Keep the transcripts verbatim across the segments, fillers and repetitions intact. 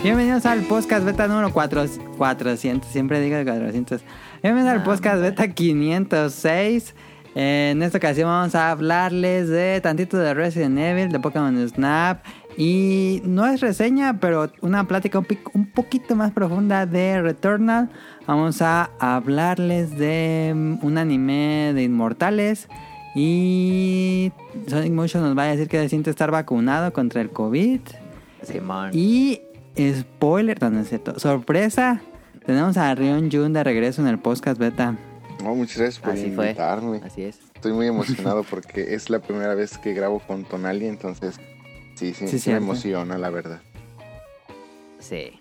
Bienvenidos al podcast beta número cuatro, cuatrocientos, siempre digo cuatrocientos. Bienvenidos al podcast beta quinientos seis. En esta ocasión vamos a hablarles de tantito de Resident Evil, de Pokémon Snap. Y no es reseña, pero una plática un, pic- un poquito más profunda de Returnal. Vamos a hablarles de un anime de inmortales. Y Sonic Motion nos va a decir que se siente estar vacunado contra el COVID. Sí, man. Y spoiler, no, no es cierto, sorpresa, tenemos a Rion Jun de regreso en el podcast beta. Oh, muchas gracias por Así invitarme. fue. Así es. Estoy muy emocionado porque es la primera vez que grabo con Tonali, entonces sí, sí, Sí, sí me cierto. emociona, la verdad. Sí.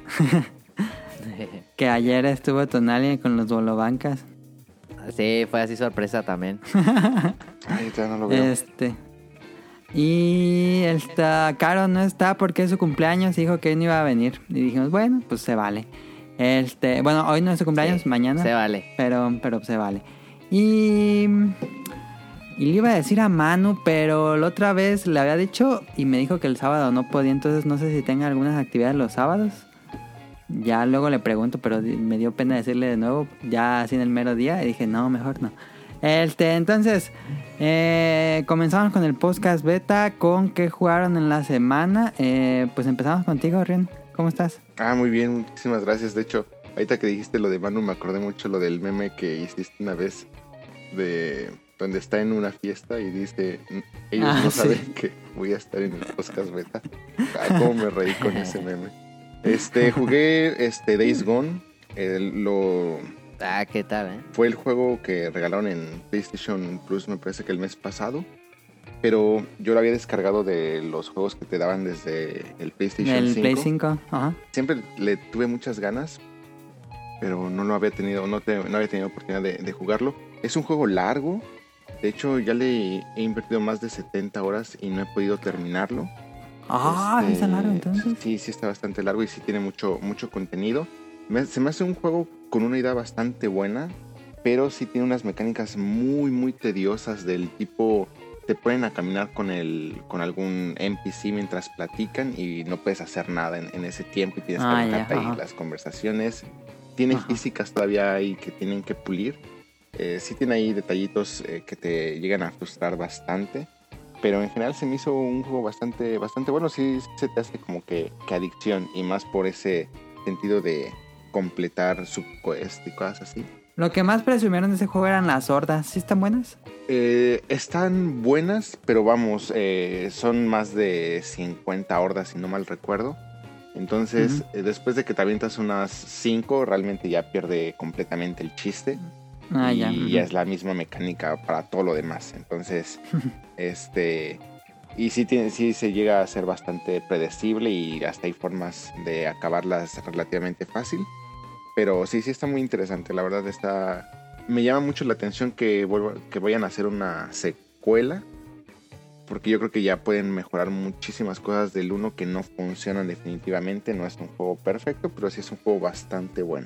Que ayer estuvo Tonali con los bolobancas. Sí, fue así sorpresa también. Ay, todavía no lo veo. Este. Y esta Caro no está porque es su cumpleaños, dijo que no iba a venir. Y dijimos, bueno, pues se vale. Este, bueno, hoy no es su cumpleaños, Sí, mañana. se vale. Pero, pero se vale. Y. Y le iba a decir a Manu, pero la otra vez le había dicho y me dijo que el sábado no podía, entonces no sé si tenga algunas actividades los sábados. Ya luego le pregunto, pero me dio pena decirle de nuevo, ya así en el mero día, y dije, no, mejor no. Este, entonces, eh, comenzamos con el podcast beta, con qué jugaron en la semana. Eh, pues empezamos contigo, Rion. ¿Cómo estás? Ah, muy bien, muchísimas gracias. De hecho, ahorita que dijiste lo de Manu, me acordé mucho lo del meme que hiciste una vez de donde está en una fiesta y dice, ellos Ah, no sí. saben que voy a estar en el podcast beta. Ah, cómo me reí con ese meme. Este, jugué este Days Gone, el- lo Ah, ¿qué tal, eh? fue el juego que regalaron en PlayStation Plus, me parece que el mes pasado. Pero yo lo había descargado de los juegos que te daban desde el PlayStation El cinco. Play cinco. Ajá. Siempre le tuve muchas ganas, pero no lo había tenido, no, te- no había tenido oportunidad de, de jugarlo. Es un juego largo. De hecho, ya le he invertido más de setenta horas y no he podido terminarlo. Ah, Este, ¿es largo entonces? Sí, sí está bastante largo y sí tiene mucho, mucho contenido. Me- se me hace un juego con una idea bastante buena, pero sí tiene unas mecánicas muy, muy tediosas del tipo... Te ponen a caminar con el con algún N P C mientras platican y no puedes hacer nada en, en ese tiempo y tienes Ah, que ya, aventarte ahí ajá. las conversaciones. Tiene Ajá. físicas todavía ahí que tienen que pulir. Eh, sí tiene ahí detallitos eh, que te llegan a frustrar bastante. Pero en general se me hizo un juego bastante, bastante bueno. Sí, sí se te hace como que, que adicción. Y más por ese sentido de completar subquest y cosas así. Lo que más presumieron de ese juego eran las hordas. ¿Sí están buenas? Eh, están buenas, pero vamos, eh, son más de cincuenta hordas, si no mal recuerdo. Entonces, Ujú. eh, después de que te avientas unas cinco, realmente ya pierde completamente el chiste. Ah, y ya. ya ujú. es la misma mecánica para todo lo demás. Entonces, este... Y sí, tiene, sí se llega a ser bastante predecible y hasta hay formas de acabarlas relativamente fácil. Pero sí, sí está muy interesante. La verdad está... Me llama mucho la atención que, vuelva- que vayan a hacer una secuela. Porque yo creo que ya pueden mejorar muchísimas cosas del uno que no funcionan definitivamente. No es un juego perfecto, pero sí es un juego bastante bueno.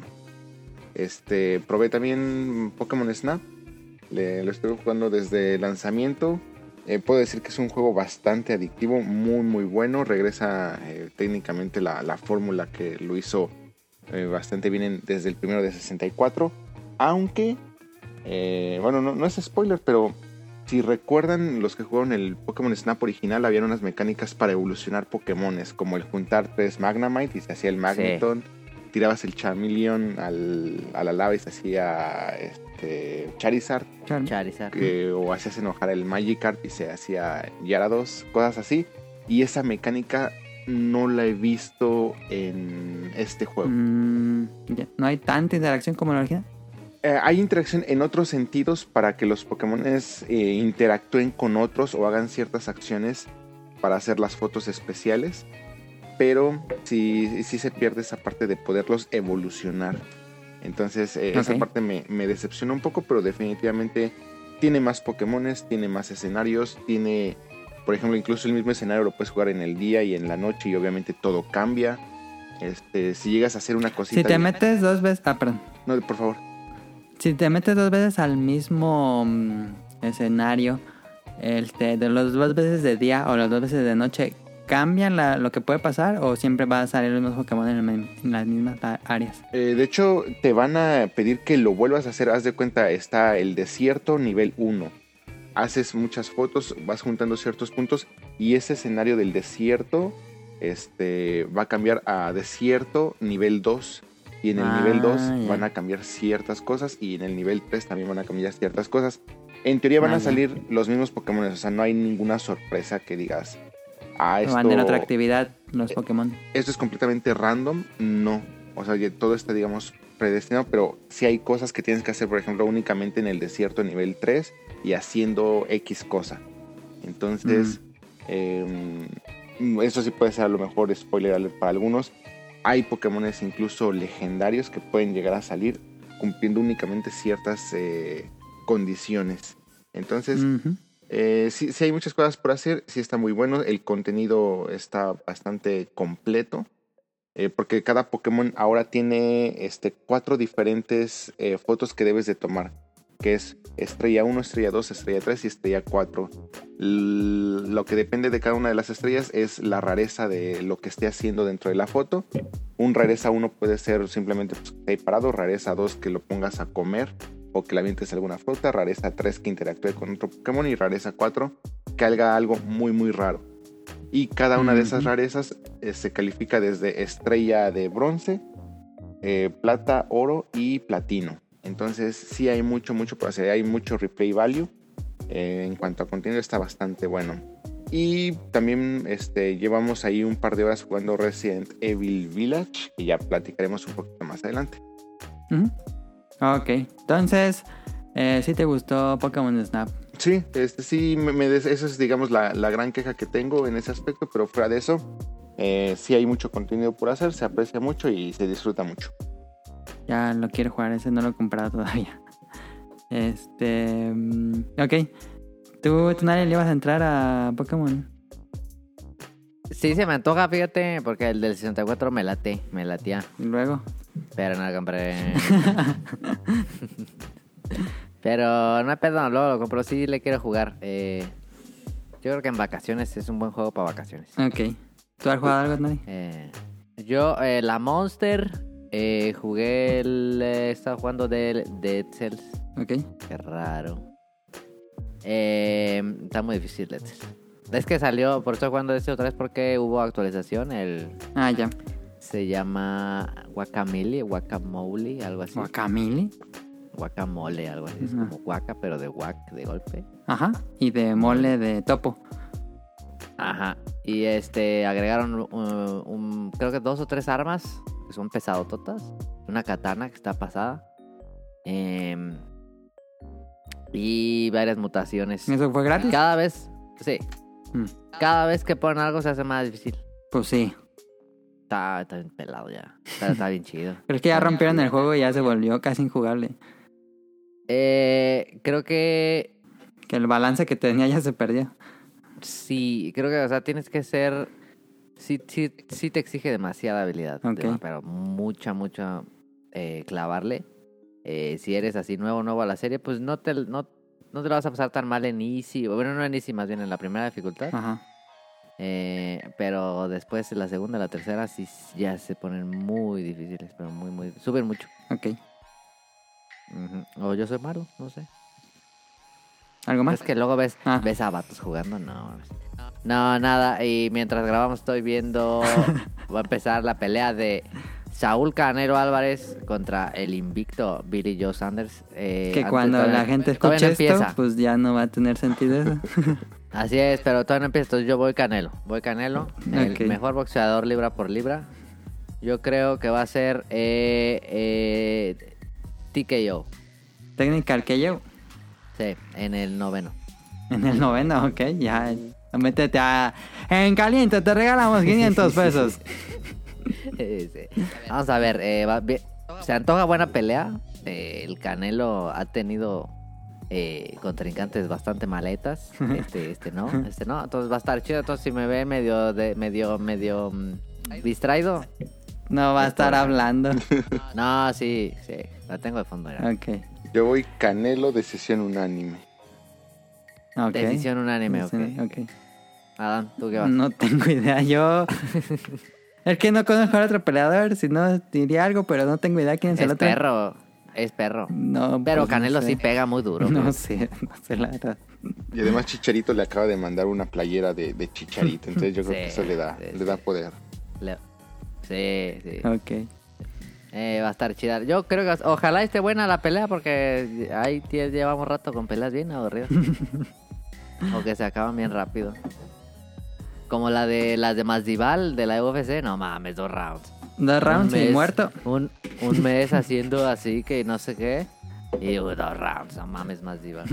Este, probé también Pokémon Snap. Le, lo estuve jugando desde el lanzamiento. Eh, puedo decir que es un juego bastante adictivo, muy muy bueno. Regresa eh, técnicamente la, la fórmula que lo hizo eh, bastante bien en- desde el primero de sesenta y cuatro. Aunque, eh, bueno, no, no es spoiler, pero si recuerdan los que jugaron el Pokémon Snap original, habían unas mecánicas para evolucionar Pokémones, como el juntar tres Magnemite y se hacía el Magneton. Tirabas el Charmeleon al, a la lava y se hacía este, Charizard. Char- Charizard. Que, o hacías enojar el Magikarp y se hacía Gyarados, cosas así. Y esa mecánica no la he visto en este juego. Mm, ya. ¿No hay tanta interacción como en la original? Eh, hay interacción en otros sentidos para que los Pokémones eh, interactúen con otros o hagan ciertas acciones para hacer las fotos especiales. Pero sí, sí se pierde esa parte de poderlos evolucionar. Entonces eh, Ok. esa parte me, me decepciona un poco, pero definitivamente tiene más Pokémones, tiene más escenarios, tiene, por ejemplo, incluso el mismo escenario lo puedes jugar en el día y en la noche y obviamente todo cambia. Este, si llegas a hacer una cosita... Si te metes dos veces... Ah, perdón. No, por favor. Si te metes dos veces al mismo mm, escenario, este, de las dos veces de día o las dos veces de noche, cambian la, lo que puede pasar o siempre va a salir los mismos Pokémon en, el- en las mismas a- áreas? Eh, de hecho, te van a pedir que lo vuelvas a hacer. Haz de cuenta, está el desierto nivel uno. Haces muchas fotos, vas juntando ciertos puntos y ese escenario del desierto este, va a cambiar a desierto nivel dos. Y en el Ah, nivel dos ya. van a cambiar ciertas cosas y en el nivel tres también van a cambiar ciertas cosas. En teoría van Ah, a ya. salir los mismos Pokémon, o sea, no hay ninguna sorpresa que digas, ah, ¿O van en otra esto, actividad los Pokémon? esto es completamente random. No, o sea, ya todo está, digamos, predestinado, pero sí hay cosas que tienes que hacer, por ejemplo, únicamente en el desierto nivel tres y haciendo X cosa. Entonces, eh, eso sí puede ser a lo mejor spoiler alert para algunos. Hay Pokémones incluso legendarios que pueden llegar a salir cumpliendo únicamente ciertas eh, condiciones. Entonces, Ujú. eh, sí, sí hay muchas cosas por hacer, sí está muy bueno, el contenido está bastante completo, eh, porque cada Pokémon ahora tiene este, cuatro diferentes eh, fotos que debes de tomar, que es estrella uno, estrella dos, estrella tres y estrella cuatro. L- lo que depende de cada una de las estrellas es la rareza de lo que esté haciendo dentro de la foto. Un rareza uno puede ser simplemente pues, que esté ahí parado, rareza dos que lo pongas a comer o que le avientes alguna fruta, rareza tres que interactúe con otro Pokémon y rareza cuatro que haga algo muy muy raro. Y cada una de esas Ujú. rarezas eh, se califica desde estrella de bronce, eh, plata, oro y platino. Entonces sí hay mucho, mucho por hacer, hay mucho replay value. Eh, en cuanto a contenido está bastante bueno. Y también este, llevamos ahí un par de horas jugando Resident Evil Village, y ya platicaremos un poquito más adelante. Ujú. Ok, entonces, eh, ¿sí te gustó Pokémon Snap? Sí, este, sí, me, me des- esa es digamos la, la gran queja que tengo en ese aspecto, pero fuera de eso, eh, sí hay mucho contenido por hacer, se aprecia mucho y se disfruta mucho. Ya lo quiero jugar, ese no lo he comprado todavía. Este... mm, ok. ¿Tú, tú nadie le ibas a entrar a Pokémon? Sí, se me antoja, fíjate, porque el del sesenta y cuatro me late, me latía. Y luego... Pero no lo compré. Pero no hay pedo, luego lo compro. Sí le quiero jugar. Eh, yo creo que en vacaciones es un buen juego para vacaciones. Ok. ¿Tú has jugado algo, nadie? Eh, yo, eh, la Monster, eh, jugué el... Eh, estaba jugando de Dead Cells. Ok. Qué raro. Eh, está muy difícil Dead Cells. Es que salió, por eso jugando este otra vez porque hubo actualización. El Ah, ya. se llama Guacamole, Guacamole, algo así. Guacamole. Guacamole, algo así. Es Ajá. como guaca, pero de guac, de golpe. Ajá. Y de mole de topo. Ajá. Y este, agregaron uh, un, creo que dos o tres armas que son pesadototas. Una katana que está pasada. Em, y varias mutaciones. ¿Eso fue gratis? Cada vez, sí. Mm. Cada vez que ponen algo se hace más difícil. Pues sí. Está, está bien pelado ya. Está, está bien chido. Pero es que ya rompieron el juego y ya se volvió casi injugable. Eh, creo que Que el balance que tenía ya se perdió. sí, creo que, o sea, tienes que ser... Sí, sí, sí te exige demasiada habilidad. Ok. de- pero mucha, mucha eh, clavarle. Eh, si eres así nuevo, nuevo a la serie, pues no te, no, no te lo vas a pasar tan mal en Easy. Bueno, no en Easy, más bien en la primera dificultad. Ajá. Eh, pero después, en la segunda, la tercera, sí ya se ponen muy difíciles. Pero muy, muy... Suben mucho. Ok. Ujú. O yo soy malo, no sé. ¿Algo más? Es que luego ves, Ah. ves a vatos jugando, no. No, nada. Y mientras grabamos estoy viendo... va a empezar la pelea de Saúl Canelo Álvarez contra el invicto Billy Joe Sanders. Eh, Que antes cuando todavía- la gente todavía escuche no esto, empieza. pues ya no va a tener sentido eso. Así es, pero todavía no empieza. Entonces yo voy Canelo. Voy Canelo. El Ok. mejor boxeador libra por libra. Yo creo que va a ser eh, eh, T K O. Technical que yo. Sí, en el noveno. En el noveno, ok. Ya. Métete a... En caliente, te regalamos quinientos pesos. Sí. Vamos a ver, eh, va bien. Se antoja buena pelea. Eh, el Canelo ha tenido eh, contrincantes bastante maletas. Este, este no, este no. Entonces va a estar chido. Entonces si me ve medio, de, medio, medio mm, distraído. No va a estar hablando. No, sí, sí. La tengo de fondo ya. Ok. Yo voy Canelo, decisión unánime. Ok. Decisión unánime, ok. Sí, ok. Adam, ¿tú qué vas? No tengo idea. Yo... es que no conozco al otro peleador. Si no, diría algo, pero no tengo idea quién es, Es el otro. perro. Es perro. No, Pero pues, Canelo no sé. sí pega muy duro. No güey. sé, no sé la verdad. Y además Chicharito le acaba de mandar una playera de, de Chicharito. Entonces yo creo Sí, que eso le da, sí, le sí. da poder. Le- Sí, sí. Ok. Eh, va a estar chida. Yo creo que ojalá esté buena la pelea porque ahí tie- llevamos rato con peleas bien aburridas. O que se acaban bien rápido. Como la de las de Masvidal de la U F C. No mames, dos rounds. Dos rounds Un y mes- muerto. Un, un mes haciendo así que no sé qué. Y uh, dos rounds, no mames, Masvidal.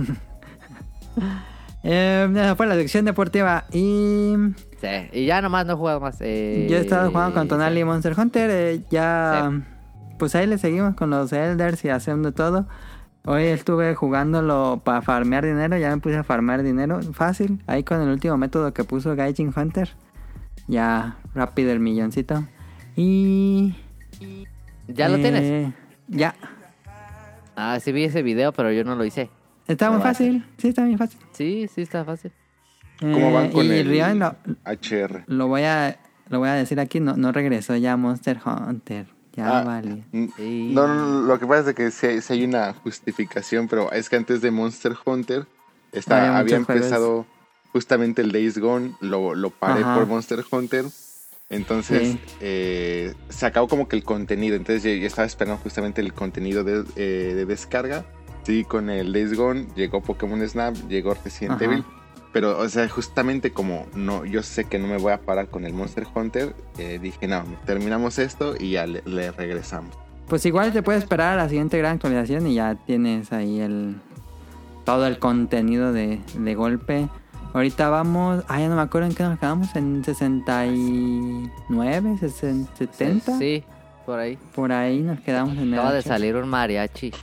Eh, esa fue la sección deportiva. Y Sí, y ya nomás no he jugado más. Eh, yo he estado jugando con Tonali y sí. Monster Hunter. eh, ya, pues ahí le seguimos con los Elders y haciendo todo. Hoy estuve jugándolo para farmear dinero. Ya me puse a farmear dinero fácil. Ahí con el último método que puso Gaijin Hunter. Ya rápido el milloncito. Y... ¿Ya lo eh, tienes? Ya. Ah, sí vi ese video, pero yo no lo hice. Está muy Lo voy a hacer. fácil. Sí, está muy fácil. Sí, sí está fácil. ¿Cómo van Eh, con y el Rion lo, H R? lo voy a lo voy a decir aquí, no, no regresó ya Monster Hunter. Ya Ah, vale. mm, Sí. No, no, no, lo que pasa es que sí, hay- sí hay una justificación, pero es que antes de Monster Hunter está, Había había muchos juegos. empezado justamente el Days Gone, lo, lo paré Ajá. por Monster Hunter, entonces Sí. eh, se acabó como que el contenido, entonces yo, yo estaba esperando justamente el contenido de, eh, de descarga, sí, con el Days Gone, llegó Pokémon Snap, llegó Resident Ajá. Evil, pero o sea, justamente como no, yo sé que no me voy a parar con el Monster Hunter, eh, dije no, terminamos esto y ya le, le regresamos. Pues igual te puedes esperar a la siguiente gran actualización y ya tienes ahí el todo el contenido de, de golpe. Ahorita vamos, ah, ya no me acuerdo en qué nos quedamos, en sesenta y nueve, sesenta, setenta. Sí, por ahí. Por ahí nos quedamos en el Acaba de ocho. salir un mariachi.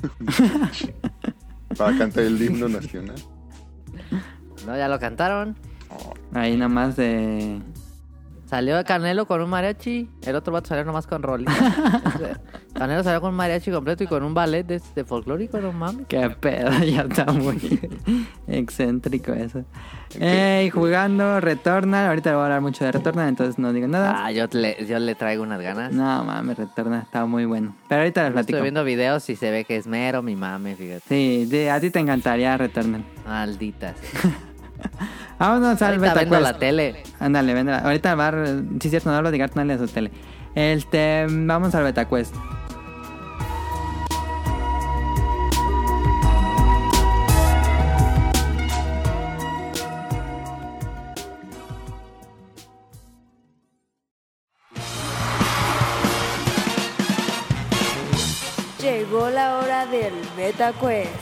Para cantar el himno nacional. No, ya lo cantaron. Ahí nada más de... Salió Canelo con un mariachi. El otro vato salió nomás con Rolly. Canelo salió con un mariachi completo y con un ballet de, de folclórico, no mames. Qué pedo, ya está muy excéntrico eso. Ey, jugando Returnal. Ahorita le voy a hablar mucho de Returnal, entonces no digo nada. Ah, yo le, yo le traigo unas ganas. No mames, Returnal está muy bueno. Pero ahorita les platico. Estoy viendo videos y se ve que es mero mi mame, fíjate. Sí, de- a ti te encantaría Returnal. Malditas. Vámonos al Ahorita Beta vendo Quest. la tele. Ándale, vende la- ahorita va, a- sí es cierto, no hablo de Gartnal a su tele. Este, vamos al Beta Quest. Llegó la hora del Beta Quest.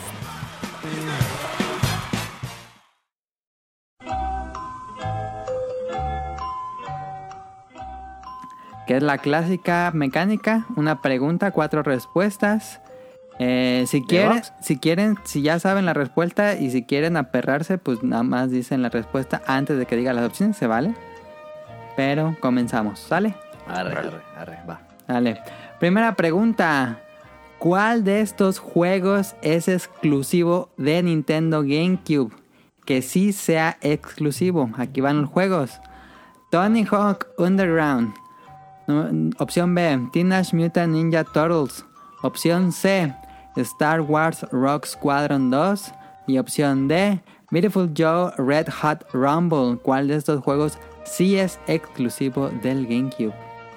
Que es la clásica mecánica, una pregunta, cuatro respuestas. Eh, si quieren, box? si quieren, si ya saben la respuesta y si quieren aperrarse, pues nada más dicen la respuesta antes de que diga las opciones, se vale. Pero comenzamos, ¿sale? Arre, arre, arre, va. Dale. Primera pregunta. ¿Cuál de estos juegos es exclusivo de Nintendo GameCube? Que sí sea exclusivo. Aquí van los juegos. Tony Hawk Underground. No, opción B, Teenage Mutant Ninja Turtles. Opción C, Star Wars Rock Squadron dos. Y opción D, Beautiful Joe Red Hot Rumble. ¿Cuál de estos juegos sí es exclusivo del GameCube?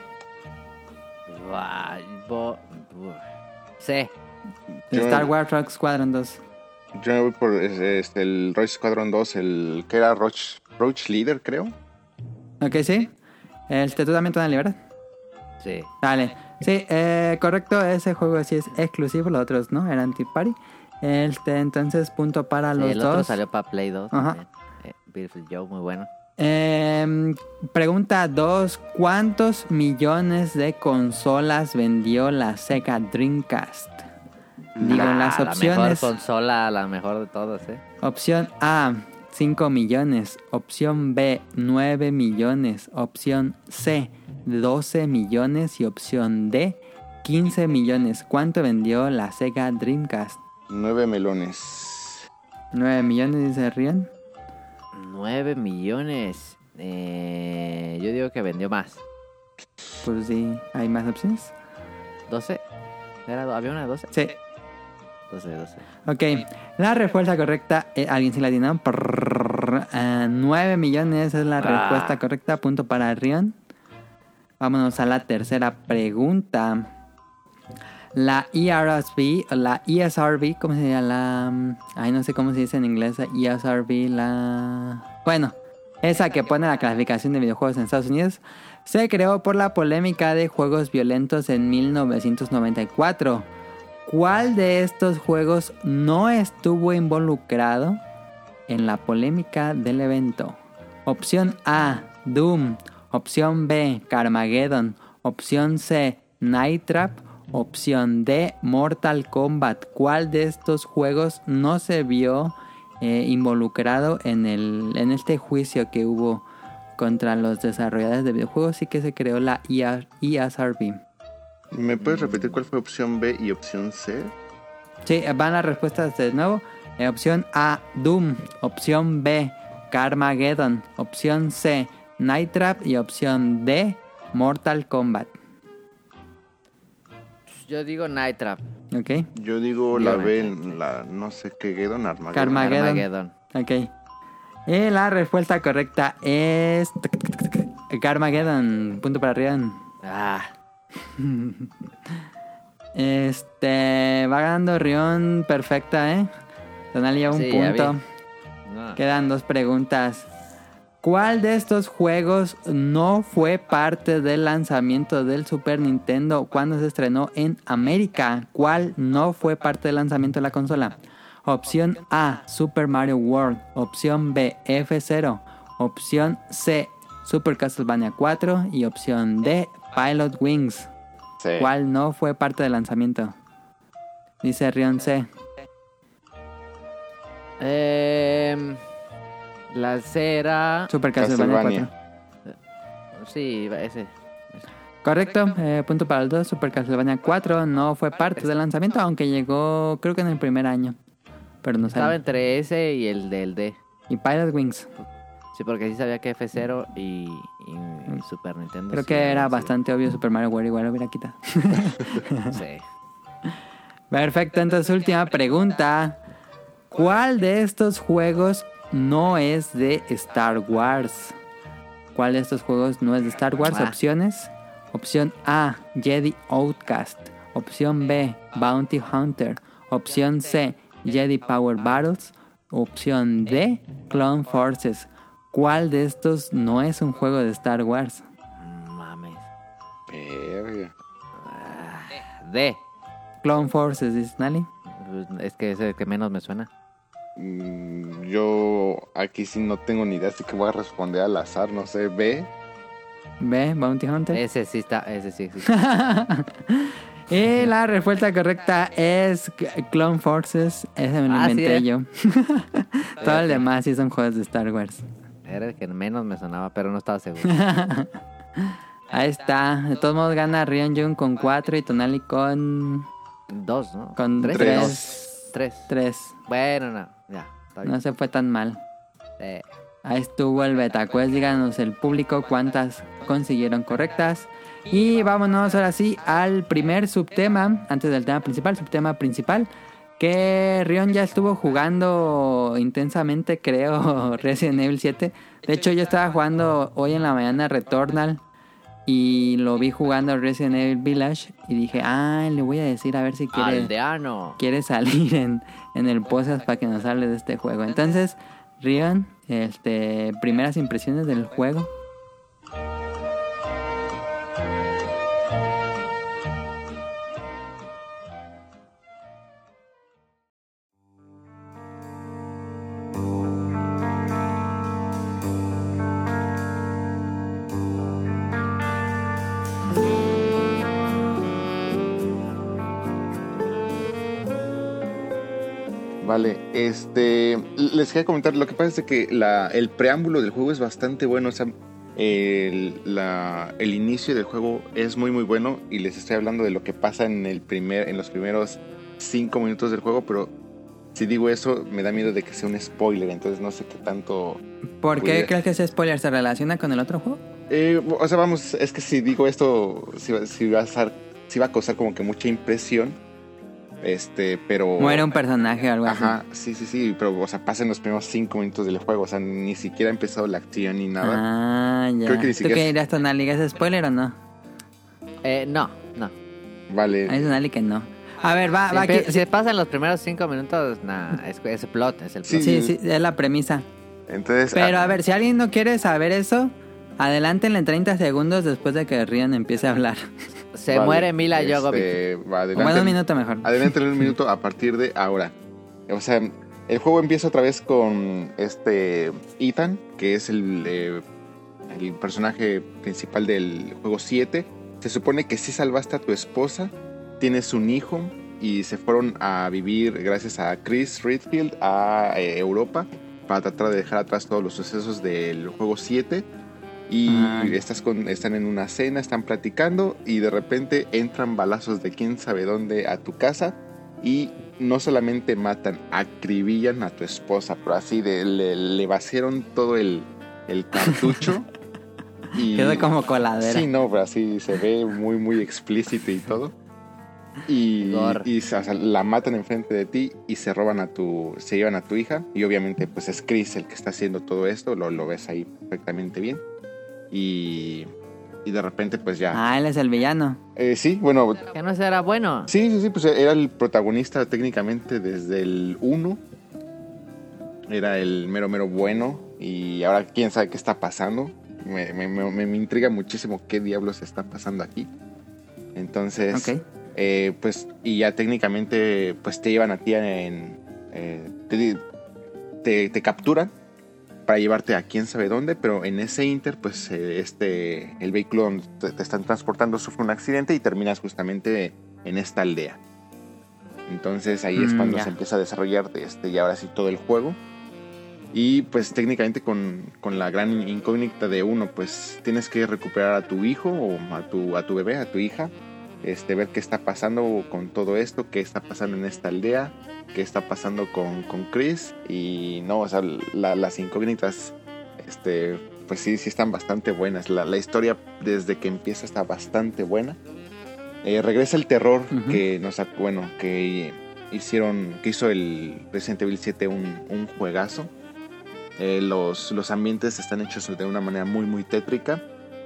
Guay, bo- bu- Sí. Yo- Star Wars Rock Squadron dos. Yo me voy por este, el Roach Squadron dos, el que era Roach, Roach Leader, creo. Ok, sí. Este, ¿tú también te dan libertad? Sí. Dale. Sí, eh, correcto. Ese juego sí es exclusivo. Los otros no, eran Tip Party. Este, entonces, punto para Sí, los el dos. otro salió para Play dos. Ajá. también. Eh, Beautiful Joe, muy bueno. Eh, pregunta dos. ¿Cuántos millones de consolas vendió la Sega Dreamcast? Digo Ah, las La mejor opciones. consola, la mejor de todas, ¿eh? Opción A, cinco millones. Opción B, nueve millones. Opción C, doce millones. Y opción D, quince millones. ¿Cuánto vendió la Sega Dreamcast? Nueve melones. nueve millones, dice Rion. nueve millones. Eh, yo digo que vendió más. Pues sí, ¿hay más opciones? ¿doce? ¿Era, do- ¿Había una de doce? Sí. doce, doce. Ok, la respuesta correcta, eh, ¿alguien se la atinó? Prrrr, eh, nueve millones es la Ah. respuesta correcta, punto para Rion. Vámonos a la tercera pregunta. La E R S V, o la E S R V, ¿cómo se llama? La... mm, Ay, no sé cómo se dice en inglés, E S R V, la... Bueno, esa que pone la clasificación de videojuegos en Estados Unidos, se creó por la polémica de juegos violentos en mil novecientos noventa y cuatro. ¿Cuál de estos juegos no estuvo involucrado en la polémica del evento? Opción A, Doom. Opción B, Carmageddon. Opción C, Night Trap. Opción D, Mortal Kombat. ¿Cuál de estos juegos no se vio eh, involucrado en, el, en este juicio que hubo contra los desarrolladores de videojuegos y que se creó la E S R V? ¿Me puedes repetir cuál fue opción B y opción C? Sí, van las respuestas de nuevo. Eh, opción A, Doom. Opción B, Carmageddon. Opción C, Night Trap. Y opción D, Mortal Kombat. Yo digo Night Trap. Ok, Yo digo Yo la me- B, la no sé qué, Geddon, Armageddon. Carmageddon. Armageddon. ok. Y la respuesta correcta es... Carmageddon. Punto para Rion. Ah, Este... Va ganando Rion perfecta, ¿eh? Tonali lleva un Sí, ya punto. vi. no. Quedan dos preguntas. ¿Cuál de estos juegos no fue parte del lanzamiento del Super Nintendo cuando se estrenó en América? ¿Cuál no fue parte del lanzamiento de la consola? Opción A, Super Mario World. Opción B, F cero. Opción C, Super Castlevania cuatro. Y opción D, Pilot Wings. Sí. ¿Cuál no fue parte del lanzamiento? Dice Rion C. Eh, la cera. Super Castlevania Castlevania. cuatro. Sí, ese. Correcto, eh, punto para el dos. Super Castlevania cuatro no fue parte del lanzamiento, aunque llegó creo que en el primer año. Pero no Estaba sabe. entre ese y el del D. Y Pilot Wings. Sí, porque sí sabía que F cero y, y- y Super Nintendo. Creo sí que era habían bastante obvio Super Mario World, igual lo hubiera quitado. sido. Sí. Perfecto, entonces última pregunta. ¿Cuál de estos juegos no es de Star Wars? ¿Cuál de estos juegos no es de Star Wars? Ah. Opciones. Opción A, Jedi Outcast. Opción B, Bounty Hunter. Opción C, Jedi Power Battles. Opción D, Clone Forces. ¿Cuál de estos no es un juego de Star Wars? Mames. Verga. D. Clone Forces, dice Nali. Pues, es que es el que menos me suena. Mm, Yo aquí sí no tengo ni idea, así que voy a responder al azar, no sé, B. B, Bounty Hunter. Ese sí está, ese sí existe. Y la respuesta correcta es C- Clone Forces. Ese me lo Ah, sí, inventé ¿eh? yo. Todo el demás sí son juegos de Star Wars. Era el que menos me sonaba, pero no estaba seguro. Ahí está. De todos modos gana Rion Jun con cuatro y Tonali con Dos, ¿no? Con tres. tres. No, tres. tres. Bueno, no, ya, está bien. No se fue tan mal. Eh, Ahí estuvo el BetaQuest. Díganos el público cuántas consiguieron correctas. Y vámonos ahora sí al primer subtema, antes del tema principal, subtema principal, que Rion ya estuvo jugando intensamente, creo, Resident Evil siete. De hecho, yo estaba jugando hoy en la mañana Returnal y lo vi jugando Resident Evil Village y dije, ah, le voy a decir a ver si quiere, Aldeano. quiere salir en, en el podcast para que nos hable de este juego. Entonces, Rion, este, primeras impresiones del juego. Vale, este, les quería comentar, lo que pasa es que la, el preámbulo del juego es bastante bueno, o sea, el, la, el inicio del juego es muy muy bueno y les estoy hablando de lo que pasa en el primer, en los primeros cinco minutos del juego, pero si digo eso, me da miedo de que sea un spoiler, entonces no sé qué tanto... ¿Por qué pudiera- crees que ese spoiler se relaciona con el otro juego? Eh, o sea, vamos, es que si digo esto, si, va- si, va a ser- si va a causar como que mucha impresión, este, pero... Muere un personaje o algo Ajá, así. sí, sí, sí, pero, o sea, pasan los primeros cinco minutos del juego, o sea, ni siquiera ha empezado la acción ni nada. Ah, ya. Creo que ni ¿Tú siquiera qué es- dirías, Tonali? ¿Es spoiler o no? Eh, no, no. Vale. Hay Tonali que no. A ver, va, Si, va. empie- aquí- si pasan los primeros cinco minutos, nah, es, es plot, es el plot. Sí, sí, es la premisa. Entonces, Pero ah, a ver, si alguien no quiere saber eso, adelántenle en treinta segundos después de que Rion empiece a hablar. Se vale, muere Mila este, Jovovich. va, O adelante- bueno, un minuto mejor. Adelántale un minuto a partir de ahora. O sea, el juego empieza otra vez con este Ethan, que es el, eh, el personaje principal del juego siete. Se supone que sí salvaste a tu esposa, tienes un hijo y se fueron a vivir gracias a Chris Redfield a eh, Europa para tratar de dejar atrás todos los sucesos del juego siete. Y Ah. estás con, están en una cena, están platicando y de repente entran balazos de quién sabe dónde a tu casa y no solamente matan, acribillan a tu esposa, pero así de, le, le vaciaron todo el, el cartucho. y, Quedó como coladera. Sí, no, pero así se ve muy, muy explícito y todo. Y, Gore. y o sea, la matan enfrente de ti y se roban a tu, se llevan a tu hija. Y obviamente pues es Chris el que está haciendo todo esto, lo, lo ves ahí perfectamente bien. Y, y de repente pues ya... Ah, él es el villano. Eh, sí, bueno, Que no será bueno. sí, sí, sí, pues era el protagonista técnicamente desde el uno. Era el mero, mero bueno. Y ahora quién sabe qué está pasando. Me, me, me, me intriga muchísimo qué diablos está pasando aquí. Entonces, Ok. eh, pues, y ya técnicamente, pues te llevan a ti en... eh, te, te, te capturan para llevarte a quién sabe dónde, pero en ese inter, pues, eh, este, el vehículo donde te, te están transportando sufre un accidente y terminas justamente en esta aldea. Entonces ahí es Mm, cuando ya. se empieza a desarrollar este, y ahora sí todo el juego. Y pues técnicamente con, con la gran incógnita de uno, pues tienes que recuperar a tu hijo o a tu, a tu bebé, a tu hija, este, ver qué está pasando con todo esto, qué está pasando en esta aldea, qué está pasando con, con Chris. Y no, o sea, la- las incógnitas, este, pues sí, sí están bastante buenas. La, la historia desde que empieza está bastante buena. Eh, regresa el terror Ujú. que nos, ac- bueno, que hicieron, que hizo el Resident Evil siete un, un juegazo. Eh, los, los ambientes están hechos de una manera muy muy tétrica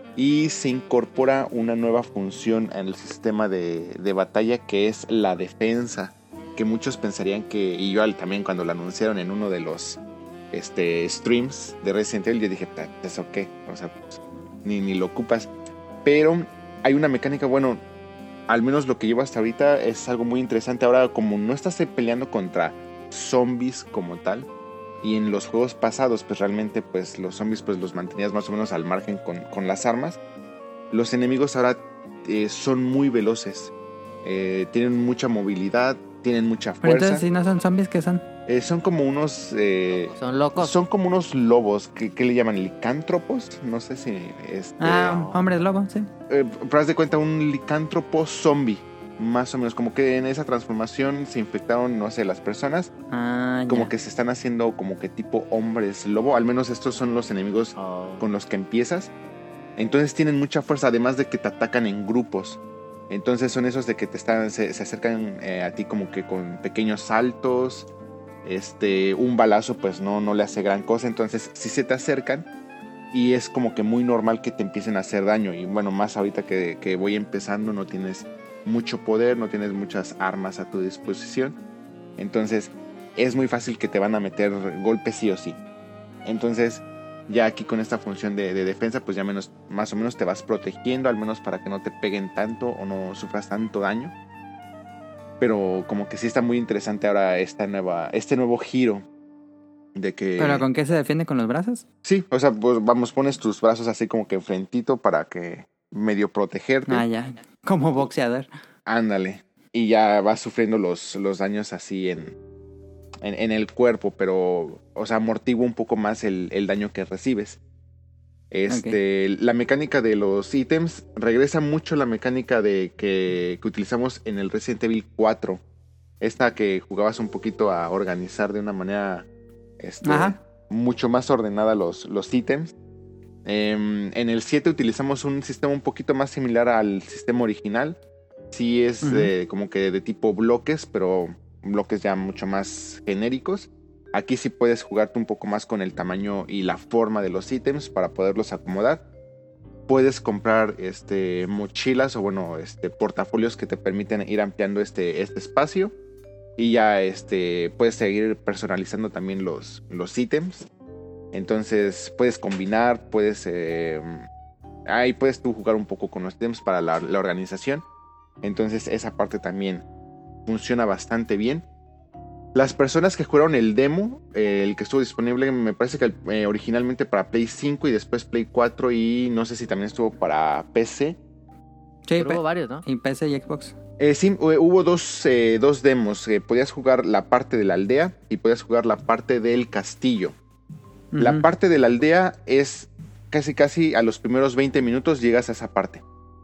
y se incorpora una nueva función en el sistema de, de batalla que es la defensa, que muchos pensarían que, y yo al- también cuando lo anunciaron en uno de los este, streams de Resident Evil, yo dije, "Pa, ¿eso qué? O sea, pues, ni, ni lo ocupas", pero hay una mecánica, bueno, al menos lo que llevo hasta ahorita es algo muy interesante. Ahora, como no estás peleando contra zombies como tal, y en los juegos pasados pues realmente pues los zombies pues los mantenías más o menos al margen con, con las armas, los enemigos ahora eh, son muy veloces, eh, tienen mucha movilidad, tienen mucha Pero fuerza. entonces, si no son zombies, ¿qué son? Eh, son como unos eh, Son locos. son como unos lobos que, que le llaman licántropos, no sé si este, Ah, hombres lobo, sí. eh, pero haz de cuenta un licántropo zombie, más o menos, como que en esa transformación se infectaron, no sé, las personas, Ah, ya. como que se están haciendo como que tipo hombres lobo, al menos estos son los enemigos Oh. con los que empiezas. Entonces tienen mucha fuerza, además de que te atacan en grupos. Entonces son esos de que te están, se, se acercan eh, a ti como que con pequeños saltos. Este, un balazo pues no, no le hace gran cosa. Entonces si se te acercan y es como que muy normal que te empiecen a hacer daño. Y bueno, más ahorita que, que voy empezando, no tienes mucho poder, no tienes muchas armas a tu disposición. Entonces es muy fácil que te van a meter golpes sí o sí. Entonces ya aquí con esta función de, de defensa pues ya menos, más o menos te vas protegiendo, al menos para que no te peguen tanto o no sufras tanto daño. Pero como que sí está muy interesante ahora esta nueva, este nuevo giro de que... ¿Pero con qué se defiende? ¿Con los brazos? Sí, o sea, pues vamos, pones tus brazos así como que enfrentito para que medio protegerte. Ah, ya. Como boxeador. Ándale. Y ya vas sufriendo los, los daños así en, en, en el cuerpo, pero, o sea, amortigua un poco más el, el daño que recibes. Este, okay. La mecánica de los ítems regresa mucho a la mecánica de que, que utilizamos en el Resident Evil cuatro. esta que jugabas un poquito a organizar de una manera este, Ajá. mucho más ordenada los, los ítems. Eh, en el siete utilizamos un sistema un poquito más similar al sistema original. Sí es Ujú. eh, como que de tipo bloques, pero bloques ya mucho más genéricos. Aquí sí puedes jugarte un poco más con el tamaño y la forma de los ítems para poderlos acomodar. Puedes comprar este, mochilas o bueno, este, portafolios que te permiten ir ampliando este, este espacio. Y ya este, puedes seguir personalizando también los, los ítems. Entonces puedes combinar, puedes... Eh, ahí puedes tú jugar un poco con los ítems para la, la organización. Entonces esa parte también funciona bastante bien. Las personas que jugaron el demo, eh, el que estuvo disponible, me parece que eh, originalmente para Play cinco y después Play cuatro y no sé si también estuvo para P C. Sí, Pero pe- hubo varios, ¿no? y P C y Xbox. Eh, sí, hu- hubo dos, eh, dos demos. Eh, podías jugar la parte de la aldea y podías jugar la parte del castillo. La Ujú. parte de la aldea es casi casi a los primeros veinte minutos llegas a esa parte.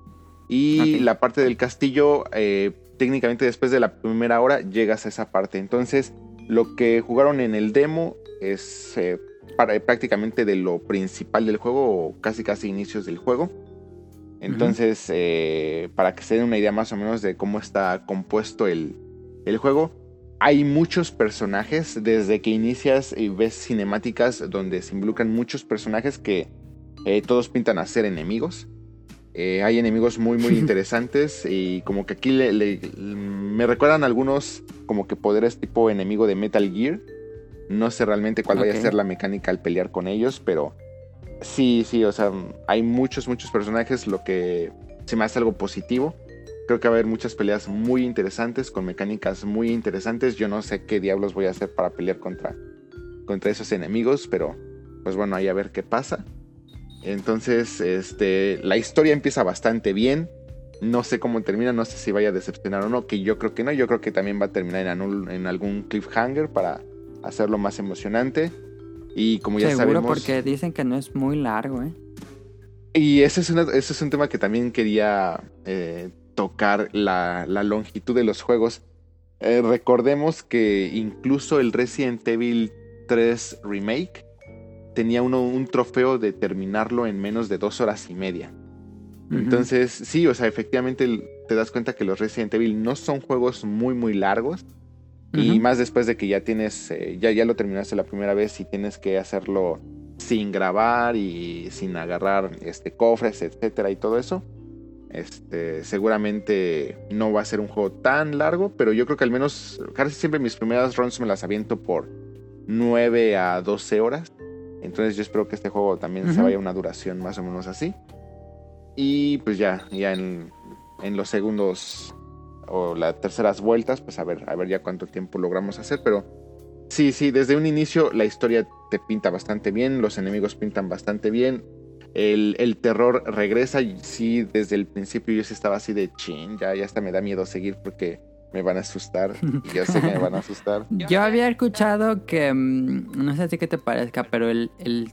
Y Ok. la parte del castillo, eh, técnicamente después de la primera hora llegas a esa parte. Entonces, lo que jugaron en el demo es eh, para, prácticamente de lo principal del juego, o casi casi inicios del juego. Entonces, eh, para que se den una idea más o menos de cómo está compuesto el, el juego, hay muchos personajes. Desde que inicias y ves cinemáticas donde se involucran muchos personajes que eh, todos pintan a ser enemigos. Eh, hay enemigos muy muy interesantes y como que aquí le, le- me recuerdan algunos como que poderes tipo enemigo de Metal Gear. No sé realmente cuál vaya Ok. a ser la mecánica al pelear con ellos, pero sí, sí, o sea, hay muchos muchos personajes, lo que se me hace algo positivo. Creo que va a haber muchas peleas muy interesantes con mecánicas muy interesantes. Yo no sé qué diablos voy a hacer para pelear contra, contra esos enemigos, pero pues bueno, ahí a ver qué pasa. Entonces, este, la historia empieza bastante bien. No sé cómo termina, no sé si vaya a decepcionar o no, que yo creo que no. Yo creo que también va a terminar en, anul- en algún cliffhanger para hacerlo más emocionante. Y como ya Seguro, sabemos... porque dicen que no es muy largo, ¿eh? Y ese es, una- ese es un tema que también quería eh, tocar, la, la longitud de los juegos. Eh, recordemos que incluso el Resident Evil tres Remake tenía uno, un trofeo de terminarlo en menos de dos horas y media. Ujú. Entonces, sí, o sea, efectivamente el- te das cuenta que los Resident Evil no son juegos muy, muy largos. Y Ujú. más después de que ya tienes, eh, ya, ya lo terminaste la primera vez y tienes que hacerlo sin grabar y sin agarrar este, cofres, etcétera, y todo eso. Este, seguramente no va a ser un juego tan largo, pero yo creo que al menos casi siempre mis primeras runs me las aviento por nueve a doce horas. Entonces yo espero que este juego también se Ujú. vaya a una duración más o menos así. Y pues ya, ya en, en los segundos o las terceras vueltas, pues a ver, a ver ya cuánto tiempo logramos hacer, pero sí, sí, desde un inicio la historia te pinta bastante bien, los enemigos pintan bastante bien, el, el terror regresa, y sí, desde el principio yo sí estaba así de chin, ya, ya hasta me da miedo seguir porque me van a asustar, y yo sé que me van a asustar. Yo había escuchado que, mm, no sé si qué te parezca, pero el, el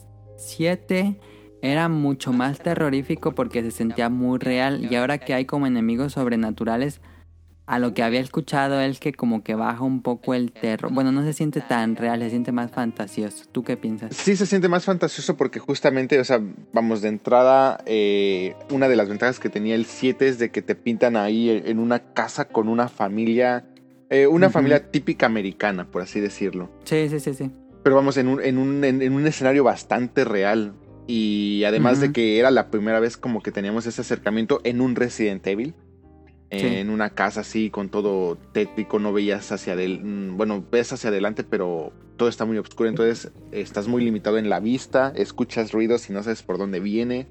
siete era mucho más terrorífico porque se sentía muy real. Y ahora que hay como enemigos sobrenaturales, a lo que había escuchado es que como que baja un poco el terror. Bueno, no se siente tan real, se siente más fantasioso. ¿Tú qué piensas? Sí se siente más fantasioso porque justamente, o sea, vamos, de entrada, eh, una de las ventajas que tenía el siete es de que te pintan ahí en una casa con una familia, eh, una Ujú. familia típica americana, por así decirlo. Sí, sí, sí, sí. Pero vamos, en un, en un, en, en un escenario bastante real. Y además Ujú. de que era la primera vez como que teníamos ese acercamiento en un Resident Evil. Sí. En una casa así, con todo tétrico, no veías hacia adelante. Bueno, ves hacia adelante, pero todo está muy oscuro. Entonces estás muy limitado en la vista, escuchas ruidos y no sabes por dónde viene.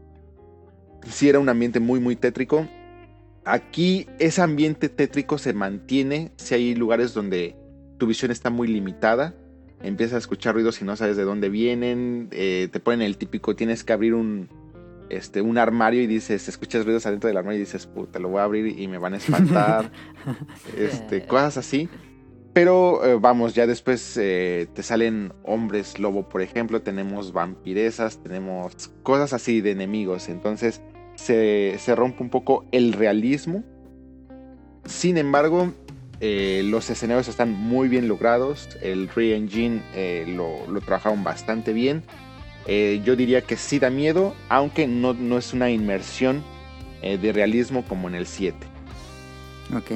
Sí, era un ambiente muy, muy tétrico. Aquí ese ambiente tétrico se mantiene si hay lugares donde tu visión está muy limitada. Empiezas a escuchar ruidos y no sabes de dónde vienen. Eh, te ponen el típico, tienes que abrir un, este, un armario y dices, escuchas ruidos adentro del armario y dices, puta, lo voy a abrir y me van a espantar. este, cosas así. Pero eh, vamos, ya después eh, te salen hombres lobo, por ejemplo. Tenemos vampiresas, tenemos cosas así de enemigos. Entonces se, se rompe un poco el realismo. Sin embargo, Eh, los escenarios están muy bien logrados. El Re-Engine eh, lo, lo trabajaron bastante bien. Eh, yo diría que sí da miedo, aunque no, no es una inmersión eh, de realismo como en el siete. Ok.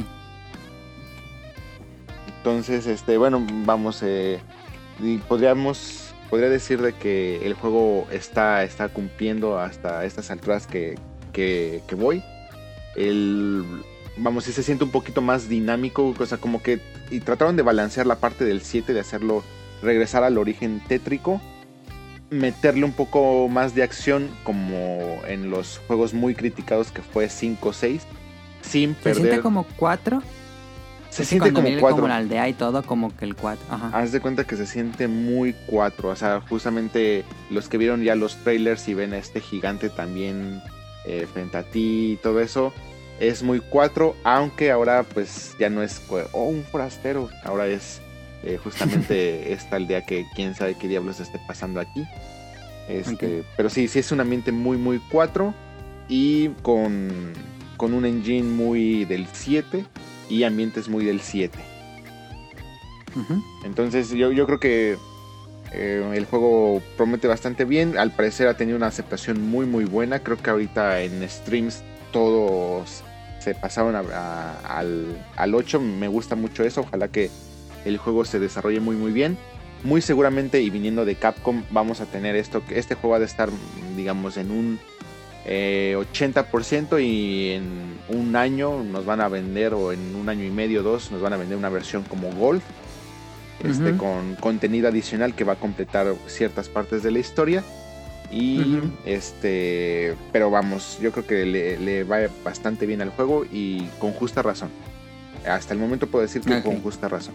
Entonces, este, bueno, vamos, eh, y podríamos, podría decir de que el juego está, está cumpliendo hasta estas alturas que, que, que voy. El, vamos, sí se siente un poquito más dinámico, o sea, como que, y trataron de balancear la parte del siete, de hacerlo regresar al origen tétrico, meterle un poco más de acción, como en los juegos muy criticados que fue cinco o seis, sin ¿Se perder... siente como cuatro? Se Es que siente cuando como viene cuatro. como la aldea y todo, como que el cuatro. Ajá. Haz de cuenta que se siente muy cuatro. O sea, justamente los que vieron ya los trailers y ven a este gigante también eh, frente a ti y todo eso, es muy cuatro. Aunque ahora pues ya no es oh, un forastero. Ahora es eh, justamente esta aldea que quién sabe qué diablos esté pasando aquí. Este, Okay. Pero sí, sí es un ambiente muy muy cuatro. Y con, con un engine muy del siete. Y ambientes muy del siete. Ujú. Entonces yo, yo creo que eh, el juego promete bastante bien. Al parecer ha tenido una aceptación muy muy buena. Creo que ahorita en streams todos se pasaron a, a, al, al ocho. Me gusta mucho eso. Ojalá que el juego se desarrolle muy muy bien. Muy seguramente, y viniendo de Capcom, vamos a tener esto. Este juego ha de estar, digamos, en un eh, ochenta por ciento, y en un año nos van a vender, o en un año y medio, dos, nos van a vender una versión como Gold, este, Ujú. con contenido adicional que va a completar ciertas partes de la historia. Y Ujú. este, pero vamos, yo creo que le, le va bastante bien al juego, y con justa razón. Hasta el momento puedo decir que Ok. con justa razón.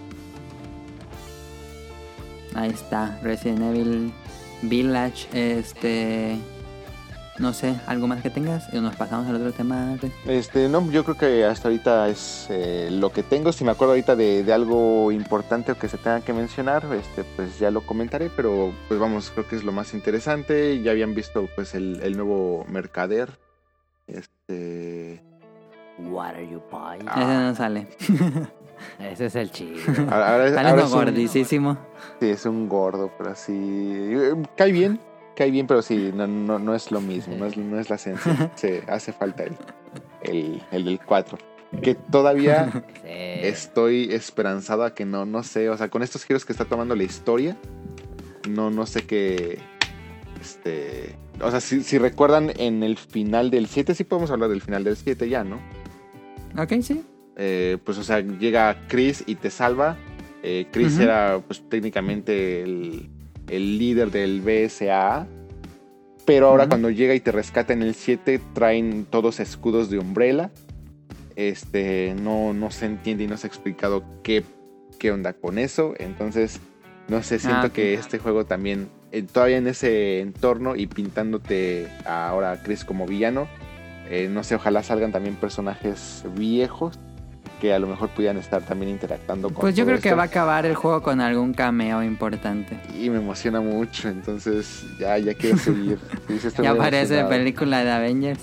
Ahí está, Resident Evil Village. Este. No sé, ¿algo más que tengas? Y nos pasamos al otro tema. Ren. Este, no, yo creo que hasta ahorita es eh, lo que tengo. Si me acuerdo ahorita de, de algo importante o que se tenga que mencionar, este, pues ya lo comentaré. Pero pues vamos, creo que es lo más interesante. Ya habían visto pues el, el nuevo mercader. Este. What are you buying? Ah. Ese no sale. Ese es el chido. Ahora, ahora- Sale ahora no es un- gordísimo. Sí, es un gordo, pero así. eh, Cae bien, cae bien, pero sí, no, no, no es lo mismo. No es, no es la esencia. Se hace falta el, el, el del cuatro. Que todavía Sí. estoy esperanzado a que no, no sé. O sea, con estos giros que está tomando la historia, no, no sé qué. Este. O sea, si, si recuerdan en el final del siete, sí podemos hablar del final del siete ya, ¿no? Ok, sí. Eh, pues, o sea, llega Chris y te salva. Eh, Chris Ujú. era, pues, técnicamente el, el líder del B S A A. Pero ahora, Ujú. cuando llega y te rescata en el siete, traen todos escudos de Umbrella. Este, no, no se entiende y no se ha explicado qué, qué onda con eso. Entonces, no sé, siento Ah, ok. que este juego también, eh, todavía en ese entorno y pintándote ahora a Chris como villano, eh, no sé, ojalá salgan también personajes viejos que a lo mejor pudieran estar también interactuando con Pues yo todo creo que esto. va a acabar el juego con algún cameo importante. Y me emociona mucho, entonces ya, ya quiero seguir. Sí, sí, estoy Ya muy aparece emocionado. película de Avengers.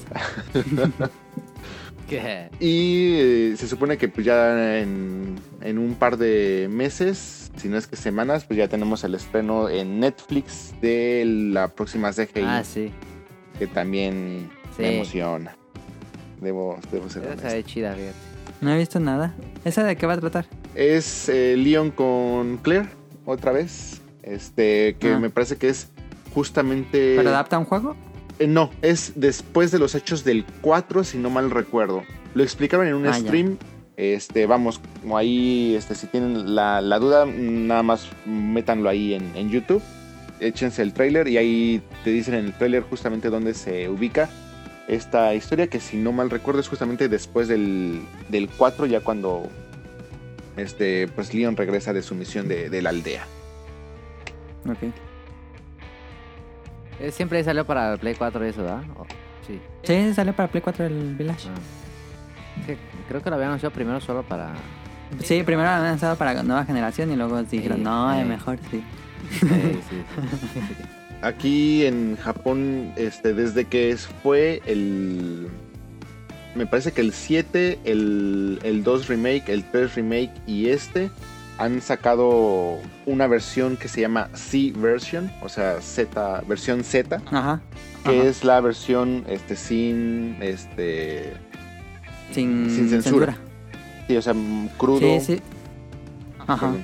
¿Qué? Y eh, se supone que pues ya en, en un par de meses, si no es que semanas, pues ya tenemos el estreno en Netflix de la próxima C G I, Ah, sí. que también Sí. me emociona. Debo, debo ser Esa honesto. se ve chida, fíjate. No he visto nada. ¿Esa de qué va a tratar? Es eh, Leon con Claire, otra vez. Este, que Ah. me parece que es justamente... ¿Pero adapta un juego? Eh, no, es después de los hechos del cuatro, si no mal recuerdo. Lo explicaron en un Ah, ya. stream. Este, vamos, como ahí, este, si tienen la, la duda, nada más métanlo ahí en, en YouTube. Échense el tráiler y ahí te dicen en el tráiler justamente dónde se ubica esta historia, que si no mal recuerdo es justamente después del, del cuatro, ya cuando este, pues Leon regresa de su misión de, de la aldea. Ok. Eh, Siempre salió para el Play cuatro eso, ¿verdad? Oh, sí. Sí, sale para Play cuatro el Village. Ah. Es que creo que lo habían anunciado primero solo para... Sí, primero lo han lanzado para nueva generación y luego dijeron, Sí, no, sí. es mejor, sí. Sí, sí, sí. Aquí en Japón, este, desde que es- fue el, me parece que el siete, el, el dos Remake, el tres Remake y este han sacado una versión que se llama C version, o sea, Z, versión Z, Ajá. que Ajá. es la versión este sin este Sin, sin censura. censura. Sí, o sea, crudo. Sí, sí. Ajá. Perdón.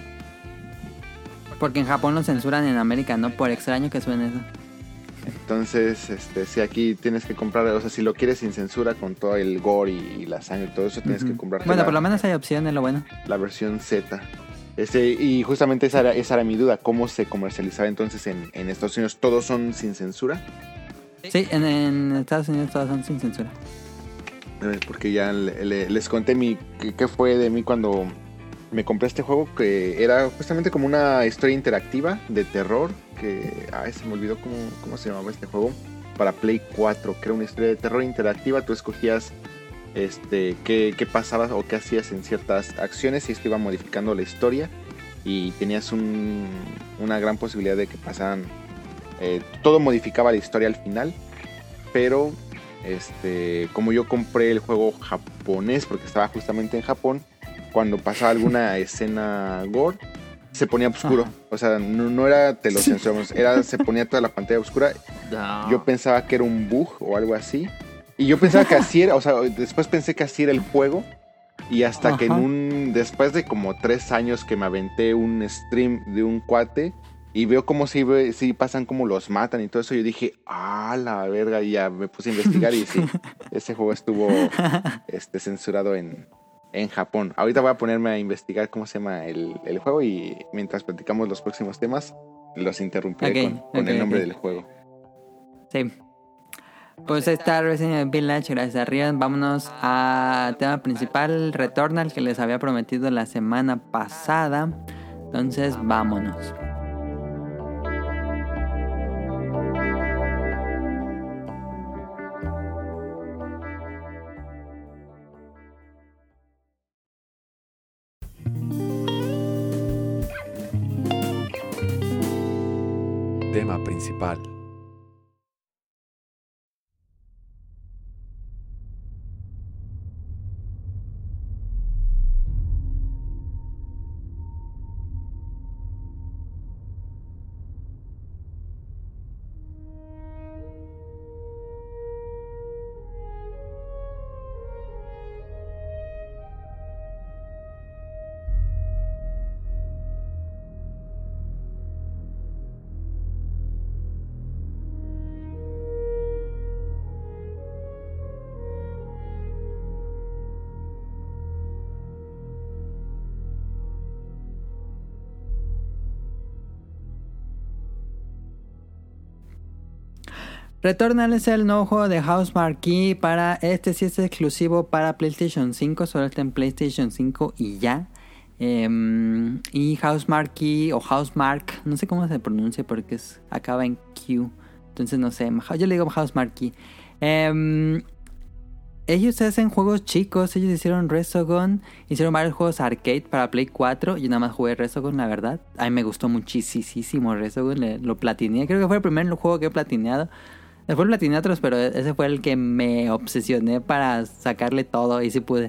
Porque en Japón lo censuran, en América no, por extraño que suene eso. Entonces, este, si aquí tienes que comprar, o sea, si lo quieres sin censura con todo el gore y, y la sangre y todo eso, tienes Ujú. que comprar Bueno, la, por lo menos hay opciones, lo bueno. la versión Z. Este, y justamente esa era, esa era mi duda, ¿cómo se comercializaba entonces en, en Estados Unidos? ¿Todos son sin censura? Sí, en, en Estados Unidos todos son sin censura. Eh, Porque ya le- le- les conté mi qué qué fue de mí cuando me compré este juego, que era justamente como una historia interactiva de terror, que, ay, se me olvidó cómo, cómo se llamaba este juego, para Play cuatro, que era una historia de terror interactiva. Tú escogías este qué, qué pasaba o qué hacías en ciertas acciones y esto iba modificando la historia y tenías un, una gran posibilidad de que pasaran, eh, todo modificaba la historia al final, pero este como yo compré el juego japonés porque estaba justamente en Japón, cuando pasaba alguna escena gore se ponía oscuro. Ajá. O sea, no, no era te lo censuramos, era se ponía toda la pantalla oscura. No. Yo pensaba que era un bug o algo así. Y yo pensaba que así era, o sea, después pensé que así era el juego. Y hasta que en Ajá. un, después de como tres años que me aventé un stream de un cuate y veo cómo si, si pasan, cómo los matan y todo eso, yo dije, ah, la verga, y ya me puse a investigar y sí, ese juego estuvo este, censurado en, en Japón. Ahorita voy a ponerme a investigar cómo se llama el, el juego y mientras platicamos los próximos temas, los interrumpiré Ok, con, con ok, el nombre ok. del juego. Sí. Pues está Resident Evil Village, gracias a Rian. Vámonos al tema principal, Returnal, que les había prometido la semana pasada. Entonces, vámonos. Tema principal. Returnal es el nuevo juego de Housemarque para... Este sí es exclusivo para PlayStation cinco, solo está en PlayStation cinco y ya. Eh, y Housemarque o Housemarque, no sé cómo se pronuncia porque es, acaba en Q. Entonces no sé, yo le digo Housemarque. Eh, ellos hacen juegos chicos, ellos hicieron Resogun, hicieron varios juegos arcade para Play cuatro. Yo nada más jugué Resogun, la verdad. A mí me gustó muchísimo Resogun, le, lo platineé. Creo que fue el primer juego que he platineado. Después platineé otros, pero ese fue el que me obsesioné para sacarle todo y sí pude.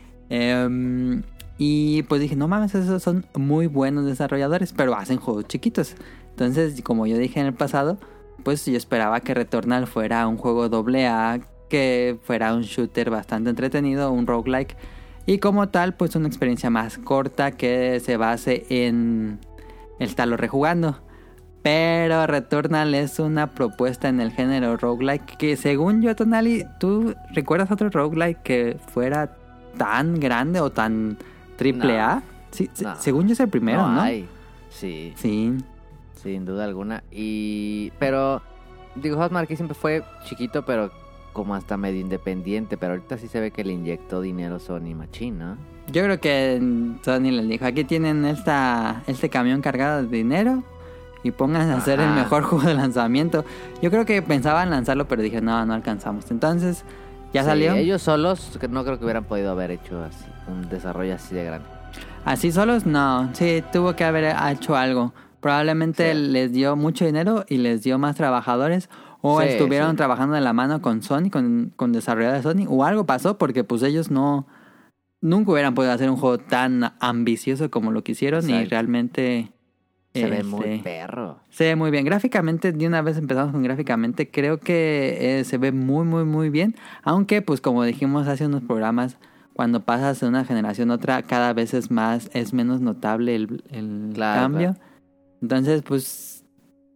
Eh, y pues dije, no mames, esos son muy buenos desarrolladores, pero hacen juegos chiquitos. Entonces, como yo dije en el pasado, pues yo esperaba que Returnal fuera un juego doble A, que fuera un shooter bastante entretenido, un roguelike. Y como tal, pues una experiencia más corta que se base en el estarlo rejugando. Pero Returnal es una propuesta en el género roguelike que, según yo, Tonali, ¿tú recuerdas otro roguelike que fuera tan grande o tan triple A? No. Sí, se- No. según yo es el primero, ¿no? hay. Sí, Sí. sin duda alguna. Y pero digo, Housemarque siempre fue chiquito, pero como hasta medio independiente, pero ahorita sí se ve que le inyectó dinero Sony Machine, ¿no? Yo creo que Sony les dijo, aquí tienen esta, este camión cargado de dinero y pónganse a hacer el Ajá. mejor juego de lanzamiento. Yo creo que pensaban lanzarlo, pero dije, no, no alcanzamos. Entonces, ya Sí, salió. Ellos solos que no creo que hubieran podido haber hecho así un desarrollo así de grande. Así solos, no. Sí, tuvo que haber hecho algo. Probablemente Sí. les dio mucho dinero y les dio más trabajadores. O Sí, estuvieron sí. trabajando de la mano con Sony, con, con desarrolladores de Sony. O algo pasó porque pues ellos no... Nunca hubieran podido hacer un juego tan ambicioso como lo que hicieron. Y Exacto. realmente... Se ve este, muy perro. Se ve muy bien. Gráficamente, de una vez empezamos con gráficamente, creo que eh, se ve muy, muy, muy bien. Aunque, pues como dijimos hace unos programas, cuando pasas de una generación a otra, cada vez es más, es menos notable el, el Claro, cambio. claro. Entonces, pues,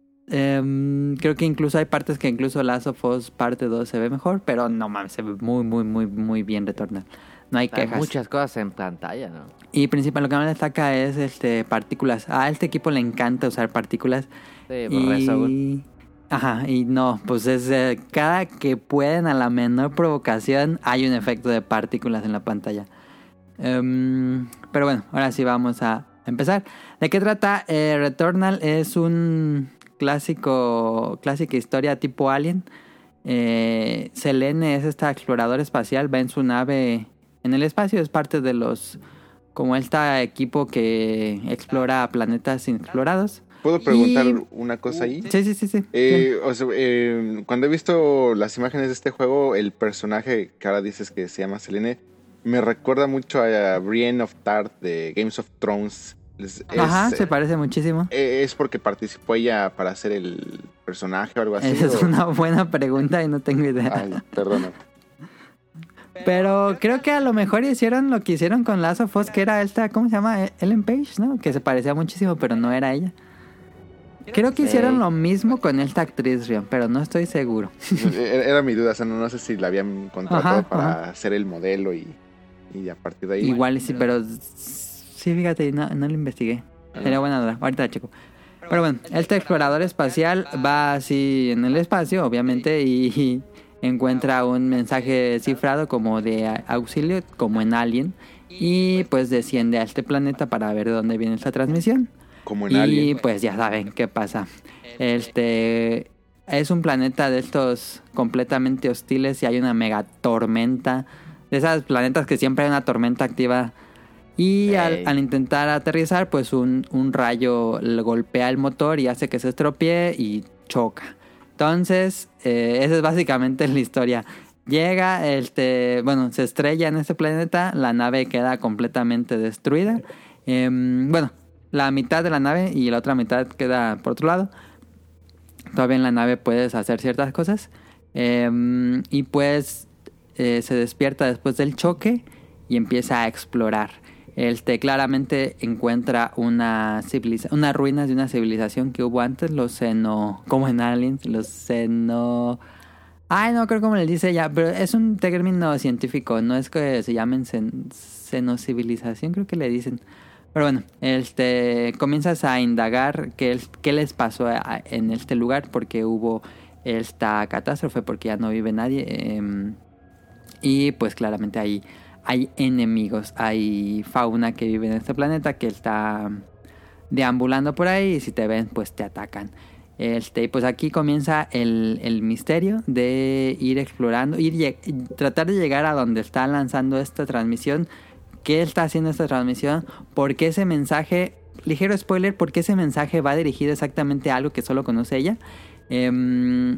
em, creo que incluso hay partes que incluso Last of Us parte dos se ve mejor, pero no mames, se ve muy, muy, muy, muy bien Returnal. No hay Hay quejas. muchas cosas en pantalla, ¿no? Y principal, lo que más destaca es este partículas. A este equipo le encanta usar partículas. Sí, por Resogun. Y... Ajá, y no, pues es eh, cada que pueden, a la menor provocación, hay un efecto de partículas en la pantalla. Em, pero bueno, ahora sí vamos a empezar. ¿De qué trata? Eh, Returnal es un clásico, clásica historia tipo Alien. Eh, Selene es esta exploradora espacial, va en su nave en el espacio, es parte de los... como este equipo que explora planetas inexplorados. ¿Puedo preguntar Y- una cosa ahí? Sí, sí, sí, sí. Eh, o sea, eh, cuando he visto las imágenes de este juego, el personaje que ahora dices que se llama Selene me recuerda mucho a Brienne of Tarth de Games of Thrones. Es, Ajá, es, se parece muchísimo. eh, ¿es porque participó ella para hacer el personaje o algo así? Esa es o- una buena pregunta y no tengo idea. Ay, perdona. Pero creo que a lo mejor hicieron lo que hicieron con Last of Us, que era esta, ¿cómo se llama? Ellen Page, ¿no? Que se parecía muchísimo, pero no era ella. Creo que Sí. hicieron lo mismo con esta actriz, Rion, pero no estoy seguro. Era era mi duda, o sea, no, no sé si la habían contratado Ajá, para ajá. ser el modelo y, y a partir de ahí... Igual sí, pero sí, fíjate, no, no lo investigué. Sería buena duda, ahorita la checo. Pero bueno, este explorador espacial va así en el espacio, obviamente, y encuentra un mensaje cifrado como de auxilio, como en Alien, y pues desciende a este planeta para ver de dónde viene esta transmisión. Como en Y Alien. pues ya saben qué pasa. Este es un planeta de estos completamente hostiles y hay una mega tormenta. De esas planetas que siempre hay una tormenta activa. Y al, Ey. al intentar aterrizar, pues un, un rayo le golpea el motor y hace que se estropee y choca. Entonces, eh, esa es básicamente la historia. Llega, este, bueno, se estrella en este planeta, la nave queda completamente destruida. Em, bueno, la mitad de la nave y la otra mitad queda por otro lado. Todavía en la nave puedes hacer ciertas cosas. Em, y pues eh, se despierta después del choque y empieza a explorar. Este claramente encuentra una civiliza- unas ruinas de una civilización que hubo antes, los Xeno, como en Aliens, los Xeno... Ay, no creo cómo le dice ella, pero es un término científico, no es que se llamen xen- xenocivilización, creo que le dicen. Pero bueno, este comienzas a indagar qué, es- qué les pasó a- en este lugar, porque hubo esta catástrofe, porque ya no vive nadie. em, y pues claramente hay, hay enemigos, hay fauna que vive en este planeta que está deambulando por ahí y si te ven pues te atacan. Este, y pues aquí comienza el, el misterio de ir explorando, ir lleg- tratar de llegar a donde está lanzando esta transmisión. ¿Qué está haciendo esta transmisión? ¿Por qué ese mensaje, ligero spoiler, por qué ese mensaje va dirigido exactamente a algo que solo conoce ella? Em,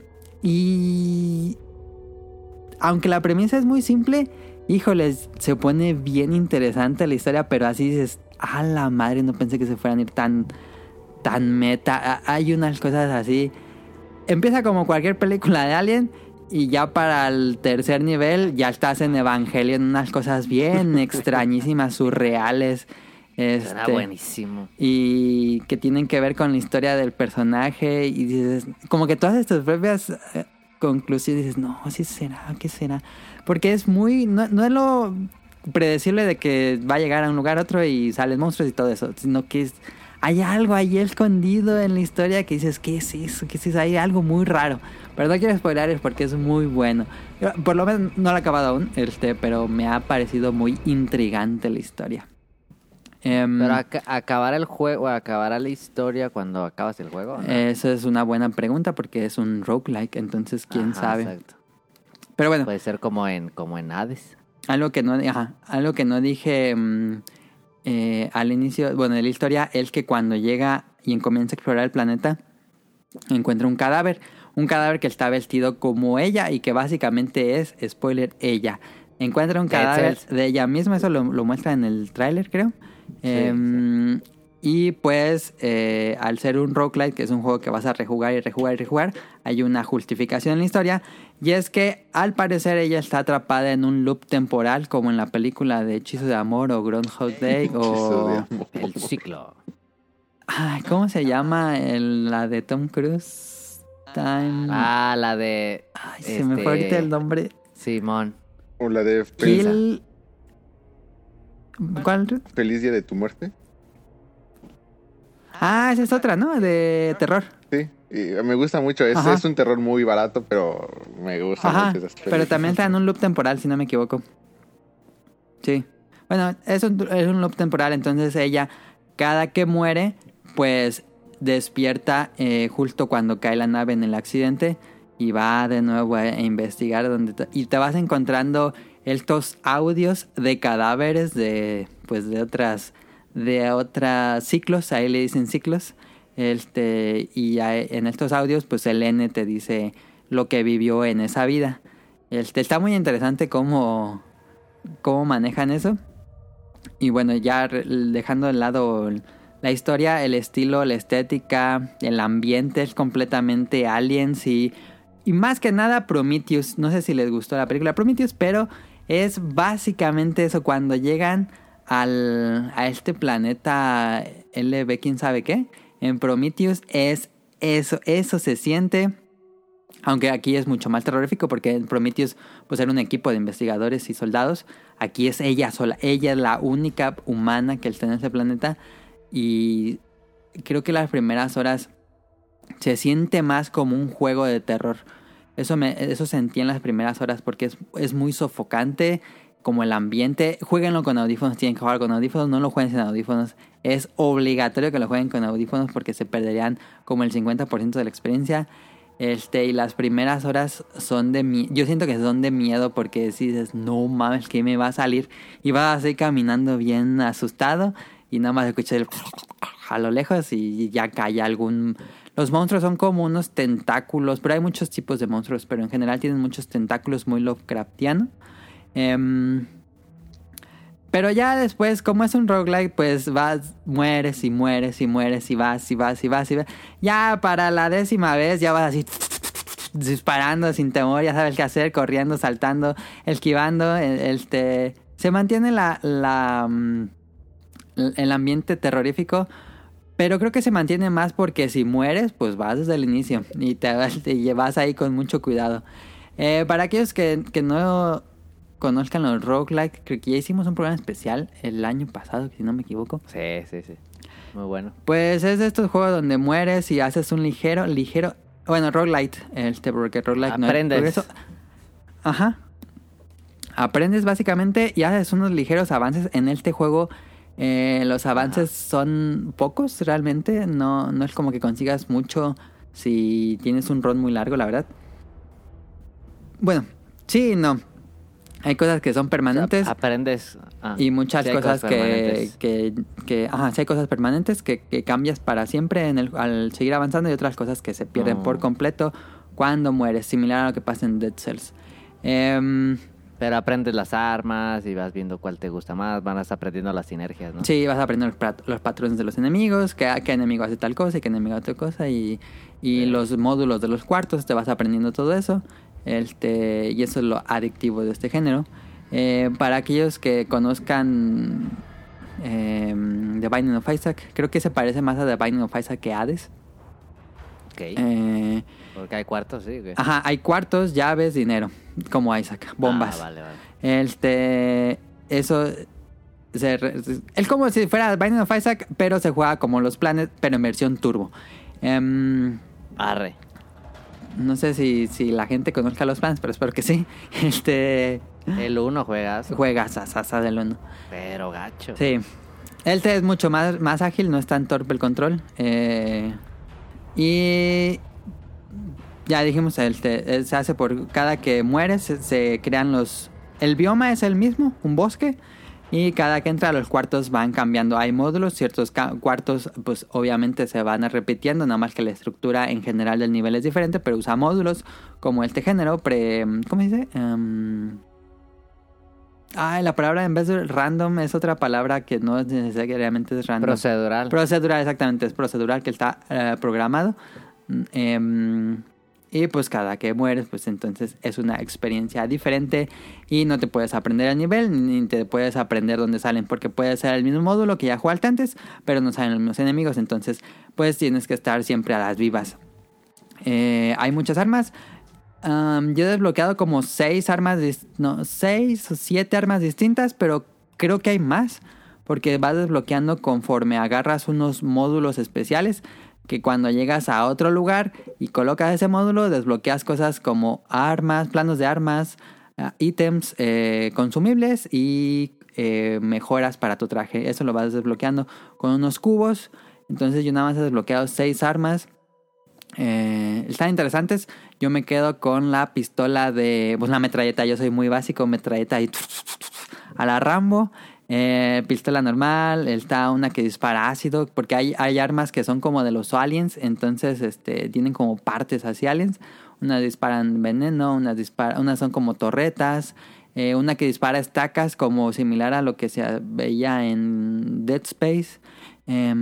y aunque la premisa es muy simple, híjoles, se pone bien interesante la historia, pero así dices, a la madre, no pensé que se fueran a ir tan, tan meta. A- Hay unas cosas así. Empieza como cualquier película de Alien y ya para el tercer nivel ya estás en Evangelion, unas cosas bien extrañísimas, surreales. Será Este, buenísimo. y que tienen que ver con la historia del personaje y dices, como que todas estas propias eh, conclusiones dices, no, sí será, ¿qué será? Porque es muy, no, no es lo predecible de que va a llegar a un lugar a otro y salen monstruos y todo eso, sino que es, hay algo ahí escondido en la historia que dices, ¿qué es eso? ¿Qué es eso? Hay algo muy raro. Pero no quiero spoiler porque es muy bueno. Yo, por lo menos no lo he acabado aún, este, pero me ha parecido muy intrigante la historia. Em, Pero aca- acabará el juego, acabará la historia cuando acabas el juego, ¿no? Esa es una buena pregunta porque es un roguelike, entonces quién Ajá, sabe. Exacto. Pero bueno, Puede ser como en como en Hades. algo que no, ajá, algo que no dije mm, eh, al inicio, bueno, de la historia, es que cuando llega y comienza a explorar el planeta, encuentra un cadáver. un cadáver que está vestido como ella y que básicamente es, spoiler, ella. Encuentra un cadáver de ella misma, eso lo, lo muestra en el tráiler, creo. Sí, eh, sí. Y pues, eh, al ser un roguelike, que es un juego que vas a rejugar y rejugar y rejugar, hay una justificación en la historia. Y es que, al parecer, ella está atrapada en un loop temporal, como en la película de Hechizo de Amor o Groundhog Day Hechizo de o... amor. El ciclo. Ay, ¿cómo se llama el, la de Tom Cruise? Time... Ah, la de... Ay, se me fue ahorita este, el nombre. Simón. O la de Feliz, Kill... ¿Cuál? Feliz Día de tu Muerte. Ah, esa es otra, ¿no? De terror. Sí, y me gusta mucho. Es, Ajá. es un terror muy barato, pero me gusta Ajá, mucho esas pero películas. también está en un loop temporal, si no me equivoco. Sí. Bueno, es un, es un loop temporal, entonces ella, cada que muere, pues despierta eh, justo cuando cae la nave en el accidente y va de nuevo a investigar donde te- y te vas encontrando estos audios de cadáveres de pues de otras de otras ciclos, ahí le dicen ciclos, este y ahí- en estos audios pues el N te dice lo que vivió en esa vida. Este está muy interesante cómo cómo manejan eso. Y bueno, ya re- dejando de lado la historia, el estilo, la estética, el ambiente es completamente Aliens y, y más que nada Prometheus. No sé si les gustó la película Prometheus, pero es básicamente eso. Cuando llegan al, a este planeta L B, quién sabe qué, en Prometheus es eso, eso se siente. Aunque aquí es mucho más terrorífico porque en Prometheus pues era un equipo de investigadores y soldados. Aquí es ella sola. Ella es la única humana que está en ese planeta. Y creo que las primeras horas se siente más como un juego de terror. Eso, me, eso sentí en las primeras horas porque es, es muy sofocante como el ambiente. Jueguenlo con audífonos, tienen que jugar con audífonos. No lo jueguen sin audífonos. Es obligatorio que lo jueguen con audífonos porque se perderían como el cincuenta por ciento de la experiencia. Este, y las primeras horas son de miedo. Yo siento que son de miedo porque si dices, no mames, que me va a salir. Y vas así caminando bien asustado. Y nada más escuchas el a lo lejos y ya cae algún... Los monstruos son como unos tentáculos, pero hay muchos tipos de monstruos, pero en general tienen muchos tentáculos muy Lovecraftiano. Eh, pero ya después, como es un roguelike, pues vas, mueres y mueres y mueres y vas y vas y vas y vas. Ya para la décima vez ya vas así disparando sin temor, ya sabes qué hacer, corriendo, saltando, esquivando. Este, se mantiene la, la, el ambiente terrorífico, pero creo que se mantiene más porque si mueres, pues vas desde el inicio y te, te llevas ahí con mucho cuidado. Eh, para aquellos que, que no conozcan los roguelike, creo que ya hicimos un programa especial el año pasado, si no me equivoco. Sí, sí, sí. Muy bueno. Pues es de estos juegos donde mueres y haces un ligero, ligero... Bueno, roguelite, este, porque roguelike no es Aprendes. progreso. Ajá. Aprendes básicamente y haces unos ligeros avances en este juego. Eh, los avances Ajá. son pocos realmente. No, no es como que consigas mucho si tienes un run muy largo, la verdad. Bueno, sí y no. Hay cosas que son permanentes. Aprendes. Ah, y muchas sí cosas, cosas que, que, que... Ajá, sí hay cosas permanentes que, que cambias para siempre en el, al seguir avanzando y otras cosas que se pierden Oh. por completo cuando mueres. Similar a lo que pasa en Dead Cells. Eh, Pero aprendes las armas y vas viendo cuál te gusta más. Vas aprendiendo las sinergias, ¿no? Sí, vas aprendiendo los, pat- los patrones de los enemigos. Qué, qué enemigo hace tal cosa y qué enemigo hace otra cosa. Y, y Sí. los módulos de los cuartos. Te vas aprendiendo todo eso. Este, y eso es lo adictivo de este género. Eh, para aquellos que conozcan eh, The Binding of Isaac, creo que se parece más a The Binding of Isaac que Hades. Ok. Eh, Porque hay cuartos, sí. güey. ajá, hay cuartos, llaves, dinero, como Isaac, bombas. Ah, vale, vale. Este, eso se re- es como si fuera Binding of Isaac, pero se juega como los planes, pero en versión turbo. Em, Arre. no sé si, si la gente conozca los planes, pero espero que sí. Este, El uno juegas. juegas a Sasa del uno. Pero gacho. Sí. El tres es mucho más, más ágil, no es tan torpe el control. Eh, y ya dijimos, el te- se hace por cada que mueres, se, se crean los... El bioma es el mismo, un bosque. Y cada que entra los cuartos van cambiando. Hay módulos, ciertos ca- cuartos pues obviamente se van repitiendo, nada más que la estructura en general del nivel es diferente, pero usa módulos como este género, pre... ¿Cómo se dice? Um... Ay, la palabra en vez de random es otra palabra que no necesariamente es random. Procedural. Procedural, exactamente, es procedural que está uh, programado. Um, y pues cada que mueres, pues entonces es una experiencia diferente y no te puedes aprender el nivel ni te puedes aprender dónde salen, porque puede ser el mismo módulo que ya jugaste antes, pero no salen los mismos enemigos, entonces pues tienes que estar siempre a las vivas. Eh, hay muchas armas. Um, yo he desbloqueado como seis armas, dis- no, seis o siete armas distintas, pero creo que hay más, porque vas desbloqueando conforme agarras unos módulos especiales, que cuando llegas a otro lugar y colocas ese módulo, desbloqueas cosas como armas, planos de armas, uh, ítems, eh, consumibles y eh, mejoras para tu traje. Eso lo vas desbloqueando con unos cubos. Entonces yo nada más he desbloqueado seis armas. Eh, están interesantes. Yo me quedo con la pistola de... Pues la metralleta, yo soy muy básico, metralleta y a la Rambo. Eh, pistola normal, está una que dispara ácido, porque hay, hay armas que son como de los aliens, entonces este, tienen como partes así aliens. Unas disparan veneno, unas, dispara, unas son como torretas, eh, una que dispara estacas como similar a lo que se veía en Dead Space. Eh,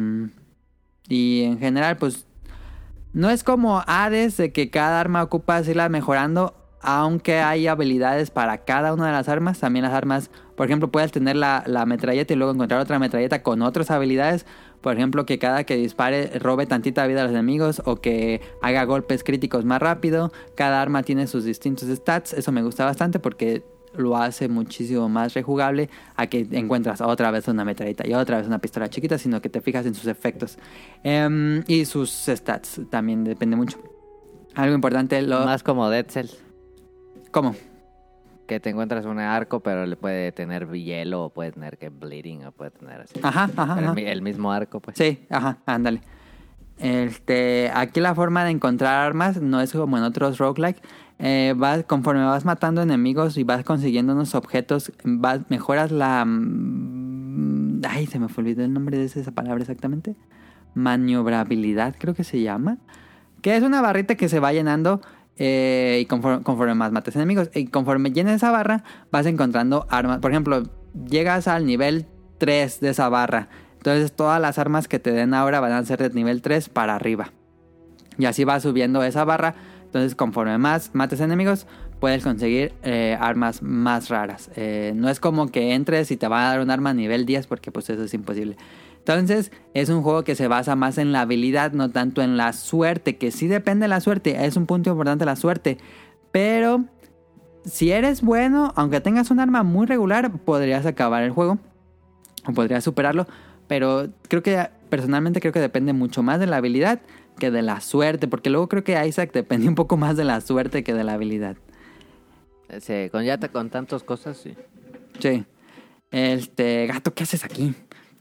y en general pues no es como Hades de que cada arma ocupas irla mejorando. Aunque hay habilidades para cada una de las armas, también las armas, por ejemplo, puedes tener la, la metralleta y luego encontrar otra metralleta con otras habilidades. Por ejemplo, que cada que dispare robe tantita vida a los enemigos o que haga golpes críticos más rápido. Cada arma tiene sus distintos stats. Eso me gusta bastante porque lo hace muchísimo más rejugable a que encuentras otra vez una metralleta y otra vez una pistola chiquita, sino que te fijas en sus efectos. Um, y sus stats también depende mucho. Algo importante... Lo... Más como Dead Cells. ¿Cómo? Que te encuentras un arco, pero le puede tener hielo, o puede tener que bleeding, o puede tener así. Ajá, ajá, Pero ajá. El, el mismo arco, pues. Sí, ajá, ándale. Este, aquí la forma de encontrar armas no es como en otros roguelike. Eh, vas, conforme vas matando enemigos y vas consiguiendo unos objetos, vas, mejoras la... Ay, se me fue olvidó el nombre de esa palabra exactamente. Maniobrabilidad, creo que se llama. Que es una barrita que se va llenando... Eh, y conforme, conforme más mates enemigos y conforme llenes esa barra vas encontrando armas. Por ejemplo, llegas al nivel tres de esa barra, entonces todas las armas que te den ahora van a ser de nivel tres para arriba y así va subiendo esa barra. Entonces conforme más mates enemigos puedes conseguir eh, armas más raras. Eh, no es como que entres y te va a dar un arma a nivel diez, porque pues eso es imposible. Entonces es un juego que se basa más en la habilidad, no tanto en la suerte, que sí depende de la suerte, es un punto importante la suerte. Pero si eres bueno, aunque tengas un arma muy regular, podrías acabar el juego o podrías superarlo. Pero creo que personalmente creo que depende mucho más de la habilidad que de la suerte, porque luego creo que Isaac depende un poco más de la suerte que de la habilidad. Sí, con ya te, con tantas cosas, sí. Sí. Este, gato, ¿qué haces aquí?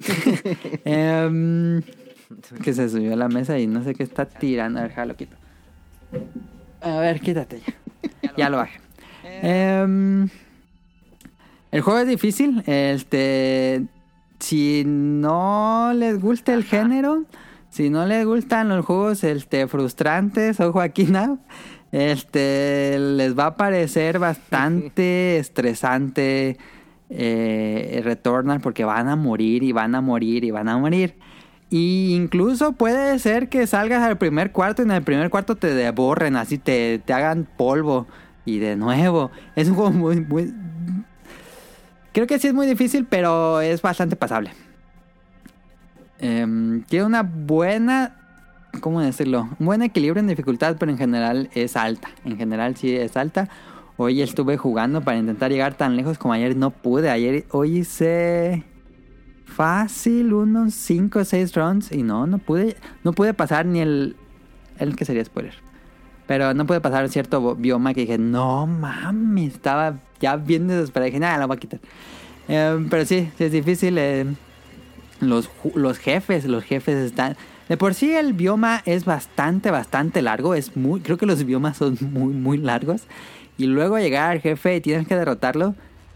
um, que se subió a la mesa y no sé qué está tirando. A ver, jalo, quito. A ver, quítate ya. Ya lo bajé. Um, el juego es difícil. Este, si no les gusta el género, si no les gustan los juegos este, frustrantes, ojo aquí, ¿no? Este, les va a parecer bastante estresante. Eh, Returnal, porque van a morir y van a morir y van a morir. Y incluso puede ser que salgas al primer cuarto y en el primer cuarto te deborren, así te, te hagan polvo. Y de nuevo, es un juego muy, muy... Creo que sí es muy difícil, pero es bastante pasable. Eh, tiene una buena... ¿Cómo decirlo? Un buen equilibrio en dificultad, pero en general es alta. En general sí es alta. Hoy estuve jugando para intentar llegar tan lejos como ayer. No pude. Ayer, hoy hice fácil unos cinco o seis rounds. Y no, no pude. No pude pasar ni el... El que sería spoiler. Pero no pude pasar cierto bioma que dije, no mames. Estaba ya bien desesperado. Dije, nada, lo voy a quitar. Eh, pero sí, sí es difícil. Eh, los, los jefes, los jefes están... De por sí el bioma es bastante, bastante largo. Es muy... Creo que los biomas son muy, muy largos. Y luego llegar al jefe y tienes que derrotarlo.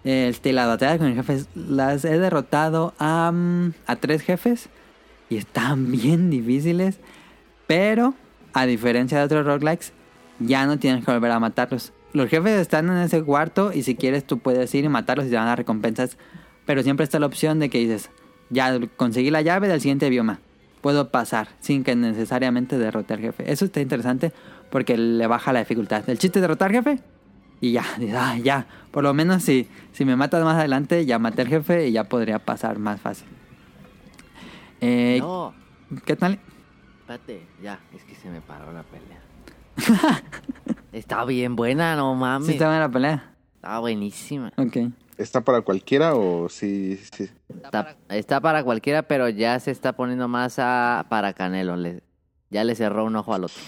Este, las batallas con el jefe las he derrotado a, mm, a tres jefes y están bien difíciles, pero a diferencia de otros roguelikes ya no tienes que volver a matarlos. Los jefes están en ese cuarto y si quieres tú puedes ir y matarlos y te dan las recompensas, pero siempre está la opción de que dices, ya conseguí la llave del siguiente bioma, puedo pasar sin que necesariamente derrote al jefe. Eso está interesante porque le baja la dificultad. El chiste es derrotar al jefe y ya, ah, ya, por lo menos si, si me matas más adelante ya maté al jefe y ya podría pasar más fácil. Eh, No, ¿Qué tal? espérate, ya, es que se me paró la pelea. Está bien buena, no mames. ¿Sí estaba en la pelea? Está buenísima. Ok. ¿Está para cualquiera o sí? sí? Está, está para cualquiera, pero ya se está poniendo más a, para Canelo. Le, ya le cerró un ojo al otro.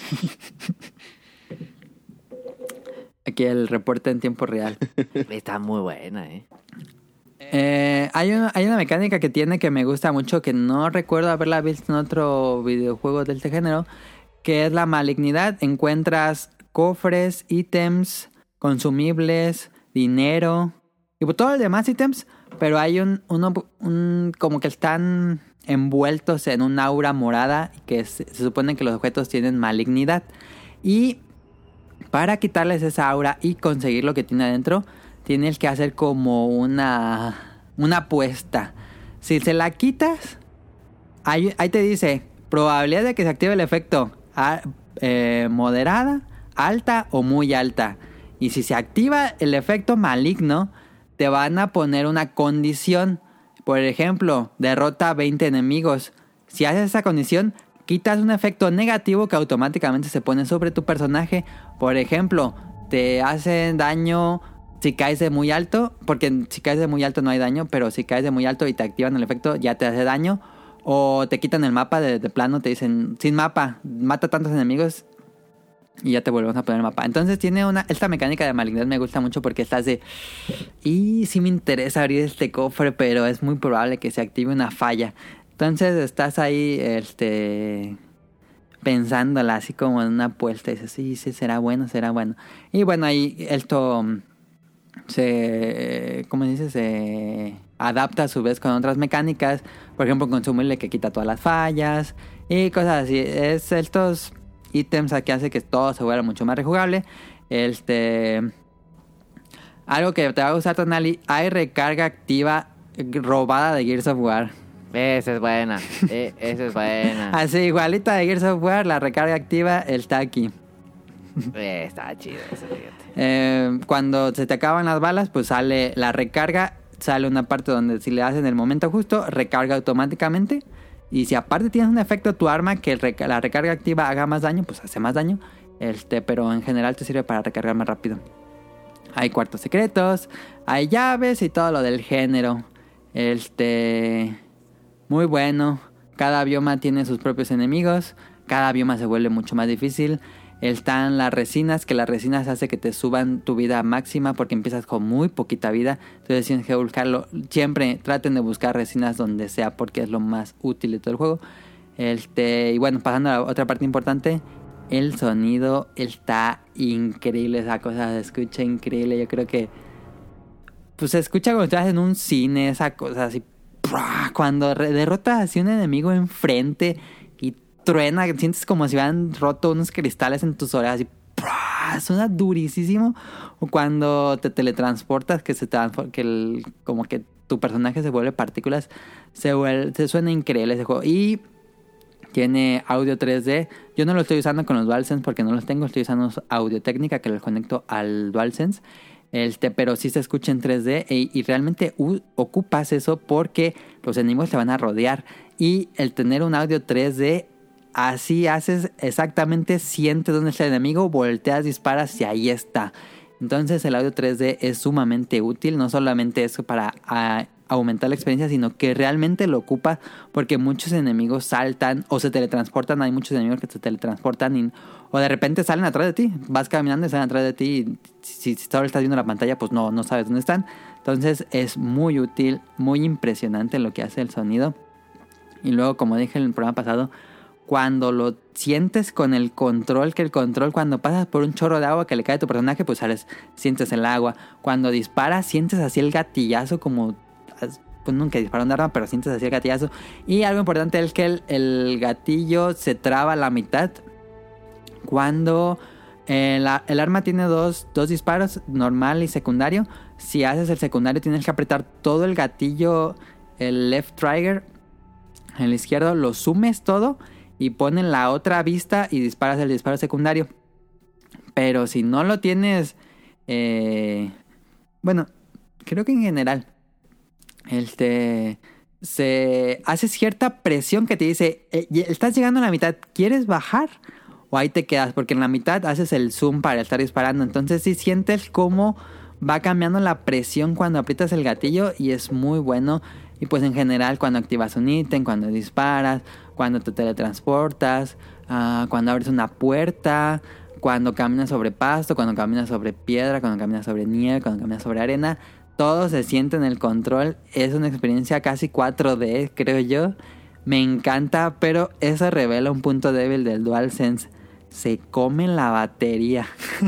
Aquí el reporte en tiempo real. Está muy buena, ¿eh? Eh, hay, una, hay una mecánica que tiene que me gusta mucho, que no recuerdo haberla visto en otro videojuego de este género, que es la malignidad. Encuentras cofres, ítems, consumibles, dinero y todo el demás ítems, pero hay un, uno, un como que están envueltos en un aura morada, que se, se supone que los objetos tienen malignidad. Y para quitarles esa aura y conseguir lo que tiene adentro, tienes que hacer como una, una apuesta. Si se la quitas, ahí, ahí te dice probabilidad de que se active el efecto a, eh, moderada, alta o muy alta. Y si se activa el efecto maligno, te van a poner una condición. Por ejemplo, derrota a veinte enemigos. Si haces esa condición, quitas un efecto negativo que automáticamente se pone sobre tu personaje. Por ejemplo, te hacen daño si caes de muy alto, porque si caes de muy alto no hay daño, pero si caes de muy alto y te activan el efecto, ya te hace daño. O te quitan el mapa de, de plano, te dicen, sin mapa, mata tantos enemigos y ya te volvemos a poner el mapa. Entonces tiene una, esta mecánica de malignidad me gusta mucho porque estás de, y sí me interesa abrir este cofre, pero es muy probable que se active una falla. Entonces estás ahí, este, pensándola así como en una apuesta y dices, sí, sí, será bueno, será bueno. Y bueno, ahí esto se, ¿cómo se dice? Se adapta a su vez con otras mecánicas. Por ejemplo, consumible que quita todas las fallas y cosas así. Es estos ítems que hace que todo se vuelva mucho más rejugable. Este, algo que te va a gustar, Tonali, hay recarga activa robada de Gears of War. Esa es buena. eh, esa es buena. Así, igualita de Gears of War, la recarga activa está aquí. Eh, está chido eso, fíjate. Eh, cuando se te acaban las balas, pues sale la recarga. Sale una parte donde si le das en el momento justo, recarga automáticamente. Y si aparte tienes un efecto tu arma que el reca- la recarga activa haga más daño, pues hace más daño. Este, pero en general te sirve para recargar más rápido. Hay cuartos secretos, hay llaves y todo lo del género. Este, muy bueno. Cada bioma tiene sus propios enemigos. Cada bioma se vuelve mucho más difícil. Están las resinas, que las resinas hace que te suban tu vida máxima porque empiezas con muy poquita vida. Entonces tienes que buscarlo. Siempre traten de buscar resinas donde sea porque es lo más útil de todo el juego. Este, y bueno, pasando a la otra parte importante, el sonido está increíble. Esa cosa se escucha increíble. Yo creo que pues se escucha cuando estás en un cine, esa cosa así. Cuando derrotas así un enemigo enfrente y truena, sientes como si hubieran roto unos cristales en tus orejas y suena durísimo. O cuando te teletransportas, que se transforma, que el, como que tu personaje se vuelve partículas, se, vuelve, se suena increíble ese juego. Y tiene audio tres D. Yo no lo estoy usando con los DualSense porque no los tengo, estoy usando Audio Técnica que los conecto al DualSense. Este, pero sí se escucha en tres D y, y realmente u, ocupas eso porque los enemigos te van a rodear. Y el tener un audio tres D, así haces exactamente, sientes dónde está el enemigo, volteas, disparas y ahí está. Entonces el audio tres D es sumamente útil, no solamente eso para a, aumentar la experiencia, sino que realmente lo ocupa porque muchos enemigos saltan o se teletransportan. Hay muchos enemigos que se teletransportan y, o de repente salen atrás de ti, vas caminando y salen atrás de ti y si, si solo estás viendo la pantalla pues no, no sabes dónde están. Entonces es muy útil, muy impresionante lo que hace el sonido. Y luego, como dije en el programa pasado, cuando lo sientes con el control, que el control cuando pasas por un chorro de agua que le cae a tu personaje, pues sales, sientes el agua. Cuando disparas, sientes así el gatillazo como... Pues nunca disparan de arma, pero sientes así el gatillazo. Y algo importante es que el, el gatillo se traba a la mitad cuando el, el arma tiene dos, dos disparos, normal y secundario. Si haces el secundario tienes que apretar todo el gatillo, el left trigger, el izquierdo, lo sumes todo y pones la otra vista y disparas el disparo secundario. Pero si no lo tienes... Eh, bueno, creo que en general... Este... Se hace cierta presión que te dice... Eh, estás llegando a la mitad, ¿quieres bajar? O ahí te quedas, porque en la mitad haces el zoom para estar disparando. Entonces sí sientes cómo va cambiando la presión cuando aprietas el gatillo y es muy bueno. Y pues en general cuando activas un ítem, cuando disparas, cuando te teletransportas, uh, cuando abres una puerta, cuando caminas sobre pasto, cuando caminas sobre piedra, cuando caminas sobre nieve, cuando caminas sobre arena, todo se siente en el control. Es una experiencia casi cuatro D, creo yo. Me encanta, pero eso revela un punto débil del DualSense. Se come la batería.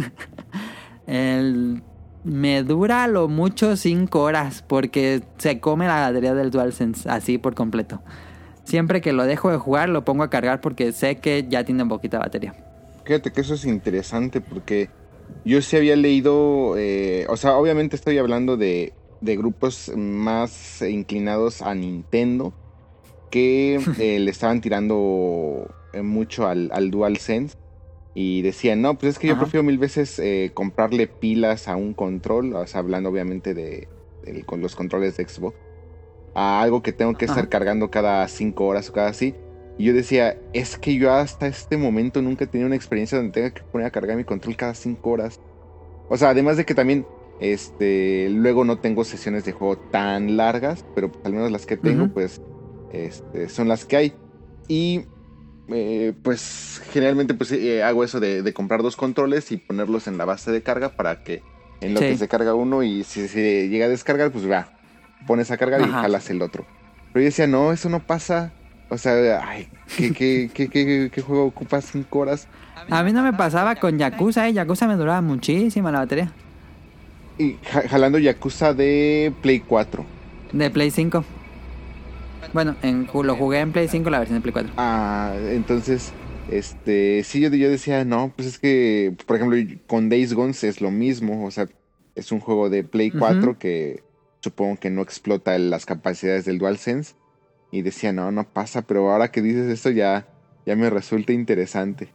el... Me dura a lo mucho cinco horas porque se come la batería del DualSense así por completo. Siempre que lo dejo de jugar lo pongo a cargar porque sé que ya tiene poquita batería. Fíjate que eso es interesante porque yo sí había leído, eh, o sea, obviamente estoy hablando de, de grupos más inclinados a Nintendo que eh, le estaban tirando mucho al, al DualSense. Y decían, no, pues es que yo Ajá. prefiero mil veces eh, comprarle pilas a un control, o sea, hablando obviamente de, de con los controles de Xbox, a algo que tengo que Ajá. estar cargando cada cinco horas o cada así. Y yo decía, es que yo hasta este momento nunca he tenido una experiencia donde tenga que poner a cargar mi control cada cinco horas. O sea, además de que también este luego no tengo sesiones de juego tan largas, pero pues, al menos las que tengo, uh-huh. pues este, son las que hay. Y... Eh, pues generalmente pues eh, hago eso de, de comprar dos controles y ponerlos en la base de carga para que en lo sí. que se carga uno y si se llega a descargar pues va, pones a cargar Ajá. y jalas el otro. Pero yo decía, no, eso no pasa. O sea, ay, ¿qué, qué, qué, qué, qué juego ocupa cinco horas? A mí no me pasaba con Yakuza, eh. Yakuza me duraba muchísimo la batería. Y ja- jalando Yakuza de Play cuatro. De Play cinco. Bueno, en, lo jugué en Play cinco, la versión de Play cuatro. Ah, entonces, este, sí, yo, yo decía, no, pues es que, por ejemplo, con Days Gone es lo mismo, o sea, es un juego de Play cuatro uh-huh. que supongo que no explota las capacidades del DualSense, y decía, no, no pasa, pero ahora que dices esto ya, ya me resulta interesante.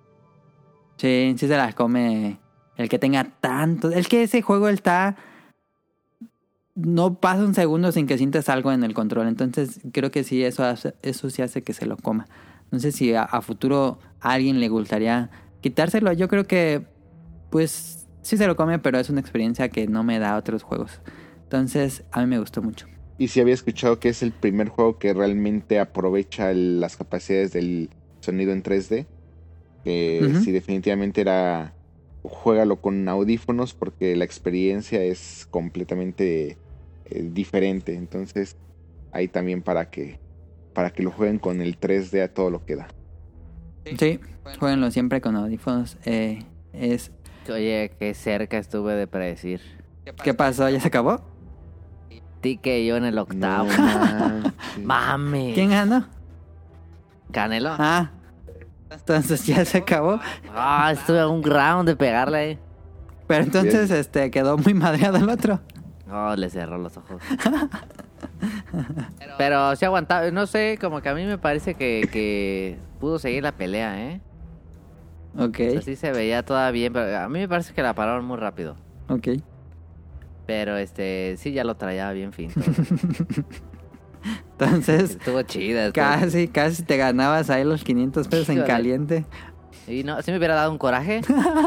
Sí, sí se las come el que tenga tanto, es que ese juego está... No pasa un segundo sin que sientas algo en el control. Entonces creo que sí, eso hace, eso sí hace que se lo coma. No sé si a, a futuro a alguien le gustaría quitárselo. Yo creo que pues sí se lo come, pero es una experiencia que no me da otros juegos. Entonces a mí me gustó mucho. Y sí había escuchado que es el primer juego que realmente aprovecha el, las capacidades del sonido en tres D. Que uh-huh. sí definitivamente era... Juégalo con audífonos porque la experiencia es completamente... Eh, diferente, entonces ahí también para que para que lo jueguen con el tres D a todo lo que da. Sí, jueguenlo siempre con audífonos. Eh, es Oye, qué cerca estuve de predecir. ¿Qué pasó? ¿Ya se acabó? Ti que yo en el octavo. No, Mami. ¿Quién ganó? Canelo. Ah, entonces ya se acabó. Ah, estuve a un round de pegarle ahí. Pero entonces Bien. este quedó muy madreado el otro. Oh, le cerró los ojos. Pero sí aguantaba. No sé, como que a mí me parece que, que pudo seguir la pelea, ¿eh? Ok. O sea, sí se veía toda bien, pero a mí me parece que la pararon muy rápido. Ok. Pero este, sí ya lo traía bien fin. Entonces... Estuvo chida. Estuvo... Casi, casi te ganabas ahí los quinientos pesos en caliente. Y no, si me hubiera dado un coraje.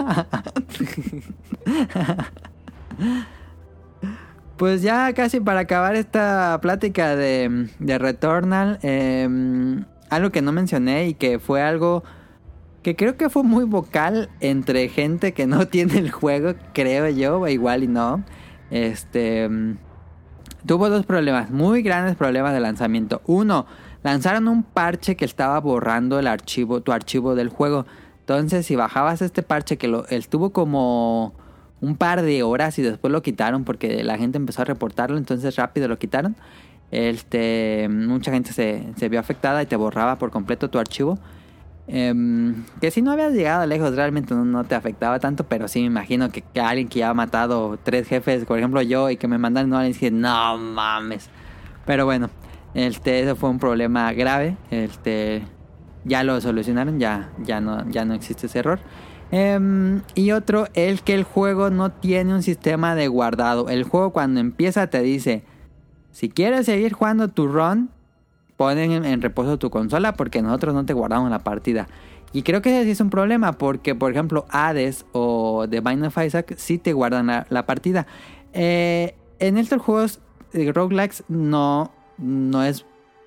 Pues ya casi para acabar esta plática de, de Returnal, eh, algo que no mencioné y que fue algo que creo que fue muy vocal entre gente que no tiene el juego, creo yo, igual y no. Este tuvo dos problemas, muy grandes problemas de lanzamiento. Uno, lanzaron un parche que estaba borrando el archivo, tu archivo del juego. Entonces, si bajabas este parche que lo, estuvo como un par de horas y después lo quitaron porque la gente empezó a reportarlo, entonces rápido lo quitaron. Este, mucha gente se, se vio afectada y te borraba por completo tu archivo. Eh, que si no habías llegado lejos realmente no, no te afectaba tanto, pero sí me imagino que, que alguien que ya ha matado tres jefes, por ejemplo yo, y que me mandan no, le dije no mames. Pero bueno, este, eso fue un problema grave. Este, ya lo solucionaron, ya, ya no, ya no existe ese error. Eh, y otro, el que el juego no tiene un sistema de guardado. El juego cuando empieza te dice, si quieres seguir jugando tu run, ponen en, en reposo tu consola porque nosotros no te guardamos la partida. Y creo que ese sí es un problema porque, por ejemplo, Hades o The Binding of Isaac sí te guardan la, la partida. Eh, en estos juegos eh, roguelikes no, no es...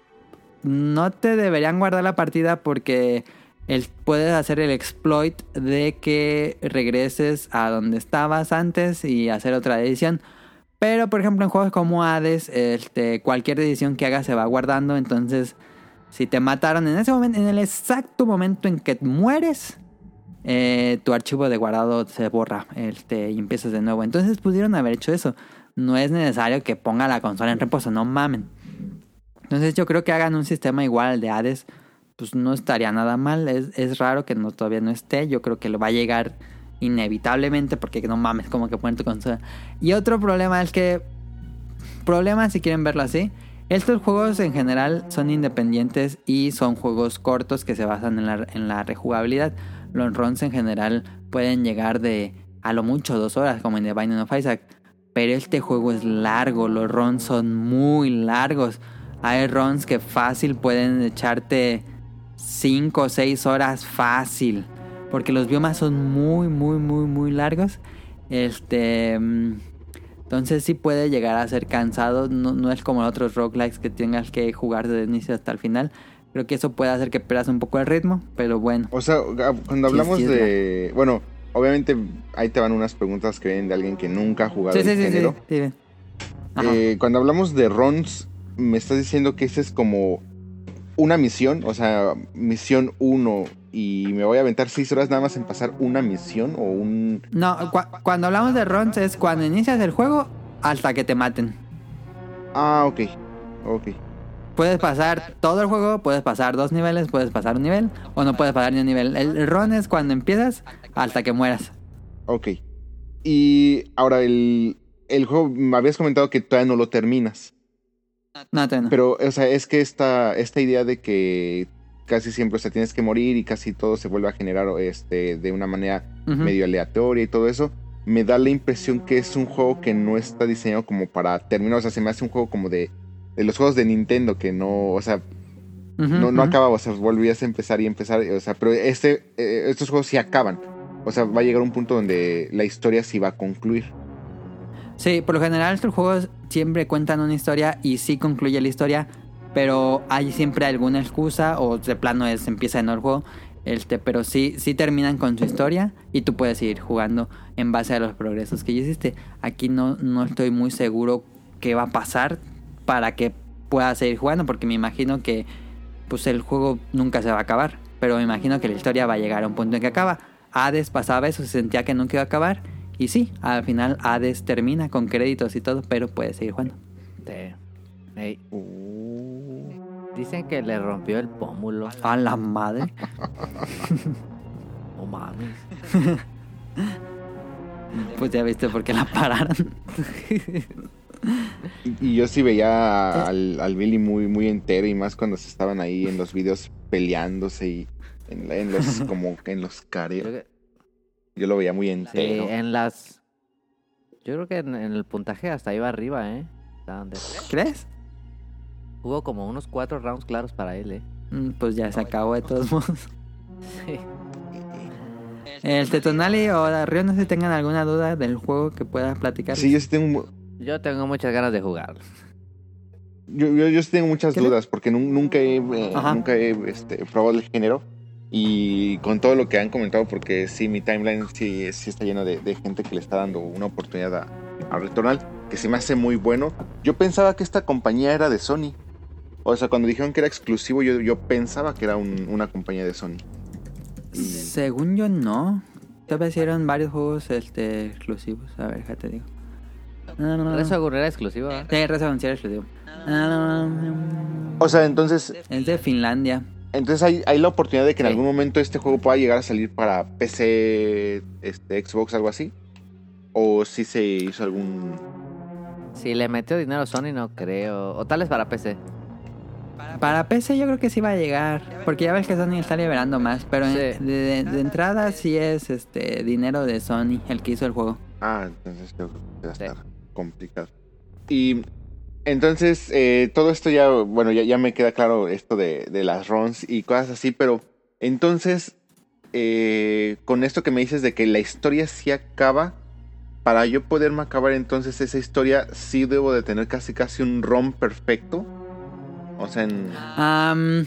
No te deberían guardar la partida porque el, puedes hacer el exploit de que regreses a donde estabas antes y hacer otra edición. Pero, por ejemplo, en juegos como Hades, este, cualquier decisión que hagas se va guardando. Entonces, si te mataron en ese momento, en el exacto momento en que mueres, eh, tu archivo de guardado se borra, este, y empiezas de nuevo. Entonces, pudieron haber hecho eso. No es necesario que ponga la consola en reposo, no mamen. Entonces, yo creo que hagan un sistema igual al de Hades, pues no estaría nada mal. Es, es raro que no, todavía no esté. Yo creo que lo va a llegar inevitablemente porque no mames, como que ponen tu consola. Y otro problema es que, problema si quieren verlo así, estos juegos en general son independientes y son juegos cortos que se basan en la, en la rejugabilidad. Los runs en general pueden llegar de a lo mucho dos horas como en The Binding of Isaac, pero este juego es largo, los runs son muy largos. Hay runs que fácil pueden echarte cinco o seis horas fácil, porque los biomas son muy, muy, muy, muy largos. Este, entonces sí puede llegar a ser cansado. No, no es como otros roguelikes que tengas que jugar desde el inicio hasta el final. Creo que eso puede hacer que pierdas un poco el ritmo, pero bueno. O sea, cuando hablamos sí, sí, de... La... Bueno, obviamente ahí te van unas preguntas que vienen de alguien que nunca ha jugado sí, el sí, género. Sí, sí, sí. Eh, cuando hablamos de runs, me estás diciendo que ese es como una misión, o sea, misión uno, y me voy a aventar seis horas nada más en pasar una misión o un... No, cu- cuando hablamos de runs es cuando inicias el juego hasta que te maten. Ah, ok, ok. Puedes pasar todo el juego, puedes pasar dos niveles, puedes pasar un nivel, o no puedes pasar ni un nivel. El run es cuando empiezas hasta que mueras. Ok. Y ahora el, el juego, me habías comentado que todavía no lo terminas. No, todavía no. Pero, o sea, es que esta, esta idea de que casi siempre, o sea, tienes que morir y casi todo se vuelve a generar este, de una manera uh-huh. medio aleatoria y todo eso, me da la impresión que es un juego que no está diseñado como para terminar. O sea, se me hace un juego como de, de los juegos de Nintendo que no, o sea, uh-huh, no, no uh-huh. acaba, o sea, volvías a empezar y empezar, o sea, pero este, eh, estos juegos sí acaban. O sea, va a llegar un punto donde la historia sí va a concluir. Sí, por lo general estos juegos siempre cuentan una historia y sí concluye la historia, pero hay siempre alguna excusa o de plano es empieza de nuevo el juego, este, pero sí, sí terminan con su historia y tú puedes seguir jugando en base a los progresos que ya hiciste. Aquí no, no estoy muy seguro qué va a pasar para que pueda seguir jugando, porque me imagino que pues el juego nunca se va a acabar, pero me imagino que la historia va a llegar a un punto en que acaba. Hades pasaba eso, se sentía que nunca iba a acabar. Y sí, al final Hades termina con créditos y todo, pero puede seguir jugando. Sí. Hey. Uh, dicen que le rompió el pómulo. A la madre. Oh mames. Pues ya viste por qué la pararon. y, y yo sí veía al, al Billy muy, muy entero, y más cuando se estaban ahí en los videos peleándose y en, en los como en los careos. Yo lo veía muy entero. Sí, en las... Yo creo que en, en el puntaje hasta iba arriba, ¿eh? De... ¿Crees? Hubo como unos cuatro rounds claros para él, ¿eh? Mm, pues ya se acabó de todos modos. Sí. El Tetonali o Río, no sé si tengan alguna duda del juego que puedas platicar. Sí, yo sí tengo... Yo tengo muchas ganas de jugar. Yo, yo, yo sí tengo muchas dudas, porque nunca he, eh, nunca he este, probado el género. Y con todo lo que han comentado, porque sí, mi timeline sí, sí está lleno de, de gente que le está dando una oportunidad a, a Returnal, que se me hace muy bueno. Yo pensaba que esta compañía era de Sony. O sea, cuando dijeron que era exclusivo, yo, yo pensaba que era un, una compañía de Sony. Y... Según yo, no. Todavía hicieron varios juegos este, exclusivos. A ver, ya te digo. No, no, no. Resogun era exclusivo, ¿eh? Sí, Resogun sí era exclusivo. No, no, no. O sea, entonces... Es de Finlandia. Entonces hay, hay la oportunidad de que en Sí. algún momento este juego pueda llegar a salir para P C, este, Xbox, algo así. O si se hizo algún... Si le metió dinero Sony, no creo. O tal vez para P C. Para P C yo creo que sí va a llegar. Porque ya ves que Sony está liberando más. Pero en- Sí. de, de- de entrada sí es este dinero de Sony el que hizo el juego. Ah, entonces yo creo que va a Sí. estar complicado. Y entonces, eh, todo esto ya, bueno, ya, ya me queda claro esto de, de las runs y cosas así, pero entonces, eh, con esto que me dices de que la historia sí acaba, para yo poderme acabar entonces esa historia, sí debo de tener casi casi un run perfecto. O sea, en... Am,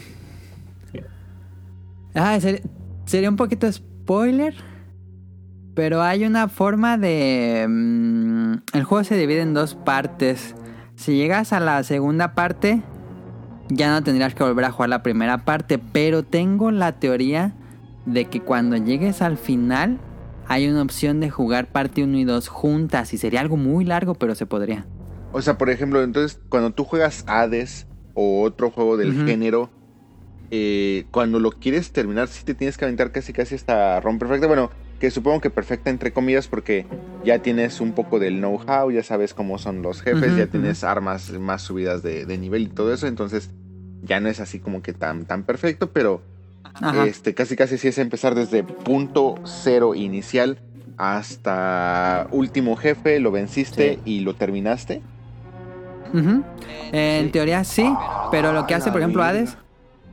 ah, ser- sería un poquito spoiler. Pero hay una forma de... mm, el juego se divide en dos partes. Si llegas a la segunda parte, ya no tendrías que volver a jugar la primera parte. Pero tengo la teoría de que cuando llegues al final, hay una opción de jugar parte uno y dos juntas. Y sería algo muy largo, pero se podría. O sea, por ejemplo, entonces cuando tú juegas Hades o otro juego del Ujú. género, eh, cuando lo quieres terminar, sí te tienes que aventar casi casi hasta ROM perfecta. Bueno, que supongo que perfecta entre comillas porque ya tienes un poco del know-how, ya sabes cómo son los jefes, Ujú, ya tienes armas más subidas de, de nivel y todo eso, entonces ya no es así como que tan, tan perfecto, pero Ajá. este casi casi sí es empezar desde punto cero inicial hasta último jefe, lo venciste Sí. y lo terminaste. Ujú. En Sí. teoría sí, pero lo que Ah, hace, la por ejemplo, verga. Hades...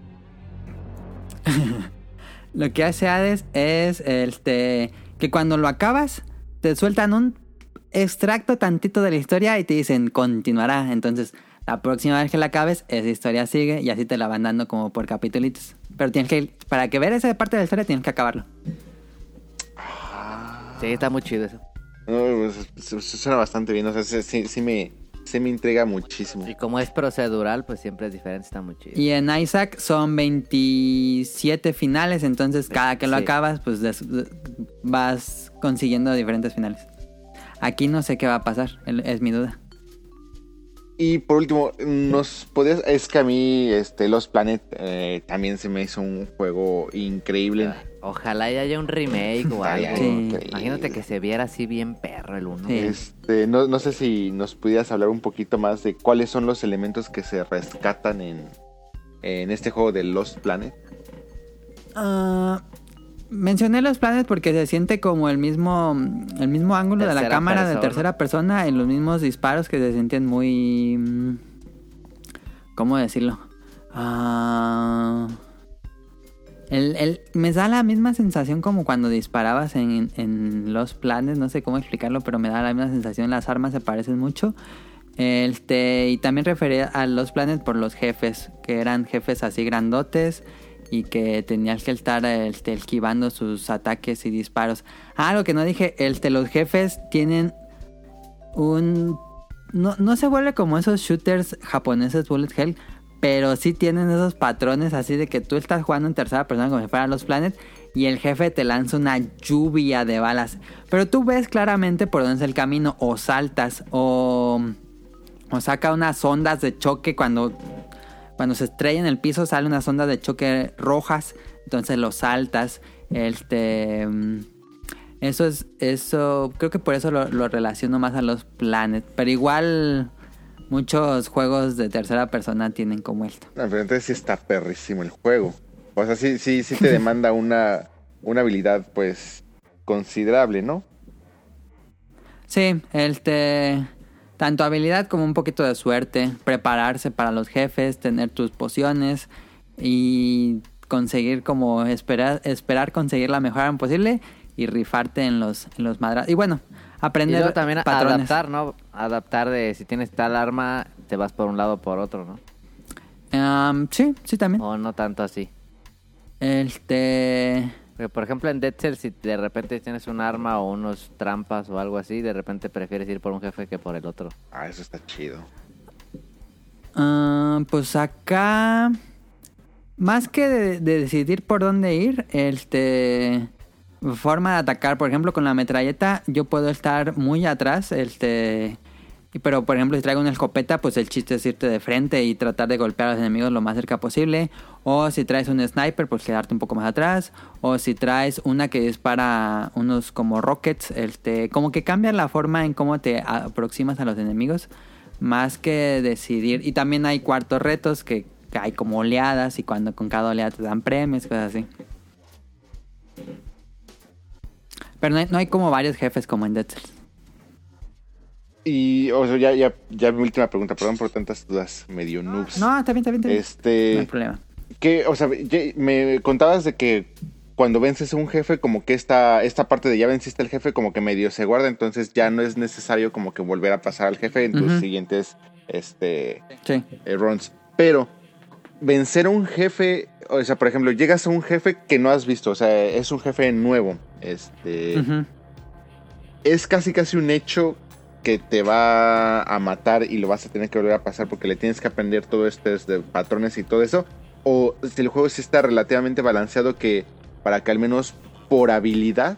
Lo que hace Hades es este que cuando lo acabas, te sueltan un extracto tantito de la historia y te dicen continuará. Entonces, la próxima vez que la acabes, esa historia sigue y así te la van dando como por capítulos. Pero tienes que, para que ver esa parte de la historia, tienes que acabarlo. Sí, está muy chido eso. No, pues, su- su- suena bastante bien, o sea, sí, sí- sí me, sí me intriga muchísimo. Y como es procedural, pues siempre es diferente, está muy chido. Y en Isaac son veintisiete finales, entonces cada que lo Sí. acabas, pues des- vas consiguiendo diferentes finales. Aquí no sé qué va a pasar, el- es mi duda. Y por último, nos podías, es que a mí este Lost Planet eh, también se me hizo un juego increíble. Ojalá y haya un remake o Estaría algo. Sí. increíble. Imagínate que se viera así bien perro el uno. Sí. Este, no, no sé si nos pudieras hablar un poquito más de cuáles son los elementos que se rescatan en, en este juego de Lost Planet. Ah, mencioné los planes porque se siente como el mismo el mismo ángulo de la Tercera cámara de persona. tercera persona en los mismos disparos que se sienten muy... mm, ¿cómo decirlo? Ah, el, el- me da la misma sensación como cuando disparabas en, en los planes, no sé cómo explicarlo, pero me da la misma sensación, las armas se parecen mucho. Este, y también refería a los planes por los jefes, que eran jefes así grandotes y que tenías que estar este, esquivando sus ataques y disparos. Ah, algo que no dije, este, los jefes tienen un... No, no se vuelve como esos shooters japoneses bullet hell, pero sí tienen esos patrones así de que tú estás jugando en tercera persona como si fuera Los Planet y el jefe te lanza una lluvia de balas. Pero tú ves claramente por dónde es el camino, o saltas, o, o saca unas ondas de choque cuando... Cuando se estrella en el piso sale unas ondas de choque rojas, entonces lo saltas. Este, mm, eso es, eso, creo que por eso lo, lo relaciono más a los Planet. Pero igual muchos juegos de tercera persona tienen como esto. No, pero entonces sí está perrísimo el juego. O sea, sí, sí, sí te demanda una, una habilidad, pues, considerable, ¿no? Sí, este, tanto habilidad como un poquito de suerte, prepararse para los jefes, tener tus pociones y conseguir como esperar, esperar conseguir la mejor arma posible y rifarte en los, en los madrazos. Y bueno, Y aprender luego también patrones. adaptar, ¿no? Adaptar de si tienes tal arma, te vas por un lado o por otro, ¿no? Um, sí, sí también. O no tanto así. Este, Porque, por ejemplo, en Dead Cells, si de repente tienes un arma o unos trampas o algo así, de repente prefieres ir por un jefe que por el otro. Ah, eso está chido. Ah, pues acá, más que de, de decidir por dónde ir, este, forma de atacar, por ejemplo, con la metralleta yo puedo estar muy atrás, este, pero por ejemplo si traigo una escopeta, pues el chiste es irte de frente y tratar de golpear a los enemigos lo más cerca posible. O si traes un sniper, pues quedarte un poco más atrás. O si traes una que dispara unos como rockets, este, como que cambia la forma en cómo te aproximas a los enemigos, más que decidir. Y también hay cuartos retos que, que hay como oleadas, y cuando con cada oleada te dan premios, cosas así. Pero no hay, no hay como varios jefes como en Dead Cells. Y, o sea, ya, ya, ya mi última pregunta, perdón por tantas dudas, medio noobs. No, está bien, está bien, está bien. Este, no hay problema. Que, o sea, ya, me contabas de que cuando vences a un jefe, como que esta, esta parte de ya venciste al jefe, como que medio se guarda, entonces ya no es necesario como que volver a pasar al jefe en tus Uh-huh. siguientes este, Sí. eh, runs. Pero, vencer a un jefe, o sea, por ejemplo, llegas a un jefe que no has visto, o sea, es un jefe nuevo, este, Uh-huh. es casi casi un hecho que te va a matar y lo vas a tener que volver a pasar porque le tienes que aprender todo esto de patrones y todo eso. O si el juego sí está relativamente balanceado, que para que al menos por habilidad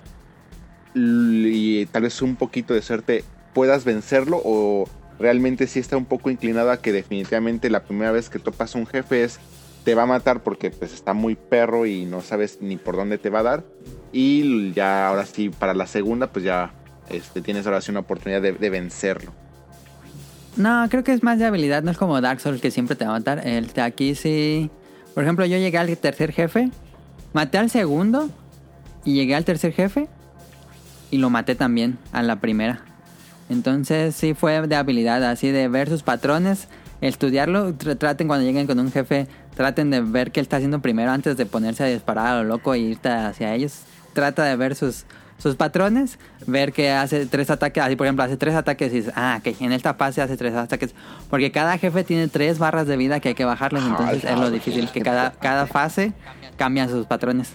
y tal vez un poquito de suerte puedas vencerlo, o realmente sí está un poco inclinado a que definitivamente la primera vez que topas un jefe es te va a matar porque pues está muy perro y no sabes ni por dónde te va a dar, y ya ahora sí para la segunda pues ya este, tienes ahora sí una oportunidad de, de vencerlo. No, creo que es más de habilidad, no es como Dark Souls que siempre te va a matar. Este, aquí sí. Por ejemplo, yo llegué al tercer jefe, maté al segundo y llegué al tercer jefe y lo maté también a la primera. Entonces sí fue de habilidad, así de ver sus patrones, estudiarlo. Tr- traten cuando lleguen con un jefe, traten de ver qué él está haciendo primero antes de ponerse a disparar a lo loco e irte hacia ellos. Trata de ver sus... sus patrones, ver que hace tres ataques, así por ejemplo hace tres ataques y dices, ah, que en esta fase hace tres ataques, porque cada jefe tiene tres barras de vida que hay que bajarles, entonces Ay, es lo ay, difícil, que qué cada, poca cada madre. fase cambian sus patrones.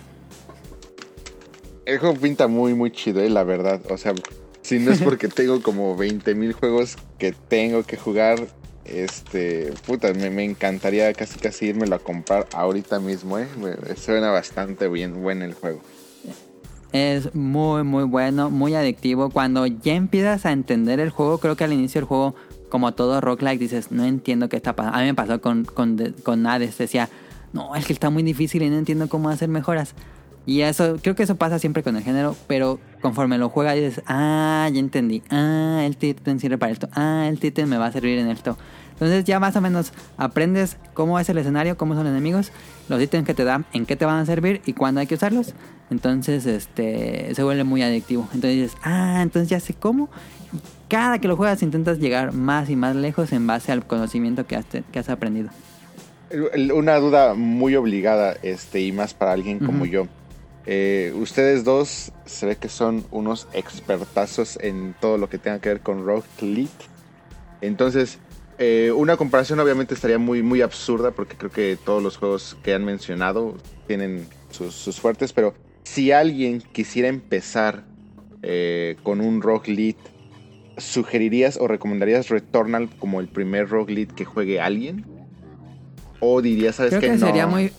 El juego pinta muy muy chido, eh, la verdad. O sea, si no es porque tengo como veinte mil juegos que tengo que jugar, este, puta, me, me encantaría casi casi irmelo a comprar ahorita mismo, eh. Me, suena bastante bien, bueno el juego. Es muy muy bueno, muy adictivo. Cuando ya empiezas a entender el juego, creo que al inicio del juego, como todo roguelike, dices, no entiendo qué está pasando. A mí me pasó con, con, con Hades, decía, no, es que está muy difícil y no entiendo cómo hacer mejoras. Y eso, creo que eso pasa siempre con el género, pero conforme lo juegas dices, ah, ya entendí, ah, el ítem sirve para esto, ah, el ítem me va a servir en esto. Entonces ya más o menos aprendes cómo es el escenario, cómo son los enemigos, los ítems que te dan, en qué te van a servir y cuándo hay que usarlos. Entonces este se vuelve muy adictivo. Entonces dices, ah, entonces ya sé cómo. Y cada que lo juegas intentas llegar más y más lejos en base al conocimiento que has, que has aprendido. Una duda muy obligada, este, y más para alguien como Uh-huh. yo. Eh, ustedes dos se ve que son unos expertazos en todo lo que tenga que ver con roguelite. Entonces, eh, una comparación obviamente estaría muy, muy absurda, porque creo que todos los juegos que han mencionado tienen sus, sus fuertes, pero si alguien quisiera empezar eh, con un roguelite, ¿sugerirías o recomendarías Returnal como el primer roguelite que juegue alguien? ¿O dirías, sabes Creo que que no? sería muy...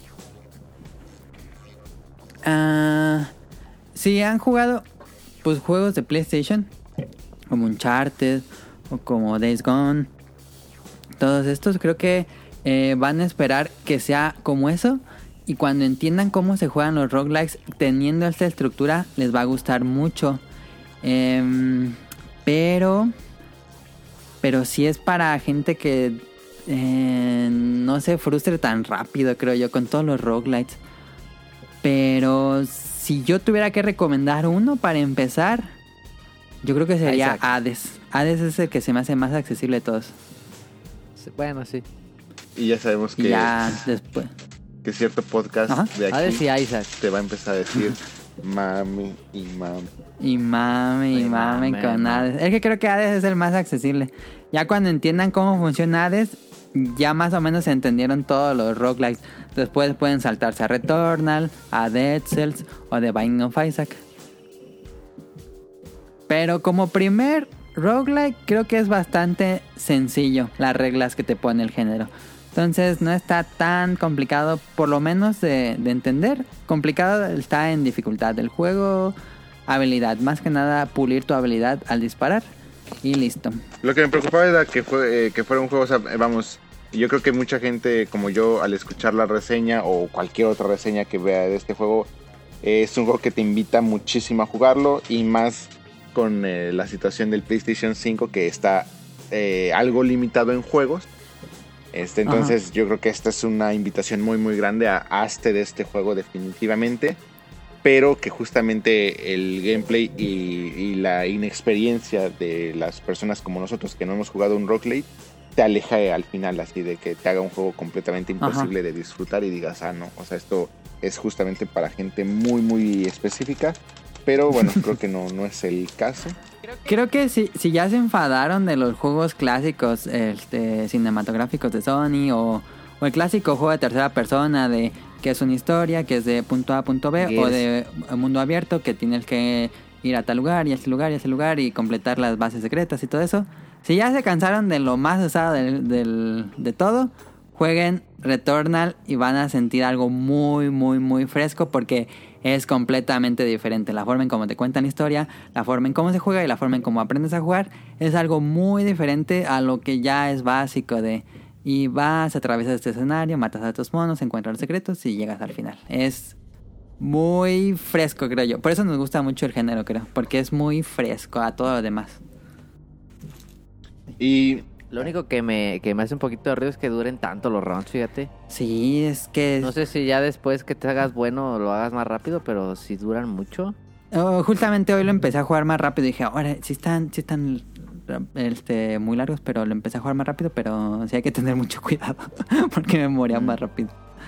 Ah, si han jugado pues juegos de PlayStation como Uncharted o como Days Gone, todos estos creo que eh, van a esperar que sea como eso, y cuando entiendan cómo se juegan los roguelikes teniendo esta estructura les va a gustar mucho. Em, pero pero si es para gente que eh, no se frustre tan rápido, creo yo, con todos los roguelikes. Pero si yo tuviera que recomendar uno para empezar, yo creo que sería Isaac. Hades. Hades es el que se me hace más accesible de todos. Sí, bueno, sí. Y ya sabemos Y que, ya después... que cierto podcast Ajá. de aquí Hades y Isaac. te va a empezar a decir mami y mami. Y mame, y Ay, mame mame, con no. Hades. Es que creo que Hades es el más accesible. Ya cuando entiendan cómo funciona Hades, ya más o menos entendieron todos los roguelikes. Después pueden saltarse a Returnal, a Dead Cells o The Binding of Isaac. Pero como primer roguelike creo que es bastante sencillo las reglas que te pone el género. Entonces no está tan complicado, por lo menos de, de entender. Complicado está en dificultad del juego, habilidad. Más que nada pulir tu habilidad al disparar y listo. Lo que me preocupaba era que, fue, eh, que fuera un juego, o sea, vamos, yo creo que mucha gente como yo al escuchar la reseña o cualquier otra reseña que vea de este juego, eh, es un juego que te invita muchísimo a jugarlo y más con eh, la situación del PlayStation cinco que está eh, algo limitado en juegos. Este, entonces Ajá. yo creo que esta es una invitación muy muy grande a hazte de este juego definitivamente, pero que justamente el gameplay y, y la inexperiencia de las personas como nosotros que no hemos jugado un roguelike te aleja al final, así de que te haga un juego completamente imposible Ajá. de disfrutar y digas, ah no, o sea, esto es justamente para gente muy muy específica, pero bueno, creo que no, no es el caso. Creo que si, si ya se enfadaron de los juegos clásicos este, cinematográficos de Sony o, o el clásico juego de tercera persona de que es una historia, que es de punto A a punto B, yes. o de mundo abierto que tienes que ir a tal lugar y a este lugar y a este lugar y completar las bases secretas y todo eso. Si ya se cansaron de lo más usado del, del, de todo, jueguen Returnal y van a sentir algo muy muy muy fresco porque es completamente diferente. La forma en cómo te cuentan la historia, la forma en cómo se juega y la forma en cómo aprendes a jugar es algo muy diferente a lo que ya es básico de y vas, atravesas este escenario, matas a tus monos, encuentras los secretos y llegas al final. Es muy fresco, creo yo. Por eso nos gusta mucho el género, creo, porque es muy fresco a todo lo demás. Y lo único que me, que me hace un poquito de ruido es que duren tanto los rounds, fíjate. Sí, es que... No sé si ya después que te hagas bueno lo hagas más rápido, pero si duran mucho. Oh, justamente hoy lo empecé a jugar más rápido y dije, ahora sí están, sí están este, muy largos, pero lo empecé a jugar más rápido, pero sí hay que tener mucho cuidado porque me moría mm. más rápido.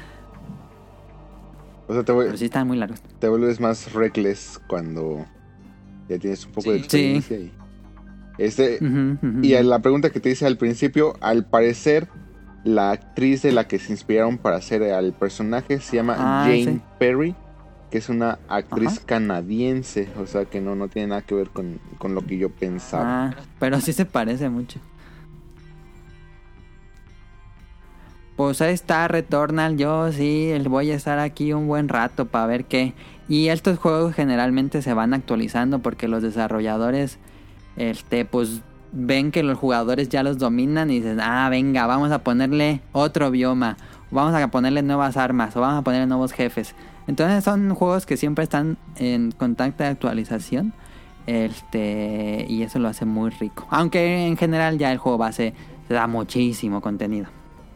O sea, te voy, pero sí están muy largos. Te vuelves más reckless cuando ya tienes un poco sí. de experiencia sí. y... Este, uh-huh, uh-huh. Y a la pregunta que te hice al principio, al parecer la actriz de la que se inspiraron para hacer al personaje se llama ah, Jane sí. Perry, que es una actriz uh-huh. canadiense, o sea que no, no tiene nada que ver con, con lo que yo pensaba. Ah, pero sí se parece mucho. Pues ahí está Returnal, yo sí voy a estar aquí un buen rato para ver qué. Y estos juegos generalmente se van actualizando porque los desarrolladores... Este, pues ven que los jugadores ya los dominan y dicen, ah, venga, vamos a ponerle otro bioma, vamos a ponerle nuevas armas, o vamos a ponerle nuevos jefes. Entonces son juegos que siempre están en constante actualización, este, y eso lo hace muy rico. Aunque en general ya el juego base te da muchísimo contenido.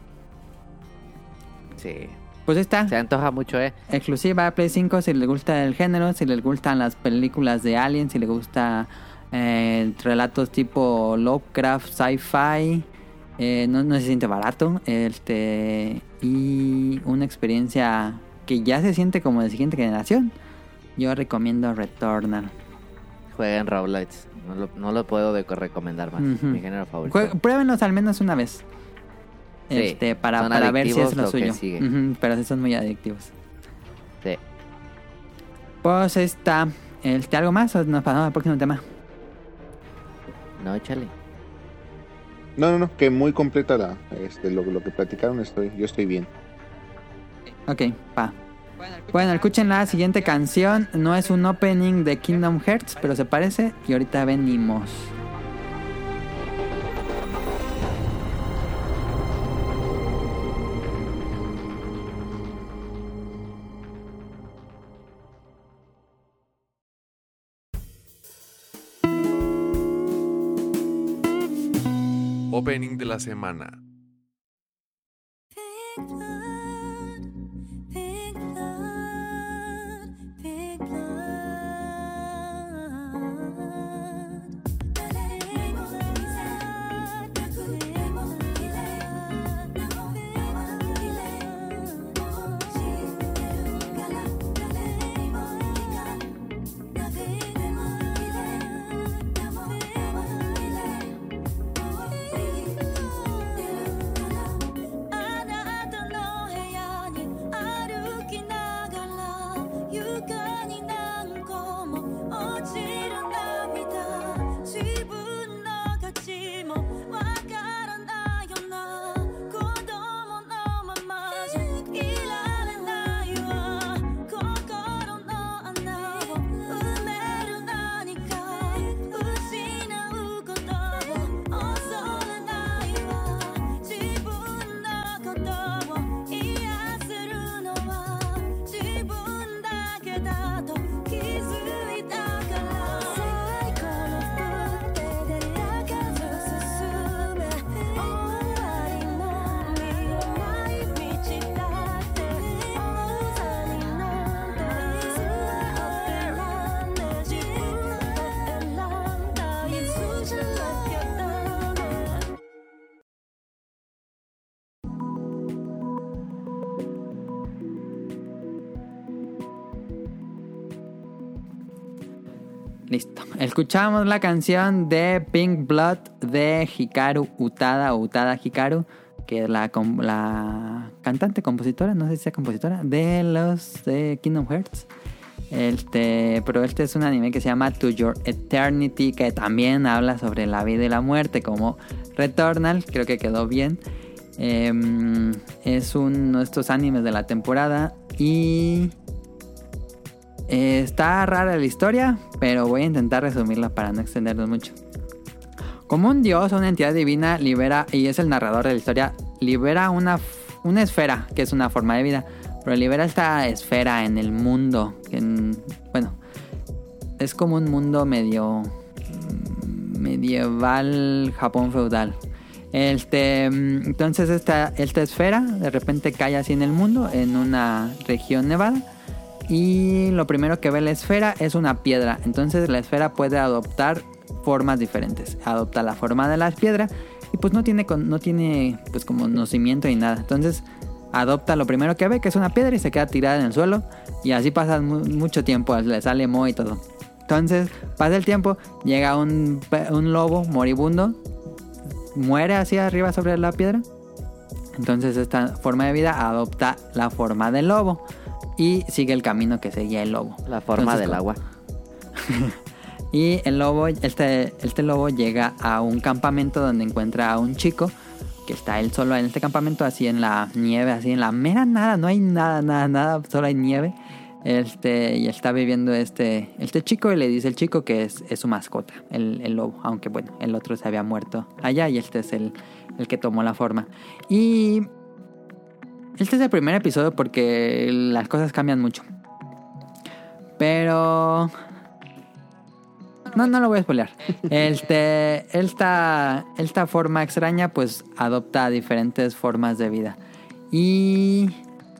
Sí. Pues está. Se antoja mucho, eh. Exclusiva a Play cinco si les gusta el género, si les gustan las películas de Alien, si les gusta... Eh, relatos tipo Lovecraft, sci-fi, eh, no, no se siente barato, este y una experiencia que ya se siente como de siguiente generación. Yo recomiendo Returnal. Jueguen roguelites, no lo, no lo puedo de- recomendar más. Uh-huh. Mi género favorito. Jue- pruébenlos al menos una vez, sí, este para, para ver si es lo, lo suyo. Uh-huh, pero sí son muy adictivos. Sí. Pues está. Este, ¿algo más o nos pasamos al próximo tema? No, échale. No, no, no, que muy completa la, este, lo, lo que platicaron, estoy, yo estoy bien. Ok, pa. Bueno, escuchen la siguiente canción. No es un opening de Kingdom Hearts, pero se parece. Y ahorita venimos. Opening de la semana. Listo. Escuchamos la canción de Pink Blood de Hikaru Utada o Utada Hikaru, que es la, la cantante, compositora, no sé si sea compositora, de los de Kingdom Hearts. Este, pero este es un anime que se llama To Your Eternity, que también habla sobre la vida y la muerte, como Returnal. Creo que quedó bien. Eh, es uno de estos animes de la temporada y eh, está rara la historia, pero voy a intentar resumirla para no extendernos mucho. Como un dios o una entidad divina libera, y es el narrador de la historia, libera una, una esfera, que es una forma de vida, pero libera esta esfera en el mundo. En, bueno, es como un mundo medio medieval, Japón feudal. Este, entonces esta, esta esfera de repente cae así en el mundo, en una región nevada. Y lo primero que ve la esfera es una piedra. Entonces la esfera puede adoptar formas diferentes. Adopta la forma de la piedra y pues no tiene, no tiene pues como conocimiento ni nada. Entonces adopta lo primero que ve, que es una piedra, y se queda tirada en el suelo. Y así pasa mu- mucho tiempo, le sale moho y todo. Entonces pasa el tiempo, llega un, un lobo moribundo, muere así arriba sobre la piedra. Entonces esta forma de vida adopta la forma del lobo y sigue el camino que seguía el lobo. La forma Entonces, del con... agua. Y el lobo, este, este lobo llega a un campamento donde encuentra a un chico que está él solo en este campamento, así en la nieve, así en la mera nada, no hay nada, nada, nada, solo hay nieve. Este, y está viviendo este, este chico, y le dice el chico que es, es su mascota, el, el lobo, aunque bueno, el otro se había muerto allá y este es el, el que tomó la forma. Y este es el primer episodio porque las cosas cambian mucho. Pero... No, no lo voy a spoilear. Este, esta, esta forma extraña pues adopta diferentes formas de vida. Y...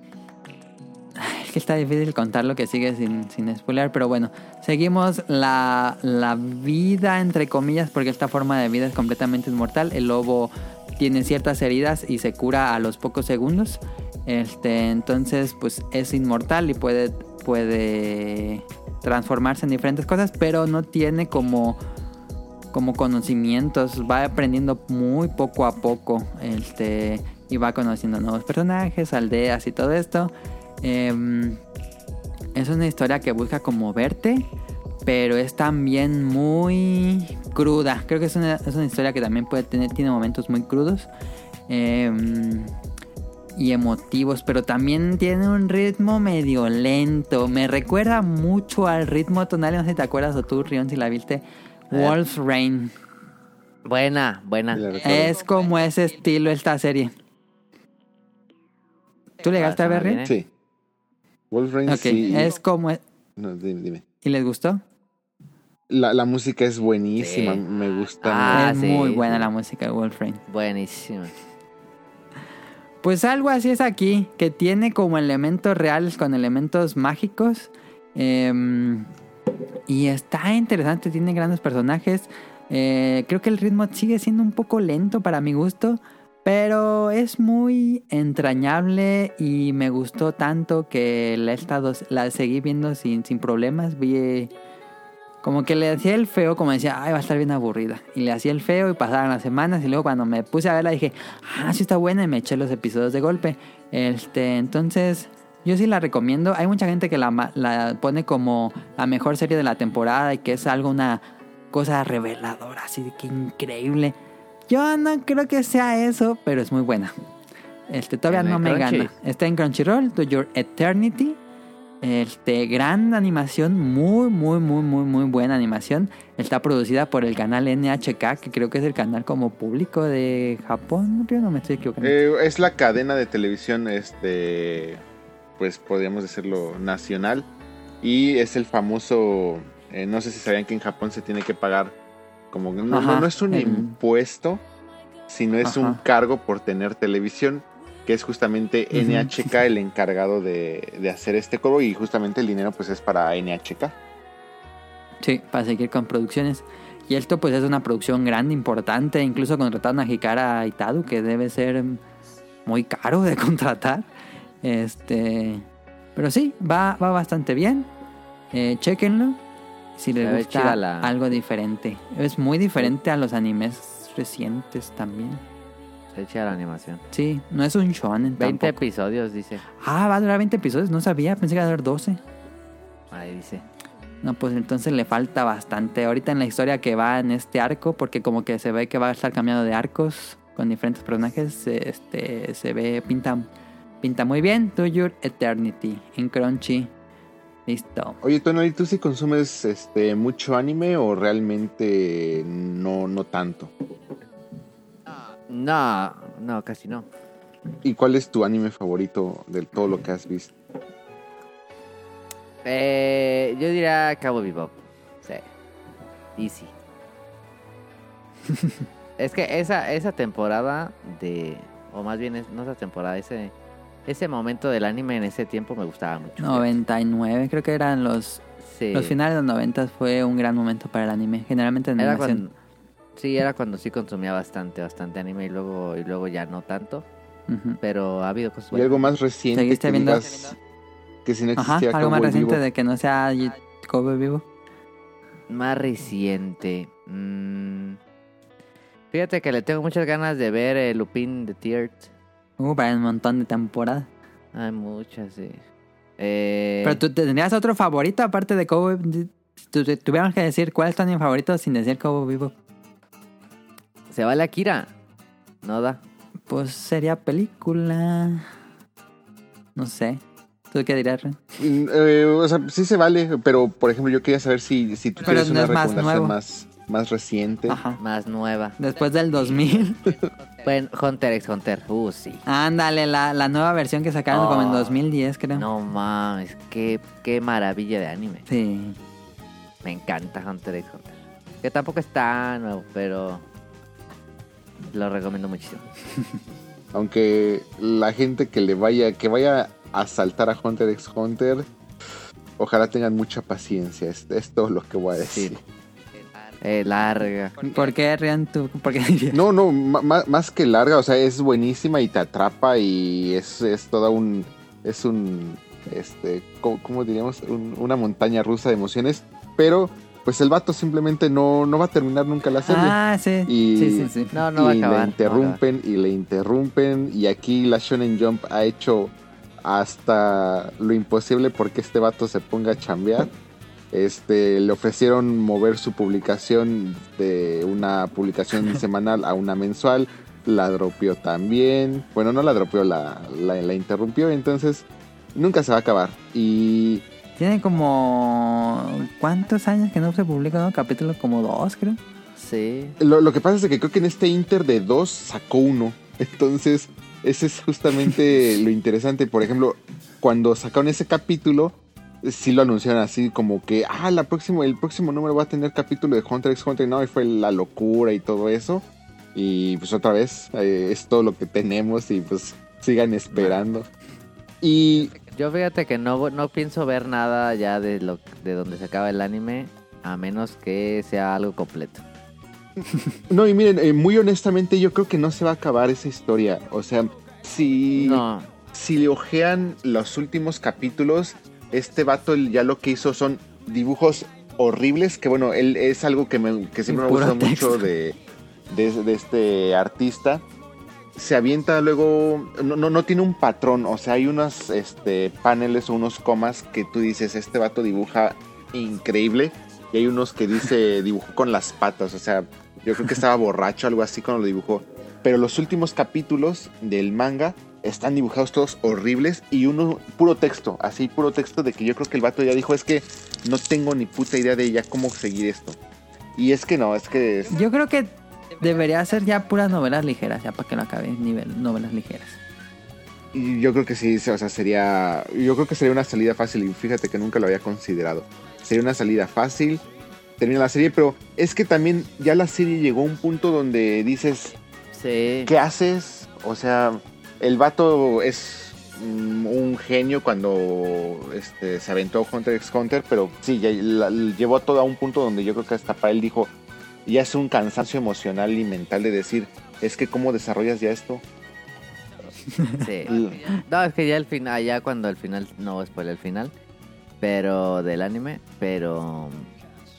Es que está difícil contar lo que sigue sin, sin spoilear, pero bueno, seguimos la, la vida entre comillas, porque esta forma de vida es completamente inmortal. El lobo tiene ciertas heridas y se cura a los pocos segundos. Este, entonces pues es inmortal y puede, puede transformarse en diferentes cosas, pero no tiene como, como conocimientos. Va aprendiendo muy poco a poco, este, y va conociendo nuevos personajes, aldeas y todo esto. Eh, es una historia que busca conmoverte, pero es también muy cruda. Creo que es una, es una historia que también puede tener, tiene momentos muy crudos eh, y emotivos, pero también tiene un ritmo medio lento. Me recuerda mucho al ritmo tonal, no sé si te acuerdas, o tú, Rion, si la viste, Wolf's Rain. Buena, buena. Es como ese estilo esta serie. ¿Tú le llegaste a ver, Rion? Sí. Wolverine, Ok, sí. es como... No, dime, dime. ¿Y les gustó? La, la música es buenísima, Sí. me gusta. Ah, es sí, muy buena sí. la música de Wolfrain. Buenísima. Pues algo así es aquí, que tiene como elementos reales con elementos mágicos. Eh, y está interesante, tiene grandes personajes. Eh, creo que el ritmo sigue siendo un poco lento para mi gusto, pero es muy entrañable y me gustó tanto que la, he estado, la seguí viendo sin, sin problemas. Vi como que le hacía el feo, como decía, ay, va a estar bien aburrida. Y le hacía el feo y pasaron las semanas y luego cuando me puse a verla dije, ah, sí está buena, y me eché los episodios de golpe. Este, entonces, yo sí la recomiendo. Hay mucha gente que la, la pone como la mejor serie de la temporada y que es algo, una cosa reveladora, así de que increíble. Yo no creo que sea eso, pero es muy buena. Este, todavía En no el me Crunchy. gana. Está en Crunchyroll, To Your Eternity. Este, gran animación, muy, muy, muy, muy, muy buena animación. Está producida por el canal N H K, que creo que es el canal como público de Japón. Yo no me estoy equivocando. Eh, es la cadena de televisión, este, pues podríamos decirlo, nacional. Y es el famoso, eh, no sé si sabían que en Japón se tiene que pagar, como no, Ajá, no, no es un el- impuesto, sino es Ajá. un cargo por tener televisión, que es justamente Ujú. N H K el encargado de, de hacer este cobro, y justamente el dinero pues es para N H K. Sí, para seguir con producciones. Y esto pues es una producción grande, importante. Incluso contrataron a Hikara Itadu, que debe ser muy caro de contratar. Este, pero sí, va, va bastante bien. Eh, chéquenlo. si les Se ve gusta chida la- algo diferente. Es muy diferente a los animes recientes también. Se echa la animación. Sí, no es un shonen veinte tampoco. episodios, dice. Ah, va a durar veinte episodios, no sabía, pensé que iba a durar doce. Ahí dice. No, pues entonces le falta bastante. Ahorita en la historia que va en este arco, porque como que se ve que va a estar cambiando de arcos con diferentes personajes, este se ve, pinta, pinta muy bien. To Your Eternity en Crunchy. Listo. Oye, Tonali, ¿tú sí consumes este mucho anime o realmente no, no tanto? No, no, casi no. ¿Y cuál es tu anime favorito de todo lo que has visto? Eh, yo diría Cabo Bebop. Sí. Easy. Es que esa, esa temporada de... O más bien, es- no esa temporada, ese... Ese momento del anime en ese tiempo me gustaba mucho. noventa y nueve, creo que eran los, Sí. los finales de los noventa. Fue un gran momento para el anime. Generalmente en Era animación. cuando... Sí, era cuando sí consumía bastante, bastante anime y luego, y luego ya no tanto. Ujú. Pero ha habido cosas ¿Y algo buenas. más reciente ¿Seguiste que viendo? digas que si no Ajá, existía algo más Cowboy reciente Bebop? de que no sea Cowboy Vivo. Más reciente. Mm, Fíjate que le tengo muchas ganas de ver eh, Lupin the Third. Uh, para un montón de temporadas. Hay muchas, sí. Eh, Pero tú tendrías otro favorito aparte de Cowboy. Tu- tu- Tuviéramos que decir cuál es tu anime favorito sin decir Cowboy Vivo. Se vale Akira. No da. Pues sería película. No sé. ¿Tú qué dirías, Ren? Mm, eh, o sea, sí se vale, pero por ejemplo yo quería saber si, si tú Pero tienes no una es más recomendación nuevo. más, más reciente. Ajá. Más nueva. Después del dos mil. Bueno, Hunter x Hunter. Uh, sí. Ándale, la, la nueva versión que sacaron como en Oh, dos mil diez, creo. No mames, qué, qué maravilla de anime. Sí. Me encanta Hunter x Hunter. Que tampoco es tan nuevo, pero lo recomiendo muchísimo. Aunque la gente que le vaya, que vaya a saltar a Hunter x Hunter, ojalá tengan mucha paciencia. Es, es todo lo que voy a decir. Sí. Eh, larga. ¿Por qué, Rian? ¿Tú por qué dirías? No, no, ma- ma- más que larga, o sea, es buenísima y te atrapa y es, es toda un, es un, este, ¿cómo, cómo diríamos? Un- una montaña rusa de emociones, pero pues el vato simplemente no, no va a terminar nunca la serie. Ah, sí. Y- Sí, sí, sí. No, no va a y acabar. le interrumpen y le interrumpen y aquí la Shonen Jump ha hecho hasta lo imposible porque este vato se ponga a chambear. Este, le ofrecieron mover su publicación de una publicación semanal a una mensual, la dropeó también, bueno, no la dropeó, la, la, la interrumpió, entonces nunca se va a acabar. Y Tiene como... ¿Cuántos años que no se publica un capítulo? Como dos, creo. Sí. lo, lo que pasa es que creo que en este Inter de dos sacó uno, entonces ese es justamente lo interesante. Por ejemplo, cuando sacaron ese capítulo, sí lo anunciaron así como que, ah, la próxima, el próximo número va a tener capítulo de Hunter x Hunter, no, y fue la locura y todo eso. Y pues otra vez, eh, es todo lo que tenemos y pues sigan esperando. Y Yo fíjate que no, no pienso ver nada ya de lo de donde se acaba el anime, a menos que sea algo completo. no, y miren, eh, muy honestamente yo creo que no se va a acabar esa historia. O sea, si, No. si le ojean los últimos capítulos, este vato él ya lo que hizo son dibujos horribles, que bueno, él es algo que, me, que siempre me Puro gustó texto. mucho de, de, de este artista. Se avienta luego, no, no, no tiene un patrón, o sea, hay unos este, paneles o unos comas que tú dices, este vato dibuja increíble, y hay unos que dice, dibujó con las patas, o sea, yo creo que estaba borracho, algo así cuando lo dibujó. Pero los últimos capítulos del manga están dibujados todos horribles y uno puro texto, así puro texto de que yo creo que el vato ya dijo, es que no tengo ni puta idea de ya cómo seguir esto. Y es que no, es que... es- Yo creo que debería ser ya puras novelas ligeras, ya para que lo acabe, nivel, novelas ligeras. Y yo creo que sí, o sea, sería... Yo creo que sería una salida fácil y fíjate que nunca lo había considerado. Sería una salida fácil, termina la serie, pero es que también ya la serie llegó a un punto donde dices, Sí. ¿qué haces? O sea, el vato es mm, un genio cuando este, se aventó Hunter x Hunter, pero sí, ya la- llevó todo a un punto donde yo creo que hasta para él dijo, ya es un cansancio emocional y mental de decir, es que ¿cómo desarrollas ya esto? Sí. No, es que ya el final, ya cuando el final, no spoiler el final, pero del anime, pero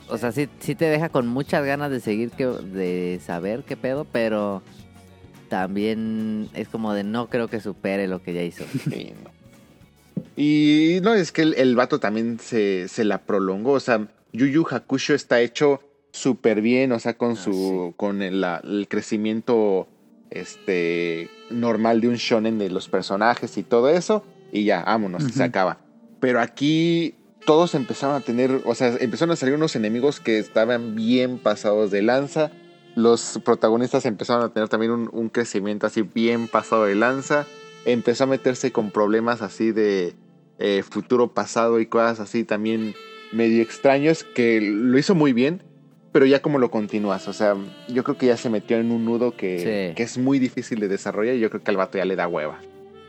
o sea, sí, sí te deja con muchas ganas de seguir, que, de saber qué pedo, pero también es como de no creo que supere lo que ya hizo. Sí, no. Y no, es que el, el vato también se, se la prolongó. O sea, Yu Yu Hakusho está hecho súper bien, o sea, con Ah, su con el, la- el crecimiento este normal de un shonen de los personajes y todo eso. Y ya, vámonos, Ujú. se acaba. Pero aquí todos empezaron a tener, o sea, empezaron a salir unos enemigos que estaban bien pasados de lanza. Los protagonistas empezaron a tener también un, un crecimiento así bien pasado de lanza. Empezó a meterse con problemas así de eh, futuro pasado y cosas así también medio extraños, que lo hizo muy bien, pero ya como lo continúas, o sea, yo creo que ya se metió en un nudo que, Sí. que es muy difícil de desarrollar y yo creo que al vato ya le da hueva.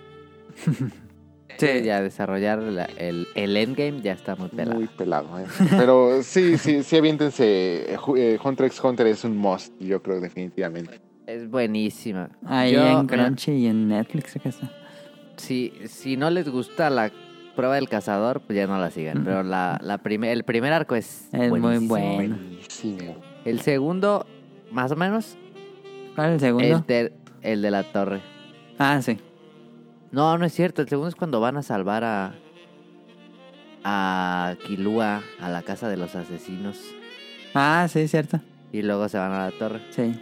Sí, ya desarrollar la- el, el endgame ya está muy pelado. Muy pelado, ¿eh? Pero sí, sí, sí, aviéntense. eh, Ju- eh, Hunter x Hunter es un must, yo creo, definitivamente. Es buenísima. Ahí Yo, en mira, Crunchy y en Netflix, creo que está. si, si no les gusta la prueba del cazador, pues ya no la sigan. Mm. Pero la, la prime- el primer arco es, Es muy buenísimo. bueno. Buenísimo. El segundo, más o menos, ¿Cuál es el segundo? el, ter- el de la torre. Ah, sí. No, no es cierto. El segundo es cuando van a salvar a a Killua a la casa de los asesinos Ah, sí, cierto. y luego se van a la torre. Sí.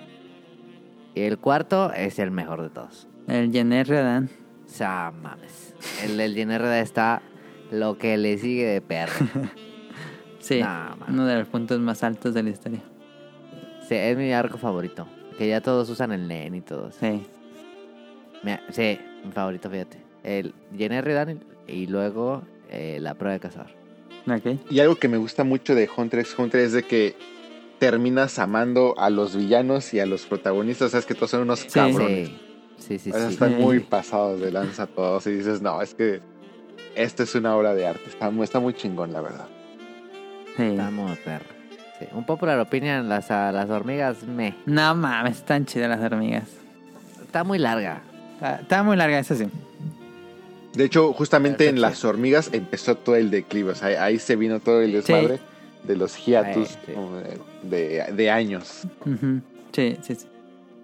Y el cuarto es el mejor de todos. El Jenner Dan. O sea, mames. El del J N R D está lo que le sigue de perro. Sí. Nah, man. Uno de los puntos más altos de la historia. Sí, es mi arco favorito. Que ya todos usan el Nen y todo eso. Sí. Me- sí, mi favorito, fíjate. El J N R D y luego eh, la prueba de cazador. Ok. Y algo que me gusta mucho de Hunter x Hunter es de que terminas amando a los villanos y a los protagonistas. O sea, es que todos son unos Sí. cabrones. Sí, sí, sí. O sea, sí. están Sí. muy pasados de lanza todos. Y dices, no, es que esto es una obra de arte. Está, muy- está muy chingón, la verdad. Sí. Está muy perro. Sí. Un popular opinion, las, a las hormigas, me. No mames, están chidas las hormigas. Está muy larga. Está, está muy larga, eso sí. De hecho, justamente Está en chido. las hormigas empezó todo el declive. O sea, ahí, ahí se vino todo el desmadre de los hiatus Sí, sí. como de, de- de años. Ujú. Sí, sí, sí.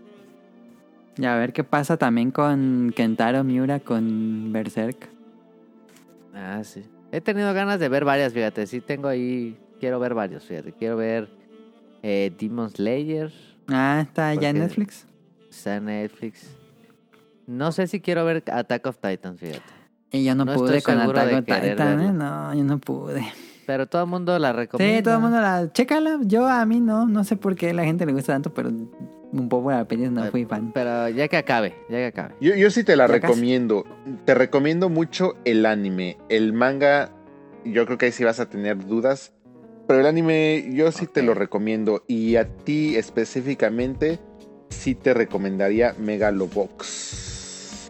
Y a ver qué pasa también con Kentaro Miura con Berserk. Ah, sí. He tenido ganas de ver varias, fíjate. Sí tengo ahí... Quiero ver varios, fíjate. Quiero ver eh, Demon Slayer. Ah, está ya en Porque- Netflix. Está en Netflix. No sé si quiero ver Attack of Titans, fíjate. Y yo no, No pude estoy con seguro Attack de on querer Titan, ¿eh? verla. No, yo no pude. Pero todo el mundo la recomienda. Sí, todo el mundo la... Chécala. Yo a mí no. No sé por qué a la gente le gusta tanto, pero un poco de opinión no fui fan. Pero ya que acabe, ya que acabe. Yo, yo sí te la Ya casi. recomiendo. Te recomiendo mucho el anime. El manga, yo creo que ahí sí vas a tener dudas. Pero el anime, yo sí te Ok. lo recomiendo. Y a ti específicamente, sí te recomendaría Megalobox.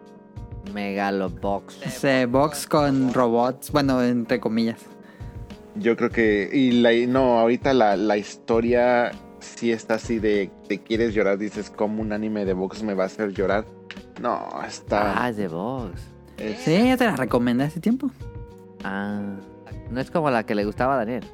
Megalobox. Ese box con robots, bueno, entre comillas. Yo creo que. Y la, no, ahorita la, la historia sí está así de. Te quieres llorar, dices, ¿cómo un anime de box me va a hacer llorar? No, está. Ah, es de Box. es- Sí, ya te la recomendé hace tiempo. Ah. No es como la que le gustaba a Daniel.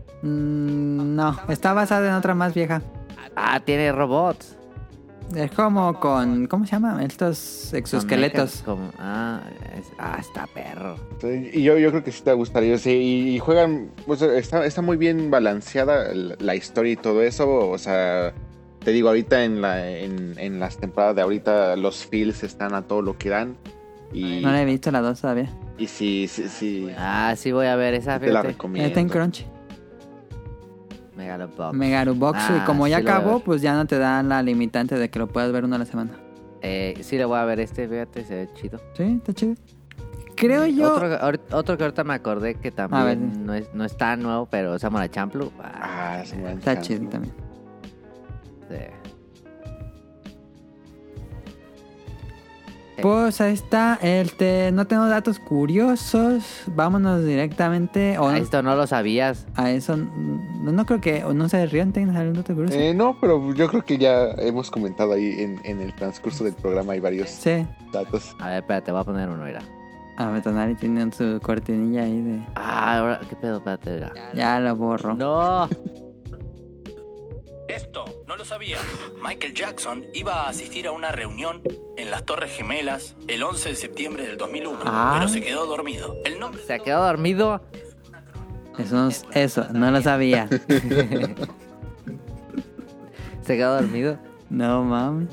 Mm, no, está basada en otra más vieja. Ah, tiene robots. Es como con... ¿Cómo se llama? Estos exoesqueletos. Son mechas como- ah, es- ah, está perro. Y yo, yo creo que sí te gustaría, sí, y, y juegan, o sea, está, está muy bien balanceada la, la historia y todo eso, o sea, te digo, ahorita en, la, en, en las temporadas de ahorita los feels están a todo lo que dan, y, No la he visto la dos todavía. y sí, sí, sí, Ah, sí voy a ver esa, te la fíjate. recomiendo. Está en Crunchy. Megalobox. Megarubox. Ah, y como ya sí lo voy a acabó, ver. pues ya no te dan la limitante de que lo puedas ver uno a la semana. Eh, sí le voy a ver este, fíjate, se ve chido. Sí, está chido. Creo Eh, yo... Otro, ahor- otro que ahorita me acordé que A ver, también no, es, no es tan nuevo, pero Samurai Champloo. Ah, Ah, se me Está encanta. chido también. sí. Pues ahí está. Este, no tengo datos curiosos. Vámonos directamente. O Ah, no- esto no lo sabías. a eso. No, no creo que. O no sé, Rion, ¿tienes algún dato curioso? Eh, no, pero yo creo que ya hemos comentado ahí en, en el transcurso del programa hay varios Sí. datos. A ver, espérate, voy a poner uno, mira. A Betonari tiene su cortinilla ahí de... Ah, ahora, ¿qué pedo? Espérate, ya. Ya lo borro. No. Esto no lo sabía. Michael Jackson iba a asistir a una reunión en las Torres Gemelas el once de septiembre del dos mil uno, Ah. pero se quedó dormido. El nombre Se ha quedado dormido. Eso, no es- eso, no lo sabía. Se quedó dormido. No mami.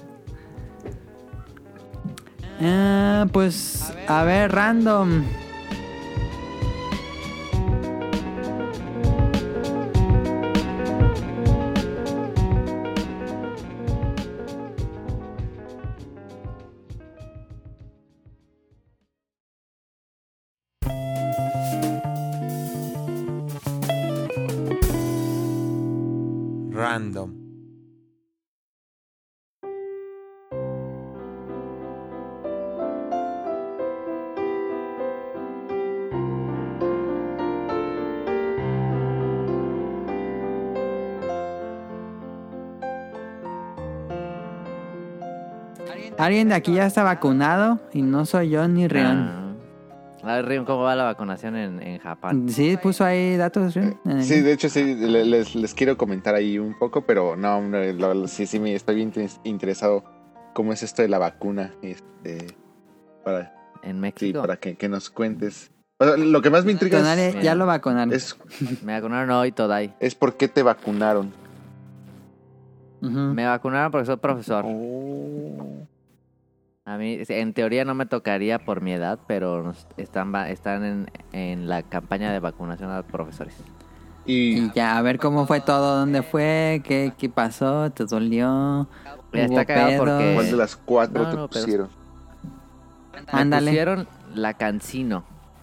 Ah, pues, a ver, random. Random. Alguien de aquí ya está vacunado y no soy yo ni Rion. Ah. A ver, Rion, ¿cómo va la vacunación en, en Japón? Sí, puso ahí datos, Rion. En el- Sí, de hecho sí, le- les, les quiero comentar ahí un poco, pero no, hombre, la verdad, sí, sí, me estoy bien interes- interesado cómo es esto de la vacuna, este, para, En sí, México. para que, que nos cuentes. O sea, lo que más me intriga Tonali es, ya lo vacunaron. es, Me vacunaron hoy, Todai. es por qué te vacunaron. Ujú. Me vacunaron porque soy profesor. Oh. A mí, en teoría no me tocaría por mi edad, pero nos- están, va- están en, en la campaña de vacunación a profesores. Y Y ya, a ver cómo fue todo, dónde fue, qué, qué pasó, te dolió. Ya está Hubo cagado pedos. porque- ¿cuál de las cuatro No, te no, pero- pusieron? Me Ándale. pusieron la Cancino,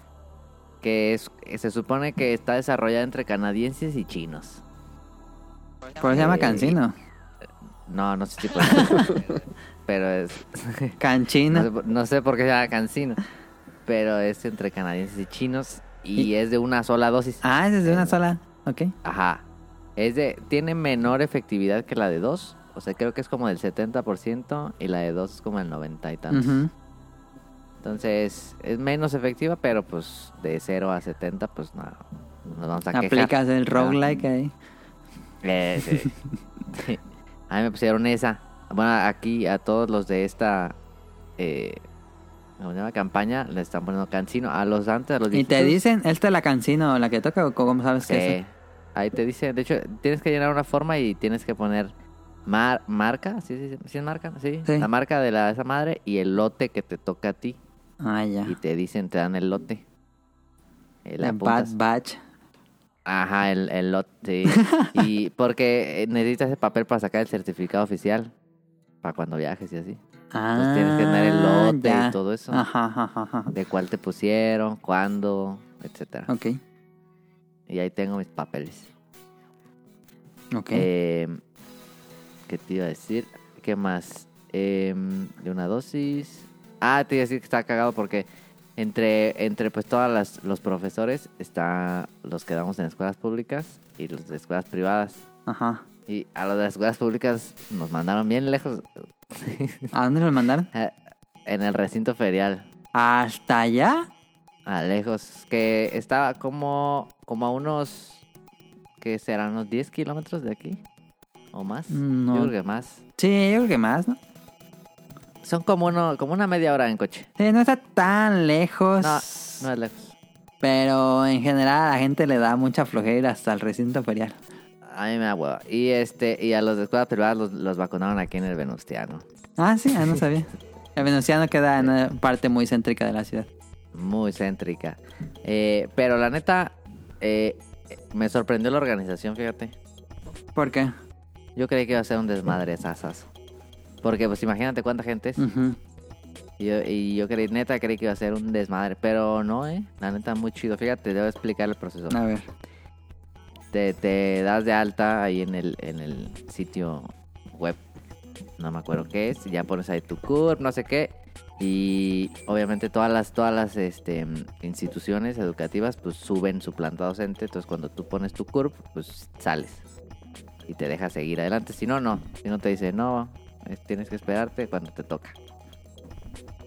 que es se supone que está desarrollada entre canadienses y chinos. Por eso se llama Eh, Cancino. No, no sé si por pero es no Canchino. sé, por- no sé por qué se llama Cancino, pero es entre canadienses y chinos y, Y- es de una sola dosis. Ah, es de una sola. Ok. Ajá. Es de tiene menor efectividad que la de dos, o sea, creo que es como del setenta por ciento y la de dos es como el noventa y tantos. Ujú. Entonces, es menos efectiva, pero pues de cero a setenta, pues no, nos vamos a quejar. Aplicas el roguelike ahí. Eh, sí. Sí. A mí me pusieron esa. Bueno, aquí a todos los de esta eh, ¿cómo se llama? Campaña le están poniendo Cancino. A los antes, a los Y te viejitos, dicen, esta es la Cancino, la que toca, o cómo sabes que eh, es. ahí te dice, de hecho, tienes que llenar una forma y tienes que poner mar- marca, ¿sí, sí, sí, ¿sí es marca? Sí, Sí. la marca de la, esa madre y el lote que te toca a ti. Ah, ya. Y te dicen, te dan el lote. Eh, le La Bad apuntas. Batch. Ajá, el, el lote. Y porque eh, necesitas ese papel para sacar el certificado oficial. Para cuando viajes y así. Ah, Pues tienes que tener el lote ya. y todo eso. Ajá, ajá, ajá. De cuál te pusieron, cuándo, etcétera. Ok, Y ahí tengo mis papeles. ok. Eh, ¿Qué te iba a decir? ¿Qué más? Eh, de una dosis. Ah, te iba a decir que está cagado porque entre, entre pues todas las, los profesores está los que damos en escuelas públicas y los de escuelas privadas. Ajá. Y a los de las escuelas públicas nos mandaron bien lejos ¿A dónde lo mandaron? eh, en el recinto ferial. ¿Hasta allá? A lejos. Que estaba como, como a unos... ¿Qué serán? ¿Unos diez kilómetros de aquí? ¿O más? No. Yo creo que más. Sí, yo creo que más, ¿no? Son como, uno, como una media hora en coche. Sí, no está tan lejos. No, no es lejos. Pero en general a la gente le da mucha flojera ir hasta el recinto ferial. A mí me da hueva. Y este y a los de escuelas privadas los, los vacunaron aquí en el Venustiano. Ah, sí, ah, no sabía. El Venustiano queda en una parte muy céntrica de la ciudad. Muy céntrica. Eh, pero la neta, eh, me sorprendió la organización, fíjate. ¿Por qué? Yo creí que iba a ser un desmadre sasazo. Porque pues imagínate cuánta gente es. Ujú. Y yo, y yo creí, neta, creí que iba a ser un desmadre. Pero no, eh. La neta, muy chido. Fíjate, debo explicar el proceso. A ver. Te, te das de alta ahí en el, en el sitio web. No me acuerdo qué es. Ya pones ahí tu C U R P, no sé qué. Y obviamente todas las, todas las este, instituciones educativas pues suben su planta docente. Entonces cuando tú pones tu C U R P, pues sales. Y te deja seguir adelante. Si no, no. Si no te dice, no, es- tienes que esperarte cuando te toca.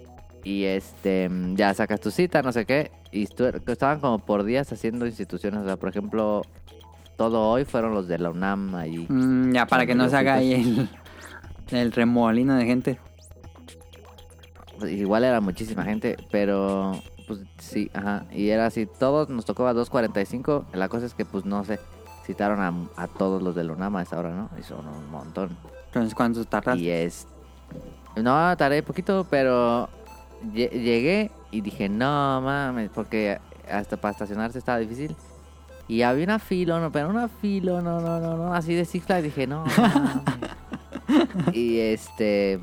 Y este, ya sacas tu cita, no sé qué. Y estu- estaban como por días haciendo instituciones. O sea, por ejemplo, todo hoy fueron los de la UNAM ahí. Mm, ya, para que no se haga ahí el, el remolino de gente. Pues, igual era muchísima gente, pero pues sí, ajá. Y era así, todos nos tocó a dos cuarenta y cinco. La cosa es que pues no sé, citaron a, a todos los de la UNAM a esa hora, ¿no? Y son un montón. Entonces, ¿cuántos tardas? Y es... No, tardé poquito, pero lle- llegué y dije, no mames, porque hasta para estacionarse estaba difícil. Y había una fila, no, pero una fila, no, no, no, no, así de Six Flags, dije, no mames. Y este...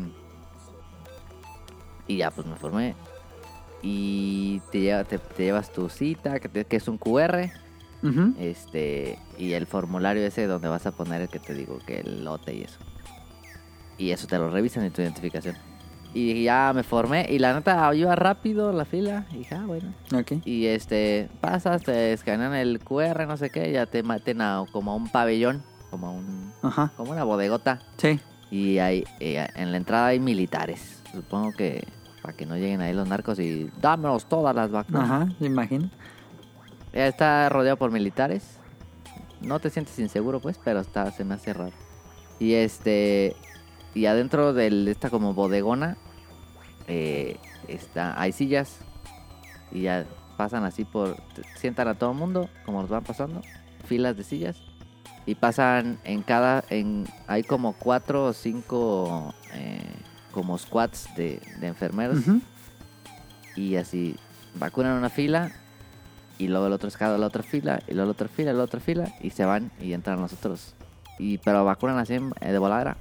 Y ya, pues me formé. Y te, lleva, te, te llevas tu cita, que, te- que es un cu erre. Ujú. Este, y el formulario ese donde vas a poner el que te digo, que el lote y eso. Y eso te lo revisan en tu identificación. Y ya me formé. Y la neta, iba rápido la fila. Y dije, ah, bueno. Ok. Y este, pasas, te escanean el cu erre, no sé qué. Ya te maten a como a un pabellón. Como a un, Ajá. como una bodegota. Sí. Y ahí, eh, en la entrada hay militares. Supongo que para que no lleguen ahí los narcos y dámenos todas las vacunas. Ajá, me imagino. Ya está rodeado por militares. No te sientes inseguro, pues, pero está, se me hace raro. Y este, y adentro de esta como bodegona, eh, está, hay sillas y ya pasan así por, sientan a todo el mundo, como los van pasando, filas de sillas. Y pasan en cada, en hay como cuatro o cinco eh, como squads de, de enfermeros. Ujú. Y así vacunan una fila y luego el otro escala la otra fila y luego la otra fila y la otra fila y se van y entran nosotros. Y pero vacunan así eh, de voladera.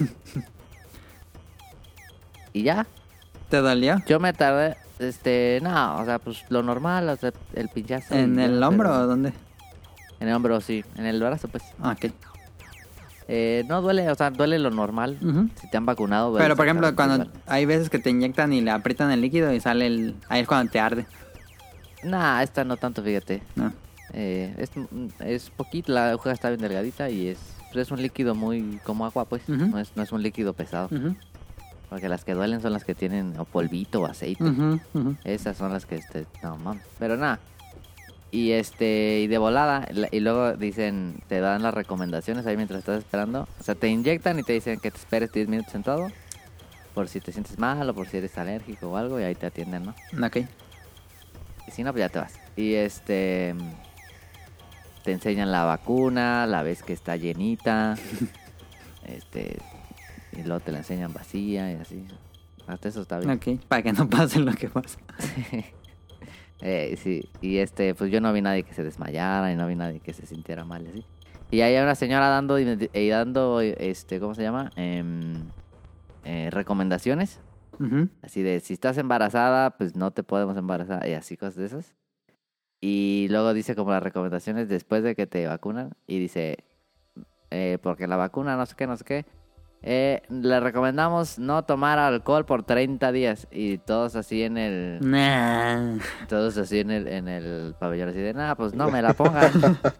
Y ya, ¿Te dolió? yo me tardé, este, no, o sea, pues lo normal, o sea, el pinchazo. y ¿En ya, el hombro pero- o dónde? En el hombro, sí, en el brazo, pues. Ah, ok. Eh, no duele, o sea, duele lo normal. Ujú. Si te han vacunado, duele Pero, por ejemplo, exactamente cuando igual. hay veces que te inyectan y le aprietan el líquido y sale el... Ahí es cuando te arde. Nah, esta no tanto, fíjate. No. Eh, es, es poquito, la aguja está bien delgadita y es, pues es un líquido muy como agua, pues. Ujú. no, es, no es un líquido pesado. Ujú. Porque las que duelen son las que tienen o polvito o aceite. Ujú, ujú. Esas son las que, este, no mames. Pero nada. Y este, y de volada, la- y luego dicen, te dan las recomendaciones ahí mientras estás esperando. O sea, te inyectan y te dicen que te esperes diez minutos sentado. Por si te sientes mal o por si eres alérgico o algo, y ahí te atienden, ¿no? Ok. Y si no, pues ya te vas. Y este, te enseñan la vacuna, la ves que está llenita. este, y luego te la enseñan vacía y así. Hasta eso está bien. Ok. Para que no pase lo que pasa. Eh, sí, y este, pues yo no vi nadie que se desmayara y no vi nadie que se sintiera mal y así. Y ahí hay una señora dando y, y dando, este, ¿cómo se llama? Em, eh, recomendaciones. Ujú. Así de, si estás embarazada, pues no te podemos embarazar y así cosas de esas. Y luego dice como las recomendaciones después de que te vacunan y dice, eh, porque la vacuna no sé qué, no sé qué. Eh, le recomendamos no tomar alcohol por treinta días y todos así en el... Nah. Todos así en el, en el pabellón, así de, nada, pues no me la pongan.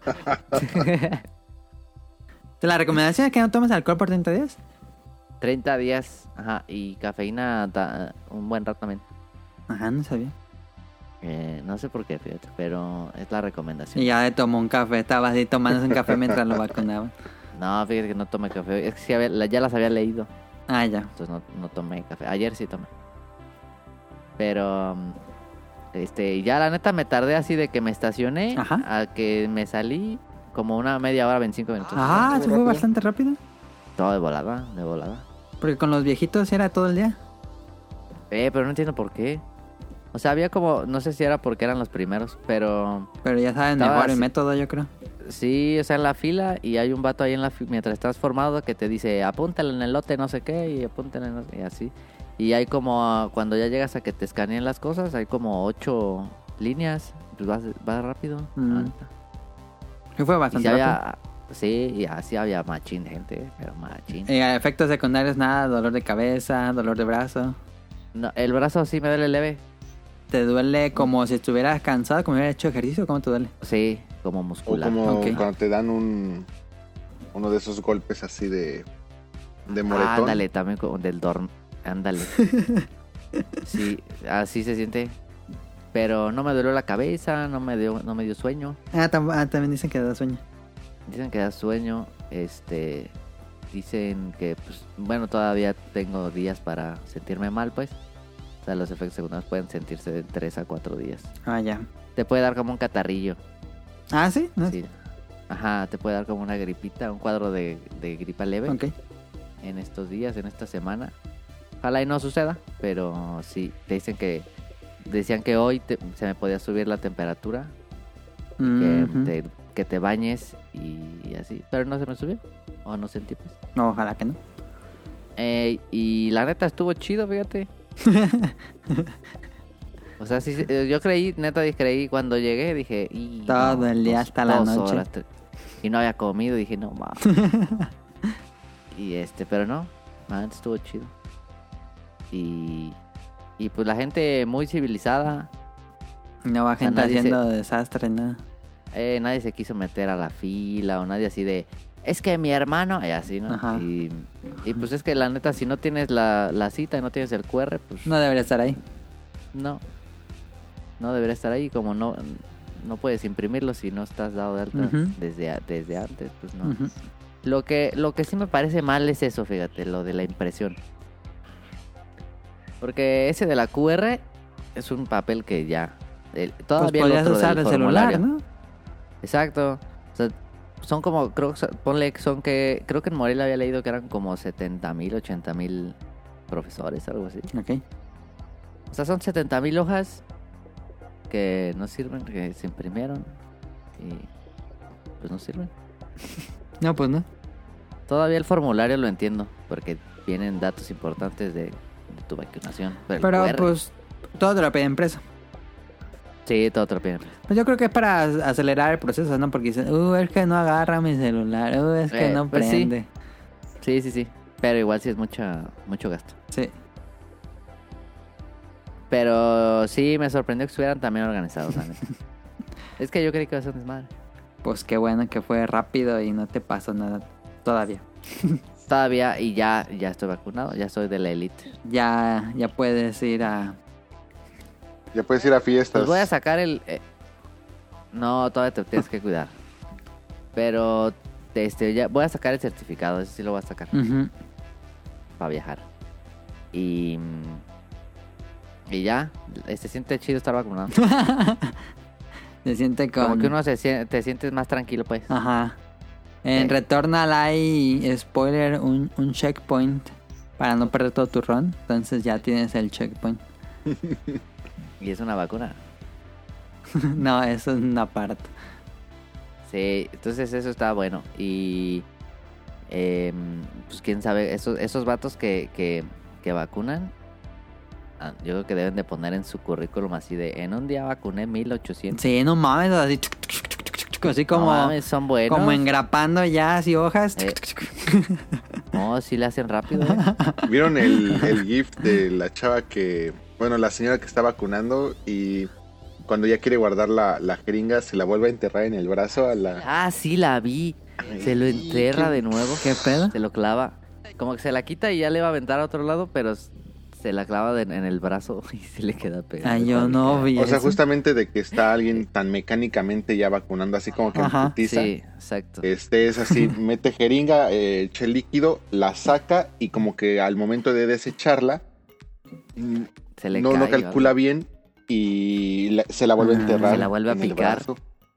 ¿La recomendación es que no tomes alcohol por treinta días? treinta días, ajá, y cafeína ta- un buen rato también. Ajá, no sabía. Eh, no sé por qué, fíjate, pero es la recomendación. Y ya le tomó un café. Estaba así tomándose un café mientras lo vacunaban. No, fíjate que no tomé café, es que sí había- la- ya las había leído, Ah, ya. entonces no, no tomé café. Ayer sí tomé. Pero, um, este, ya la neta me tardé así de que me estacioné Ajá. a que me salí como una media hora, veinticinco minutos. Ah, Muy se fue rápido. bastante rápido. Todo de volada, de volada. Porque con los viejitos era todo el día. Eh, pero no entiendo por qué. O sea, había como, no sé si era porque eran los primeros, pero Pero ya saben Estaba mejor el así. método, yo creo. sí, o sea, en la fila y hay un vato ahí en la fila mientras estás formado que te dice, apúntale en el lote no sé qué y apúntale en no sé- y así. Y hay como, cuando ya llegas a que te escaneen las cosas, hay como ocho líneas, pues vas, vas rápido. Mm. la neta. Y fue Y bastante sí rápido. había, sí, y así había machín de gente, pero machín. Eh, efectos secundarios, nada. Dolor de cabeza, dolor de brazo. No, el brazo sí me duele leve, ¿Te duele como si estuvieras cansado, como si hubieras hecho ejercicio? ¿Cómo te duele? sí, como O muscular. como Ok. cuando te dan un uno de esos golpes así de, de moretón. Ándale, también como del dorm. Ándale. Sí, así se siente. Pero no me dolió la cabeza, no me dio, no me dio sueño. Ah, tam- ah, también dicen que da sueño. Dicen que da sueño, este, dicen que, pues, bueno, todavía tengo días para sentirme mal, pues. O sea, los efectos secundarios pueden sentirse de tres a cuatro días. Ah, ya. Te puede dar como un catarrillo. Ah, ¿sí? ¿No? Sí. Ajá, te puede dar como una gripita, un cuadro de, de gripa leve Ok. en estos días, en esta semana. Ojalá y no suceda, pero sí, te dicen que, decían que hoy te- se me podía subir la temperatura, que, Mhm. te, que te bañes y así, pero no se me subió, o no sentí pues. No, ojalá que no. Eh, y la neta estuvo chido, fíjate. O sea, sí, sí, eh, yo creí, neta creí cuando llegué, dije... Y Todo el día dos- hasta la dos noche. horas, tre- y no había comido, dije, no mames. Y este, pero no, man, estuvo chido. Y, y pues la gente muy civilizada, No va sea, gente nadie haciendo desastre, nada. eh, nadie se quiso meter a la fila o nadie así de... Es que mi hermano, y así, ¿no? Ajá. Y, y pues es que la neta, si no tienes la, la cita y no tienes el Q R, pues No debería estar ahí. no. No debería estar ahí, como no no puedes imprimirlo si no estás dado de alta Ujú. desde, a- desde antes, pues no. Ujú. Lo que lo que sí me parece mal es eso, fíjate, lo de la impresión. Porque ese de la Q R es un papel que ya... el- Pues todavía el podrías otro usar del el celular, formulario. ¿no? Exacto. O sea, son como, creo, que son- ponle que son que... Creo que en Morelia había leído que eran como setenta mil, ochenta mil profesores, algo así. Ok. O sea, son setenta mil hojas que no sirven, que se imprimieron y pues no sirven. No, pues no. Todavía el formulario lo entiendo, porque vienen datos importantes de, de tu vacunación. Pero, el Pero Q R, pues todo te lo piden impreso. sí, todo te lo piden. Pues yo creo que es para acelerar el proceso, ¿no? Porque dicen, uh, es que no agarra mi celular, uh, es que Eh, no pues sí. prende. Sí, sí, sí. Pero igual sí es mucha, mucho gasto. Sí. Pero sí me sorprendió que estuvieran también organizados, la neta. Es que yo creí que iba a ser un desmadre. Pues qué bueno que fue rápido y no te pasó nada todavía. Todavía, y ya, ya estoy vacunado, ya soy de la élite. Ya, ya puedes ir a... Ya puedes ir a fiestas. Pues voy a sacar el... eh, No, todavía te tienes que cuidar. Pero este, ya voy a sacar el certificado, ese sí lo voy a sacar Ujú. para viajar. Y... Y ya, se siente chido estar vacunado. Se siente con... Como que uno se sien- te sientes más tranquilo, pues. Ajá. En Sí. Returnal hay, spoiler, un, un checkpoint para no perder todo tu run. Entonces ya tienes el checkpoint. Y es una vacuna. No, eso es una parte. Sí, entonces eso está bueno. Y... em, pues quién sabe, esos, esos vatos que, que, que vacunan... ah, yo creo que deben de poner en su currículum así de... En un día vacuné mil ochocientos. Sí, no mames, así, así como, No mames, son buenos. como engrapando ya así hojas. Eh. No, sí le hacen rápido, ¿eh? ¿Vieron el, el GIF de la chava que, bueno, la señora que está vacunando y cuando ya quiere guardar la, la jeringa se la vuelve a enterrar en el brazo a la... Ah, sí la vi. Se lo enterra qué- de nuevo. ¿Qué pedo? Se lo clava. Como que se la quita y ya le va a aventar a otro lado, pero se la clava de- en el brazo y se le queda pegado. Ah, yo no vi O sea, eso. justamente de que está alguien tan mecánicamente ya vacunando, así como que en Ajá. putiza. Sí, exacto. Este es así, mete jeringa, eh, echa el líquido, la saca y como que al momento de desecharla mm, Se le no, cae, no calcula ¿vale? bien y la- se la vuelve a Ah, enterrar. se la vuelve a en el picar. brazo.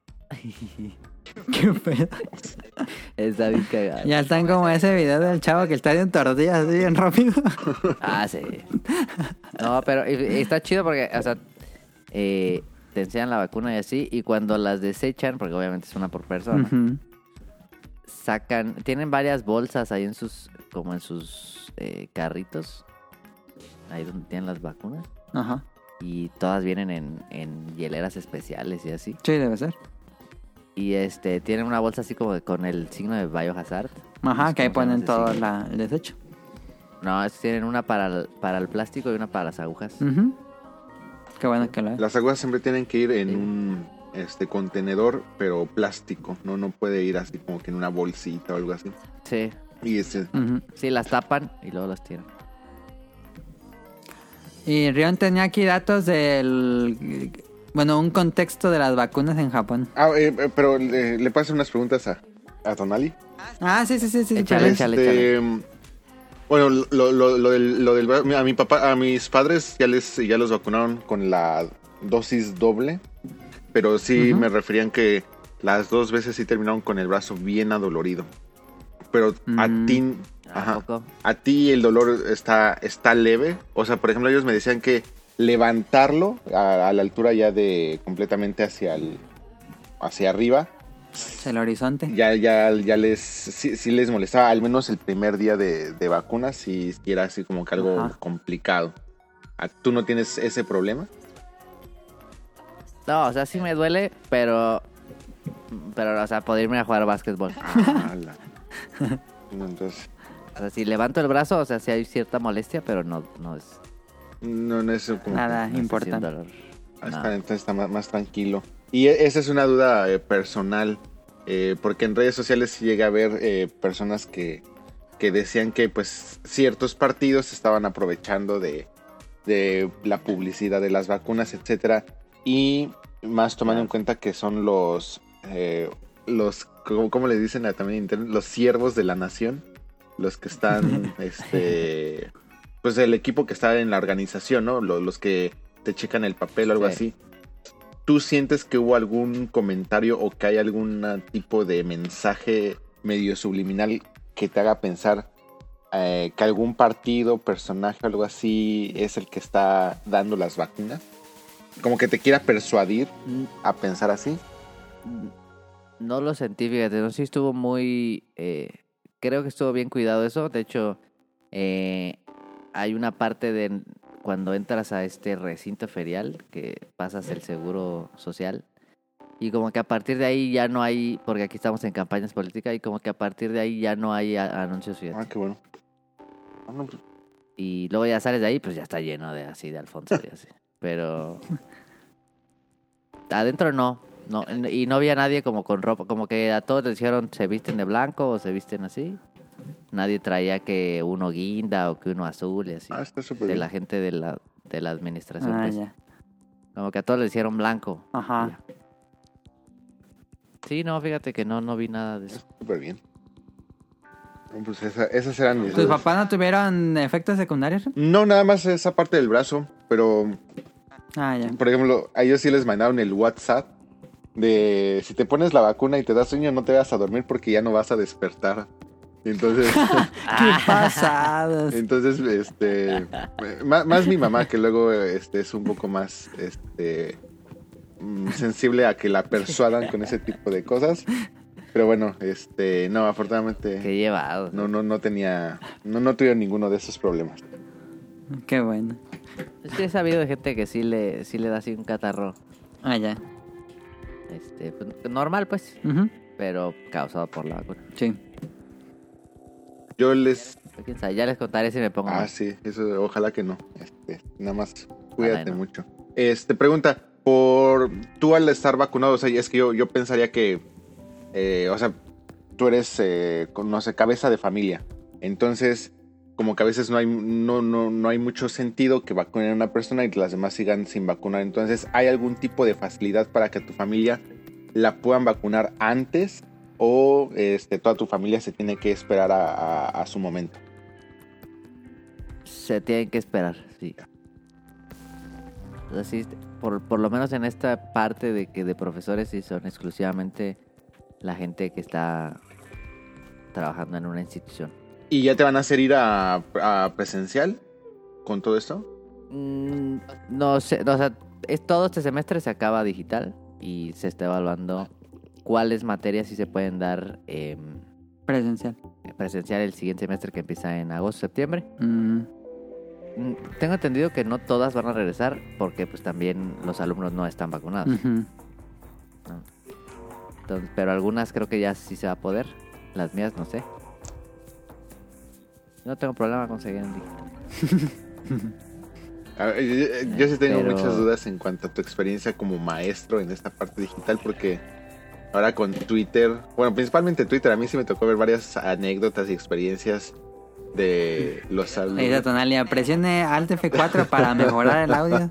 ¿Qué pedo? Está bien cagado. Ya están como ese video del chavo que está en tortillas así bien rápido. Ah, sí. No, pero y- y está chido porque, o sea, eh, te enseñan la vacuna y así, y cuando las desechan, porque obviamente es una por persona, Ujú. sacan, tienen varias bolsas ahí en sus, como en sus eh, carritos, ahí donde tienen las vacunas, Ajá. y todas vienen en, en hieleras especiales y así. Sí, debe ser. Y este, tienen una bolsa así como de- con el signo de Biohazard. No Ajá, sé que ahí cómo se llama ponen ese todo signo. la, el desecho. No, es- tienen una para el, para el plástico y una para las agujas. Ujú. Qué bueno que lo hagas. Las agujas siempre tienen que ir en Sí. un este contenedor, pero plástico, no no puede ir así como que en una bolsita o algo así. Sí, Y ese, Ujú. sí, las tapan y luego las tiran. Y Rion tenía aquí datos del... Bueno, un contexto de las vacunas en Japón. Ah, eh, eh, pero eh, le paso unas preguntas a, a Tonali. Ah, sí, sí, sí. sí Échale, pero- échale, Este, échale. Bueno, lo, lo, lo del, lo del... A mi papá, a mis padres ya les ya los vacunaron con la dosis doble. Pero sí Ujú. me referían que las dos veces sí terminaron con el brazo bien adolorido. Pero a Mm. ti... ¿A Ajá. poco? ¿A ti el dolor está, está leve? O sea, por ejemplo, ellos me decían que levantarlo a, a la altura ya de completamente hacia el, hacia arriba, Hacia el horizonte. ya, ya, ya les, sí, sí les molestaba. Al menos el primer día de, de vacunas, sí, sí era así como que algo Ajá. complicado. ¿A- ¿Tú no tienes ese problema? No, o sea, sí me duele, pero... Pero, o sea, poder irme a jugar básquetbol. Ah, la- No, entonces, O sea, si levanto el brazo, o sea, sí hay cierta molestia, pero no, no es... no, no es como... Nada no es así un importante. dolor. Ah, está- No. entonces está más, más tranquilo. Y e- esa es una duda eh, personal, eh, porque en redes sociales sí llegué a ver eh, personas que, que decían que pues ciertos partidos estaban aprovechando de, de la publicidad de las vacunas, etcétera, y más tomando en cuenta que son los, eh, los ¿cómo, cómo le dicen a- también en internet? Los siervos de la nación, los que están, este, pues el equipo que está en la organización, ¿no? Los, los que te checan el papel o algo Sí. así. ¿Tú sientes que hubo algún comentario o que hay algún tipo de mensaje medio subliminal que te haga pensar eh, que algún partido, personaje o algo así es el que está dando las vacunas? Como que te quiera persuadir Mm, a pensar así. No lo sentí, fíjate, no, sí estuvo muy... eh, creo que estuvo bien cuidado eso. De hecho, eh, hay una parte de cuando entras a este recinto ferial que pasas el seguro social y como que a partir de ahí ya no hay, porque aquí estamos en campañas políticas y como que a partir de ahí ya no hay a- anuncios, fíjate. Ah, qué bueno. Ah, no, pues, Y luego ya sales de ahí, pues ya está lleno de así, de Alfonso y así. Pero adentro no, no, y no había nadie como con ropa, como que a todos les dijeron se visten de blanco o se visten así. Nadie traía que uno guinda o que uno azul y así. ah, está súper De bien. la gente de la, de la administración. Ah, pues. ya. Como que a todos les hicieron blanco. Ajá. Sí, no, fíjate que no, no vi nada de eso. Está súper bien. No, pues esa- esas eran mis ¿Tus dudas. papás no tuvieron efectos secundarios? No, nada más esa parte del brazo, pero Ah, ya. por ejemplo, a ellos sí les mandaron el WhatsApp de si te pones la vacuna y te da sueño no te vas a dormir porque ya no vas a despertar. Entonces, Qué pasados. entonces, este, más, más mi mamá que luego este es un poco más, este, mm, sensible a que la persuadan con ese tipo de cosas. Pero bueno, este, no, afortunadamente Qué llevado. no, no, no tenía, no, no tuvieron ninguno de esos problemas. Qué bueno. Es que he sabido de gente que sí le, sí le da así un catarro. Ah, ya. Este, pues, normal, pues. Ujú. Pero causado por la vacuna. Sí. Yo les Pero quién sabe, ya les contaré si me pongo Ah, mal. sí, eso ojalá que no. Este, nada más cuídate no. mucho. Este, pregunta, por tú al estar vacunado, o sea, es que yo, yo pensaría que, eh, o sea, tú eres, eh, con- no sé, cabeza de familia. Entonces, como que a veces no hay, no, no, no hay mucho sentido que vacunen a una persona y que las demás sigan sin vacunar. Entonces, ¿hay algún tipo de facilidad para que tu familia la puedan vacunar antes? ¿O este, toda tu familia se tiene que esperar a, a- a su momento? Se tienen que esperar, sí. Así, por, por lo menos en esta parte de que de profesores sí son exclusivamente la gente que está trabajando en una institución. ¿Y ya te van a hacer ir a, a presencial con todo esto? Mm, no sé, no, o sea, es, todo este semestre se acaba digital y se está evaluando cuáles materias sí se pueden dar eh, Presencial. presencial el siguiente semestre que empieza en agosto, septiembre. Mm, Mm, Tengo entendido que no todas van a regresar porque pues también los alumnos no están vacunados. ujú. Entonces, pero algunas creo que ya sí se va a poder. Las mías no sé. No tengo problema con seguir en digital. A ver, yo, yo sí tengo Pero- muchas dudas en cuanto a tu experiencia como maestro en esta parte digital porque ahora con Twitter, bueno, principalmente Twitter, a mí sí me tocó ver varias anécdotas y experiencias de los Ahí alumnos. está Tonalia, presione Alt F cuatro para mejorar el audio.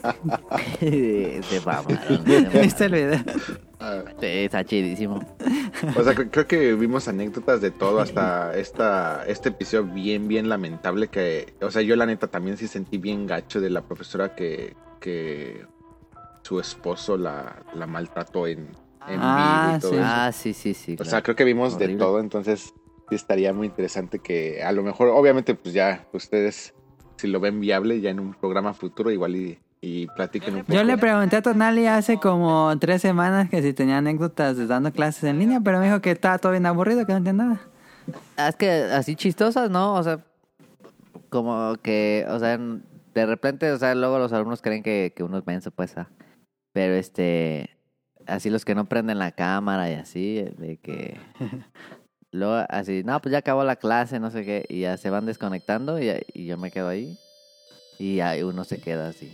Se mamaron, se ¿Viste el mamaron. video? Ah, Sí, está chidísimo. o sea, cre- creo que vimos anécdotas de todo hasta esta, este episodio bien, bien lamentable que, o sea, yo la neta también sí sentí bien gacho de la profesora que, que su esposo la, la maltrató en, en Ah, vivo y todo sí. eso. Ah, sí, sí, sí. O claro. sea, creo que vimos de Horrible. todo, entonces sí estaría muy interesante que a lo mejor, obviamente, pues ya ustedes, si lo ven viable ya en un programa futuro, igual y, y platiquen un poco. Yo le pregunté a Tonalia hace como tres semanas que si tenía anécdotas de dando clases en línea, pero me dijo que estaba todo bien aburrido, que no tenía nada. Ah, es que así chistosas, ¿no? O sea, como que, o sea, en- de repente, o sea, luego los alumnos creen que, que uno es menso, pues, ah. Pero este, así los que no prenden la cámara y así, de que... Luego así, no, pues ya acabó la clase, no sé qué, y ya se van desconectando y, y yo me quedo ahí. Y ahí uno se queda así.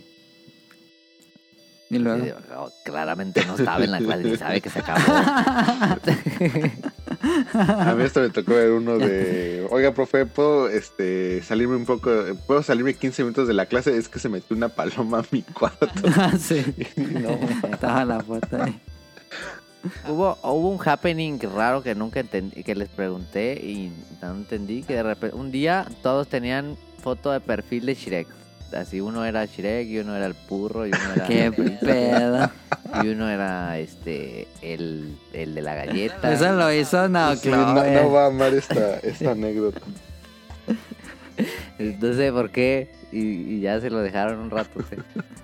Y luego. Así de, "Oh, claramente no estaba en la clase y sabe que se acabó. A mí esto me tocó ver uno de, oiga, profe, ¿puedo este, salirme un poco, puedo salirme quince minutos de la clase? Es que se metió una paloma a mi cuarto. Sí, No, estaba la foto ahí. Hubo, hubo un happening raro que nunca entendí, que les pregunté y no entendí, que de repente, un día todos tenían foto de perfil de Shrek. Así uno era Shrek y uno era el burro y uno era Qué pedo. y uno era este el, el de la galleta. Eso lo hizo no, sí, no, no va a amar esta, esta anécdota. No sé por qué y, y ya se lo dejaron un rato. ¿Sí?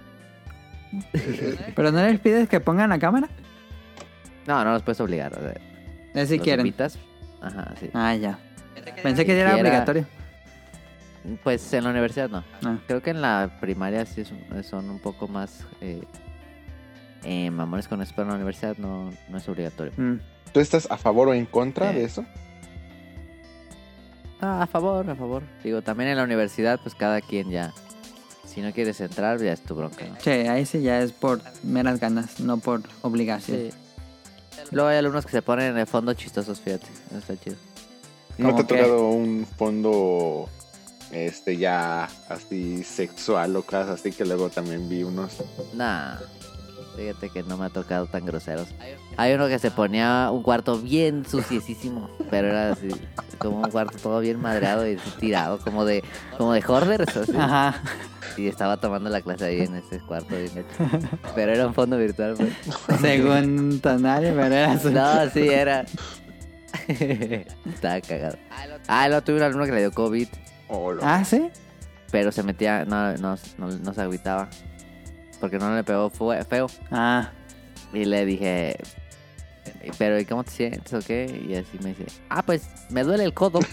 Pero no les pides que pongan la cámara. No, no los puedes obligar. O sea, Es si los quieren. invitas. Ajá, sí. Ah, ya. Pensé que ya era Siquiera- obligatorio. Pues en la universidad no. Ah. Creo que en la primaria sí es un- son un poco más eh, eh, mamones con eso, pero en la universidad no, no es obligatorio. Mm. ¿Tú estás a favor o en contra Eh. de eso? Ah, a favor, a favor. Digo, también en la universidad, pues cada quien ya. Si no quieres entrar, ya es tu bronca, ¿no? Sí, ahí sí ya es por meras ganas, no por obligación. Sí. Luego hay alumnos que se ponen en el fondo chistosos, fíjate. Eso está chido. ¿No te ¿Cómo ha qué? tocado un fondo este ya así sexual o cosas así que luego también vi unos? Nah, fíjate que no me ha tocado tan groseros. Hay uno que se ponía un cuarto bien suciesísimo, pero era así, como un cuarto todo bien madreado y así tirado, como de como de hoarders, así. Ajá. Y estaba tomando la clase ahí en ese cuarto bien hecho. Pero era un fondo virtual, pues. Según Tonali, pero era su... No, sí, era. Estaba cagado. Ah, luego tuve un alumno que le dio COVID, Oh, lo- Ah, ¿sí? pero se metía, no, no, no, no se agüitaba. Porque no le pegó fue- feo. Ah. Y le dije, pero ¿y cómo te sientes o qué? Y así me dice, ah, pues me duele el codo.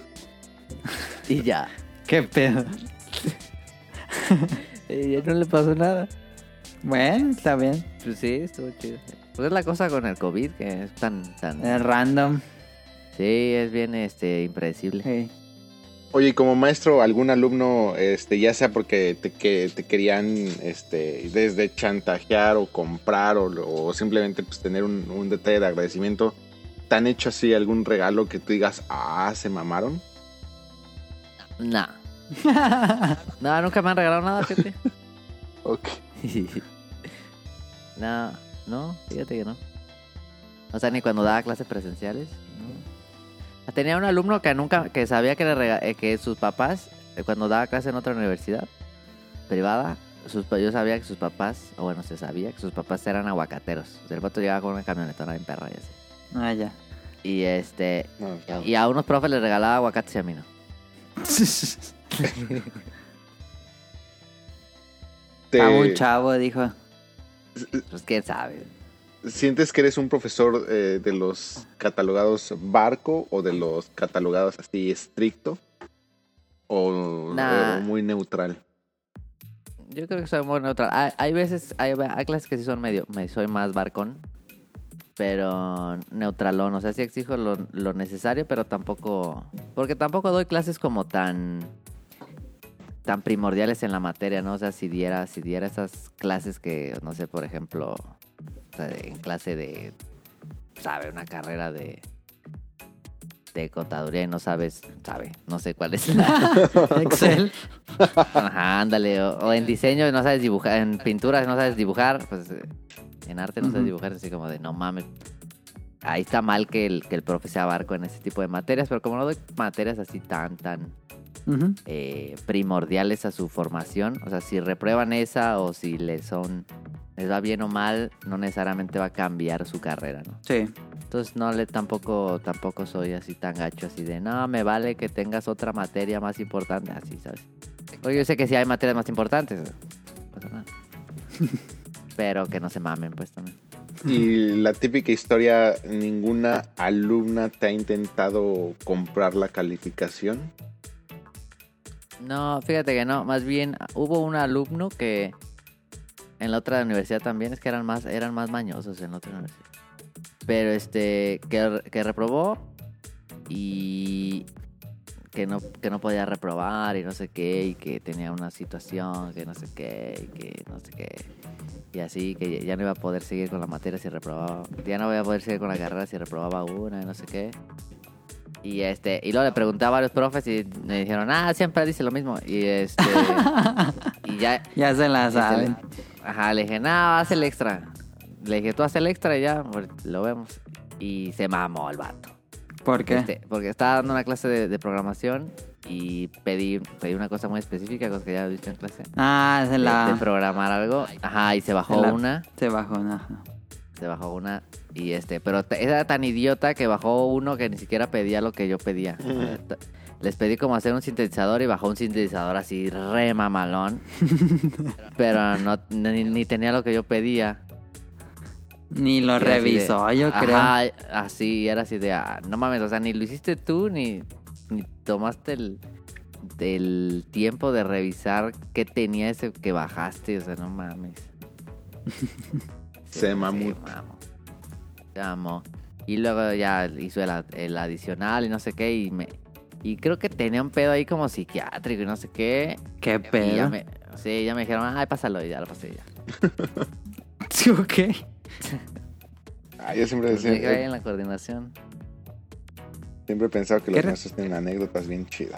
Y ya. Qué pedo. Y ya no le pasó nada. Bueno, está bien. Pues sí, estuvo chido. Pues es la cosa con el COVID, que es tan, tan... Es random. Sí, es bien este impredecible. Sí. Oye, y como maestro, algún alumno, este, ya sea porque te, que, te querían este, desde chantajear o comprar o, o simplemente pues, tener un, un detalle de agradecimiento, ¿te han hecho así algún regalo que tú digas, ah, se mamaron? No. No, nunca me han regalado nada, fíjate. Ok. No, no, fíjate que no. O sea, ni cuando daba clases presenciales. No. Tenía un alumno que nunca, que sabía que, le rega- eh, que sus papás, eh, cuando daba clase en otra universidad privada, sus, pa- yo sabía que sus papás, o bueno, se sabía que sus papás eran aguacateros. O sea, el vato llegaba con una camionetona en perra y así. Ah, ya. Y este, No, no. y a unos profes les regalaba aguacates y a mí no. Te- Estaba un chavo, dijo. Pues quién sabe. ¿Sientes que eres un profesor eh, de los catalogados barco o de los catalogados así estricto? ¿O, Nah. o muy neutral? Yo creo que soy muy neutral. Hay, hay veces, hay, hay clases que sí son medio, me soy más barcón, pero neutralón. O sea, sí exijo lo, lo necesario, pero tampoco, porque tampoco doy clases como tan, tan primordiales en la materia, ¿no? O sea, si diera, si diera esas clases que, no sé, por ejemplo, o sea, en clase de, sabe, una carrera de, de contaduría y no sabes, sabe, no sé cuál es la... Excel. Ajá, ándale, o, o en diseño no sabes dibujar, en pintura no sabes dibujar, pues eh, en arte no sabes Ujú. dibujar, así como de no mames. Ahí está mal que el, que el profe sea barco en ese tipo de materias, pero como no doy materias así tan, tan Ujú. eh, primordiales a su formación, o sea, si reprueban esa o si les son, les va bien o mal, no necesariamente va a cambiar su carrera, ¿no? Sí. Entonces no le tampoco, tampoco soy así tan gacho, así de no, me vale que tengas otra materia más importante, así, ¿sabes? Oye, yo sé que sí hay materias más importantes, no pasa nada. Pero que no se mamen, pues también. Y la típica historia, ninguna alumna te ha intentado comprar la calificación. No, fíjate que no, más bien hubo un alumno que en la otra universidad también, es que eran más, eran más mañosos en la otra universidad. Pero este, que, que reprobó y que no, que no podía reprobar y no sé qué, y que tenía una situación, que no sé qué, y que no sé qué. Y así, que ya no iba a poder seguir con la materia si reprobaba. Ya no iba a poder seguir con la carrera si reprobaba una y no sé qué. Y este, y luego le pregunté a varios profes y me dijeron, ah, siempre dice lo mismo. Y este, y ya. Ya se la este, saben. Ajá, le dije, no, haz el extra. Le dije, tú haz el extra y ya, pues, lo vemos. Y se mamó el vato. ¿Por qué? Este, porque estaba dando una clase de, de programación y pedí, pedí una cosa muy específica, cosa que ya he visto en clase. Ah, es De, la... de programar algo. Ajá, y se bajó la- una. Se bajó una. Se bajó una. Y este, pero te- era tan idiota que bajó uno que ni siquiera pedía lo que yo pedía. O sea, t- les pedí como hacer un sintetizador y bajó un sintetizador así re mamalón. Pero no, ni, ni tenía lo que yo pedía. Ni lo Y era así de- revisó, yo creo. Ajá, así, era así de, ah, no mames, o sea, ni lo hiciste tú, ni, ni tomaste el, el tiempo de revisar qué tenía ese que bajaste, o sea, no mames. Se mamó. Se mamó. Se mamó. Y luego ya hizo el, el adicional y no sé qué, y me... Y creo que tenía un pedo ahí como psiquiátrico y no sé qué. Qué Y ya pedo. me, sí, ya me dijeron, ay, pásalo, y ya lo pasé ya. Sí, ok. Ah, yo siempre, Pues me quedé ahí siempre, en la coordinación. siempre he pensado que ¿Qué los re- maestros tienen anécdotas bien chidas.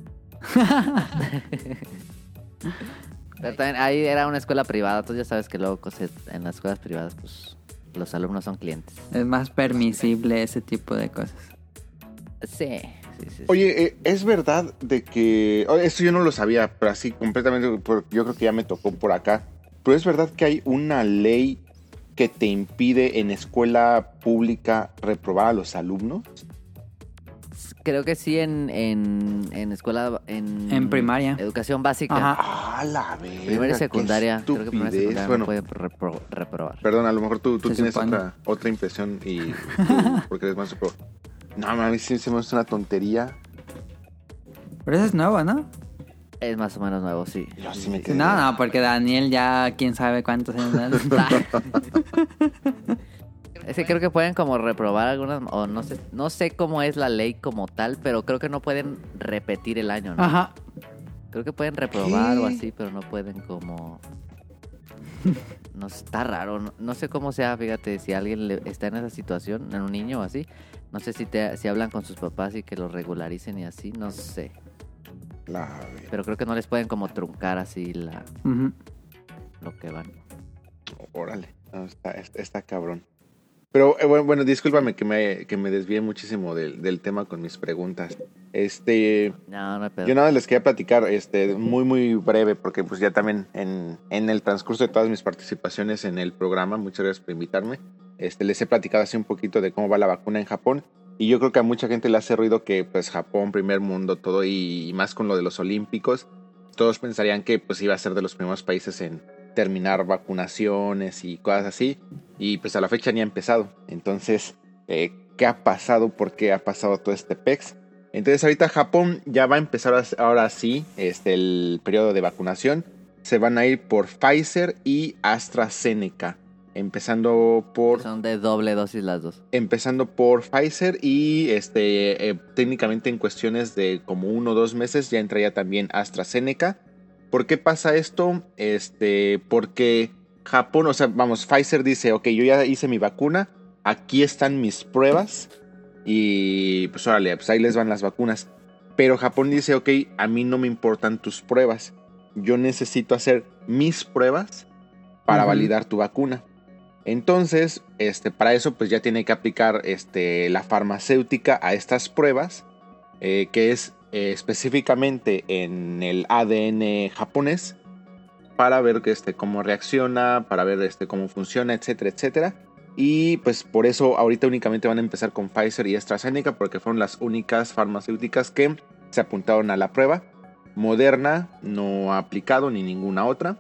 Pero también ahí era una escuela privada, tú ya sabes que luego cose- en las escuelas privadas, pues, los alumnos son clientes. Es más permisible ese tipo de cosas. Sí, sí, sí. sí. Oye, eh, ¿es verdad de que... oh, esto yo no lo sabía, pero así completamente, por- yo creo que ya me tocó por acá. Pero es verdad que hay una ley que te impide en escuela pública reprobar a los alumnos. Creo que sí en, en, en escuela... En, En primaria. Educación básica. Ajá. Ah, la verga. Primaria y qué secundaria. Creo que primaria y estupidez. secundaria Bueno, no pueden repro- reprobar. perdón, a lo mejor tú, tú Se tienes supone. otra, otra impresión y tú, porque eres más pro. No, mami, sí se me hace una tontería. Pero eso es nuevo, ¿no? Es más o menos nuevo, sí. Yo sí me quedé. No, no, porque Daniel ya quién sabe cuántos años tiene. Es que creo que pueden como reprobar algunas, o no sé, no sé cómo es la ley como tal, pero creo que no pueden repetir el año, ¿no? Ajá. Creo que pueden reprobar ¿Qué? o así, pero no pueden como... No sé, está raro, no, no sé cómo sea, fíjate, si alguien le- está en esa situación, en un niño o así, no sé si te, si hablan con sus papás y que lo regularicen y así, no sé. La verga. Pero creo que no les pueden como truncar así la, Ujú. lo que van. Órale, no, está, está, está cabrón. Pero eh, bueno, bueno, discúlpame que me, que me desvié muchísimo del, del tema con mis preguntas. Este, No, no hay pedo. yo nada más les quería platicar, este, muy muy breve, porque pues ya también en, en el transcurso de todas mis participaciones en el programa, muchas gracias por invitarme, este, les he platicado así un poquito de cómo va la vacuna en Japón. Y yo creo que a mucha gente le hace ruido que pues Japón, primer mundo, todo, y, y más con lo de los olímpicos, todos pensarían que pues iba a ser de los primeros países en terminar vacunaciones y cosas así, y pues a la fecha ni ha empezado. Entonces, eh, ¿qué ha pasado? ¿Por qué ha pasado todo este pex? Entonces ahorita Japón ya va a empezar a- ahora sí este, el periodo de vacunación. Se van a ir por Pfizer y AstraZeneca, empezando por Son de doble dosis las dos. empezando por Pfizer y este eh, técnicamente en cuestiones de como uno o dos meses ya entraría también AstraZeneca. ¿Por qué pasa esto? Este, porque Japón, o sea, vamos, Pfizer dice, ok, yo ya hice mi vacuna, aquí están mis pruebas y pues órale, pues ahí les van las vacunas. Pero Japón dice, ok, a mí no me importan tus pruebas, yo necesito hacer mis pruebas para uh-huh. validar tu vacuna. Entonces, este, para eso pues ya tiene que aplicar este, la farmacéutica a estas pruebas, eh, que es eh, específicamente en el A D N japonés, para ver este, cómo reacciona, para ver este, cómo funciona, etcétera, etcétera. Y pues por eso ahorita únicamente van a empezar con Pfizer y AstraZeneca, porque fueron las únicas farmacéuticas que se apuntaron a la prueba. Moderna no ha aplicado ni ninguna otra.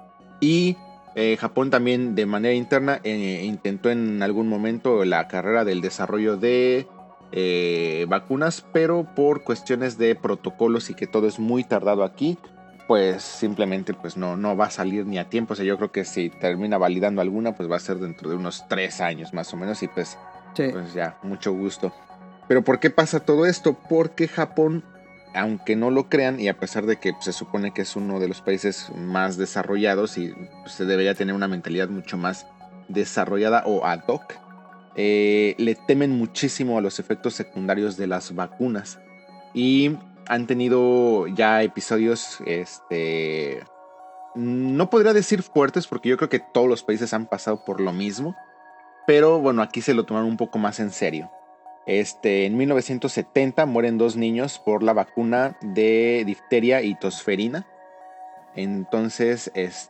Y Eh, Japón también de manera interna eh, intentó en algún momento la carrera del desarrollo de eh, vacunas, pero por cuestiones de protocolos y que todo es muy tardado aquí, pues simplemente pues no, no va a salir ni a tiempo. O sea, yo creo que si termina validando alguna, pues va a ser dentro de unos tres años más o menos y pues, sí. pues ya, mucho gusto. Pero ¿por qué pasa todo esto? Porque Japón, aunque no lo crean, y a pesar de que pues, se supone que es uno de los países más desarrollados y pues, se debería tener una mentalidad mucho más desarrollada o ad hoc, eh, le temen muchísimo a los efectos secundarios de las vacunas. Y han tenido ya episodios, este, no podría decir fuertes, porque yo creo que todos los países han pasado por lo mismo, pero bueno, aquí se lo tomaron un poco más en serio. Este, en mil novecientos setenta mueren dos niños por la vacuna de difteria y tosferina. Entonces,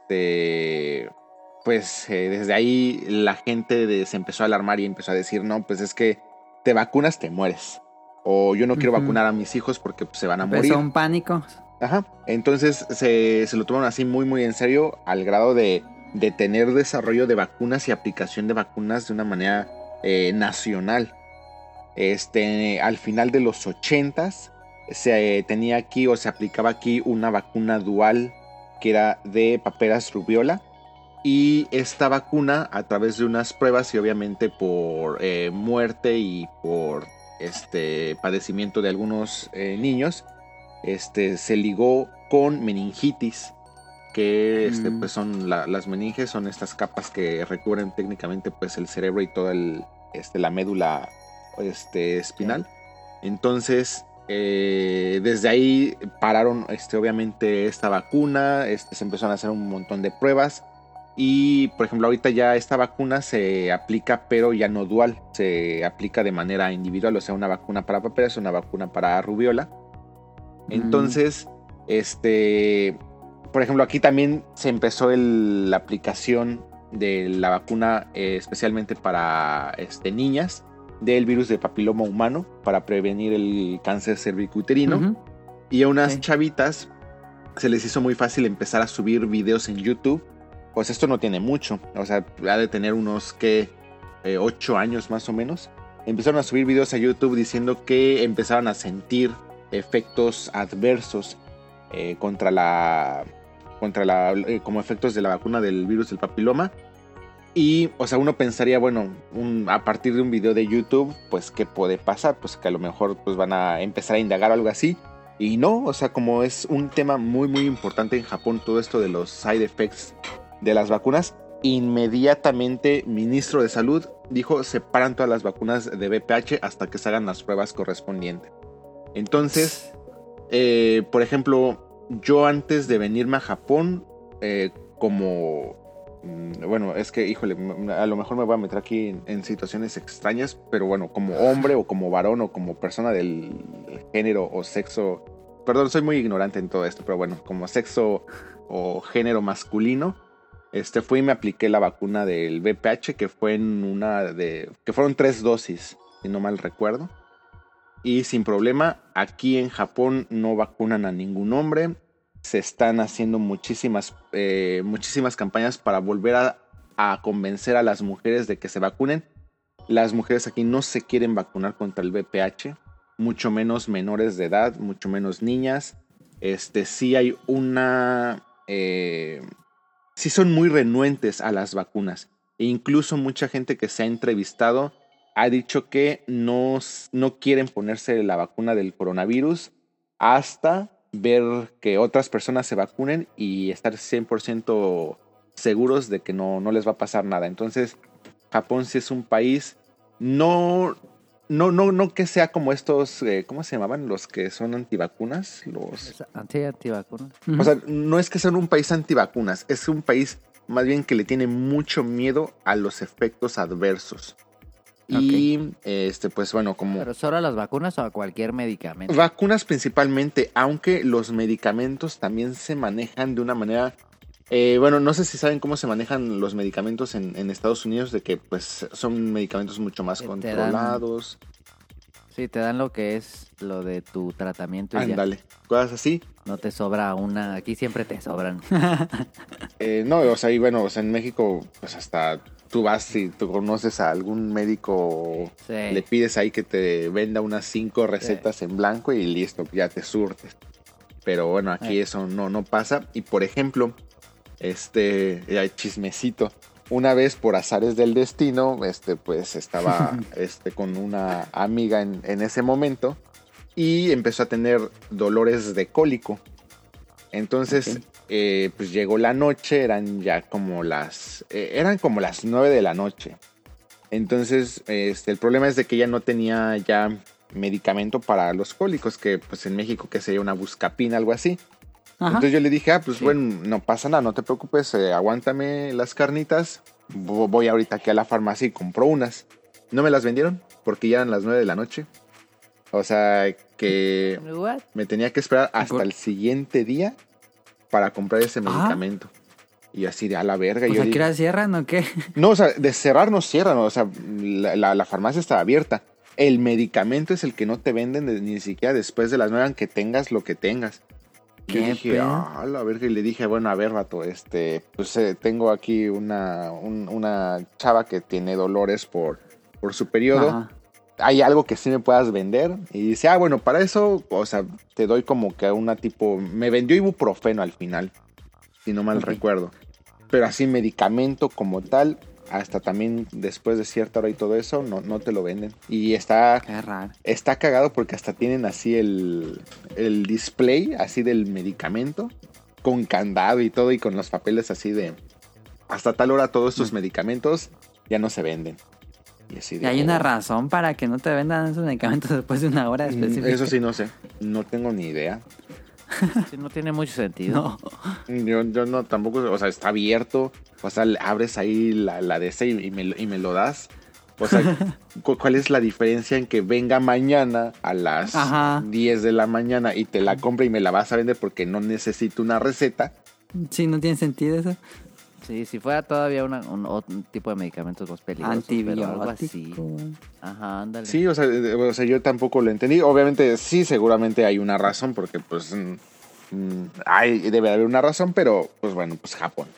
este, pues eh, desde ahí la gente de, se empezó a alarmar y empezó a decir, no, pues es que te vacunas, te mueres. O yo no uh-huh. quiero vacunar a mis hijos porque pues, se van a empezó morir. un pánico. Ajá. Entonces se, se lo tomaron así muy, muy en serio, al grado de, de tener desarrollo de vacunas y aplicación de vacunas de una manera eh, nacional. Este, al final de los ochentas se eh, tenía aquí o se aplicaba aquí una vacuna dual que era de paperas rubiola, y esta vacuna a través de unas pruebas y obviamente por eh, muerte y por este padecimiento de algunos eh, niños, este, se ligó con meningitis, que este, mm. pues son la, las meninges son estas capas que recubren técnicamente pues el cerebro y toda el, este, la médula este espinal. Entonces eh, desde ahí pararon este, obviamente esta vacuna, este, se empezaron a hacer un montón de pruebas y por ejemplo ahorita ya esta vacuna se aplica pero ya no dual, se aplica de manera individual, o sea una vacuna para paperas, una vacuna para rubiola. Entonces mm. este por ejemplo aquí también se empezó el, la aplicación de la vacuna eh, especialmente para este, niñas, del virus de papiloma humano para prevenir el cáncer cervicuterino. Uh-huh. Y a unas sí. chavitas se les hizo muy fácil empezar a subir videos en YouTube. Pues esto no tiene mucho, o sea, ha de tener unos que eh, ocho años más o menos. Empezaron a subir videos a YouTube diciendo que empezaron a sentir efectos adversos eh, contra la contra la eh, como efectos de la vacuna del virus del papiloma. Y, o sea, uno pensaría, bueno, un, a partir de un video de YouTube, pues, ¿qué puede pasar? Pues que a lo mejor pues, van a empezar a indagar algo así. Y no, o sea, como es un tema muy, muy importante en Japón, todo esto de los side effects de las vacunas, inmediatamente ministro de Salud dijo, separan todas las vacunas de V P H hasta que se hagan las pruebas correspondientes. Entonces, eh, por ejemplo, yo antes de venirme a Japón, eh, como... Bueno, es que, híjole, a lo mejor me voy a meter aquí en, en situaciones extrañas, pero bueno, como hombre o como varón o como persona del género o sexo, perdón, soy muy ignorante en todo esto, pero bueno, como sexo o género masculino, este, fui y me apliqué la vacuna del V P H, que fue en una de, que fueron tres dosis, si no mal recuerdo, y sin problema. Aquí en Japón no vacunan a ningún hombre. Se están haciendo muchísimas, eh, muchísimas campañas para volver a, a convencer a las mujeres de que se vacunen. Las mujeres aquí no se quieren vacunar contra el V P H, mucho menos menores de edad, mucho menos niñas. Este, sí hay una... Eh, sí son muy renuentes a las vacunas. E incluso mucha gente que se ha entrevistado ha dicho que no, no quieren ponerse la vacuna del coronavirus hasta... ver que otras personas se vacunen y estar cien por ciento seguros de que no, no les va a pasar nada. Entonces, Japón sí es un país no no, no, no que sea como estos, eh, ¿cómo se llamaban? Los que son antivacunas. Los... Anti, antivacunas. Ujú. O sea, no es que sean un país antivacunas, es un país más bien que le tiene mucho miedo a los efectos adversos. Y, este, pues bueno, como... ¿Pero solo a las vacunas o a cualquier medicamento? Vacunas principalmente, aunque los medicamentos también se manejan de una manera... Eh, bueno, no sé si saben cómo se manejan los medicamentos en, en Estados Unidos, de que pues son medicamentos mucho más Que te dan- controlados. Sí, te dan lo que es lo de tu tratamiento y ya. Ándale, cosas así. No te sobra una. Aquí siempre te sobran. Eh, no, o sea, y bueno, o sea, en México, pues hasta tú vas y tú conoces a algún médico, Sí. le pides ahí que te venda unas cinco recetas en blanco y listo, ya te surtes. Pero bueno, aquí Eh. eso no, no pasa. Y por ejemplo, este, ya chismecito. Una vez por azares del destino, este, pues estaba este, con una amiga en, en ese momento y empezó a tener dolores de cólico. Entonces, Ok. eh, pues llegó la noche, eran ya como las, eh, eran como las nueve de la noche. Entonces, este, el problema es de que ella no tenía ya medicamento para los cólicos, que pues en México que sería una buscapina, algo así. Ajá. Entonces yo le dije, ah, pues Sí. bueno, no pasa nada, no te preocupes, eh, aguántame las carnitas, Vo- voy ahorita aquí a la farmacia y compro unas. No me las vendieron porque ya eran las nueve de la noche. O sea que What? me tenía que esperar hasta por- el siguiente día para comprar ese Ah. medicamento. Y así de a la verga. Pues yo aquí dije, la cierran o qué? no, o sea, de cerrar no cierran, o sea, la, la- la farmacia está abierta. El medicamento es el que no te venden de- ni siquiera después de las nueve, aunque tengas lo que tengas. Y ¿Qué dije, pedo? ah, la verga, y le dije, bueno, a ver, rato, este, pues eh, tengo aquí una, un- una chava que tiene dolores por, por su periodo. Ajá. ¿Hay algo que sí me puedas vender? Y dice, ah, bueno, para eso, o sea, te doy como que una tipo, me vendió ibuprofeno al final, si no mal Ok. recuerdo. Pero así medicamento como tal, hasta también después de cierta hora y todo eso, no, no te lo venden. Y está, Qué raro. está cagado porque hasta tienen así el, el display así del medicamento, con candado y todo, y con los papeles así de, hasta tal hora todos estos medicamentos ya no se venden. Y así de, ¿Y hay una oh. razón para que no te vendan esos medicamentos después de una hora Mm, específica? Eso sí, no sé. No tengo ni idea. Sí, no tiene mucho sentido. No. Yo, yo no tampoco, o sea, está abierto. O sea, le abres ahí la, la de ese y, y me, lo- y me lo das. O sea, cu- ¿cuál es la diferencia en que venga mañana a las Ajá. diez de la mañana y te la compre y me la vas a vender porque no necesito una receta? Sí, no tiene sentido eso. Sí, si fuera todavía una, un, otro tipo de medicamentos más peligrosos. Pero algo así. Antibiótico. Ajá, ándale. Sí, o sea, eh, o sea, yo tampoco lo entendí. Obviamente, sí, seguramente hay una razón porque, pues, mm, mm, hay, debe haber una razón, pero, pues, bueno, pues Japón.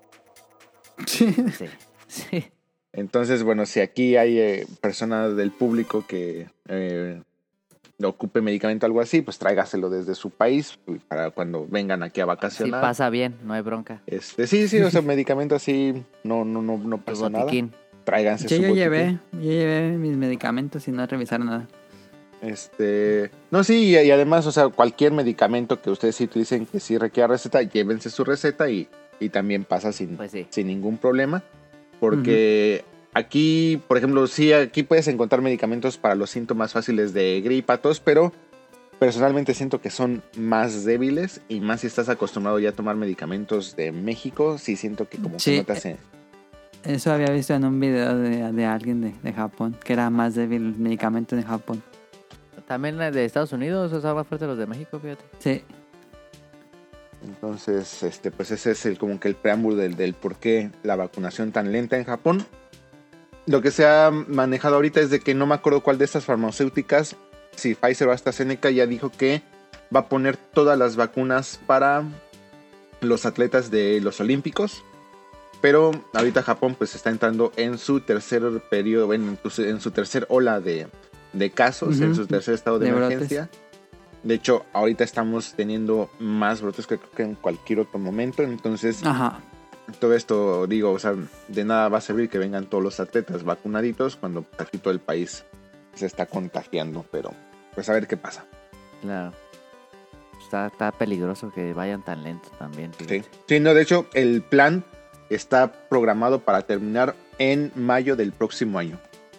Sí. Sí. Sí. Entonces, bueno, si aquí hay eh, personas del público que eh, ocupe medicamento o algo así, pues tráigaselo desde su país para cuando vengan aquí a Sí vacacionar. pasa bien, no hay bronca. Este, sí, sí, o sea, medicamento así, no, no, no, no El pasa nada. botiquín. Tráiganse Sí, su yo botiquín. llevé, yo llevé mis medicamentos y no revisaron nada. Este, no, sí, y, y además, o sea, cualquier medicamento que ustedes sí utilicen que sí requiera receta, llévense su receta y, y también pasa sin, Pues sí. sin ningún problema. Porque aquí, por ejemplo, sí, aquí puedes encontrar medicamentos para los síntomas fáciles de gripa, tos, pero personalmente siento que son más débiles y más si estás acostumbrado ya a tomar medicamentos de México, sí siento que como Sí. que no te hace... Eso había visto en un video de, de alguien de, de Japón, que era más débil el medicamento de Japón. También de Estados Unidos, es más fuerte los de México, fíjate. Sí. Entonces, este, pues ese es el, como que el preámbulo del, del por qué la vacunación tan lenta en Japón. Lo que se ha manejado ahorita es de que no me acuerdo cuál de estas farmacéuticas, si Pfizer o AstraZeneca, ya dijo que va a poner todas las vacunas para los atletas de los Olímpicos. Pero ahorita Japón pues está entrando en su tercer periodo, en, en su tercer ola de, de casos, Ujú. en su tercer estado de, De brotes. emergencia. De hecho, ahorita estamos teniendo más brotes que, que en cualquier otro momento. Entonces, Ajá. todo esto, digo, o sea, de nada va a servir que vengan todos los atletas vacunaditos cuando aquí todo el país se está contagiando. Pero, pues a ver qué pasa. Claro. Está, está peligroso que vayan tan lento también. Sí. fíjate. Sí, no, de hecho, el plan está programado para terminar en mayo del próximo año.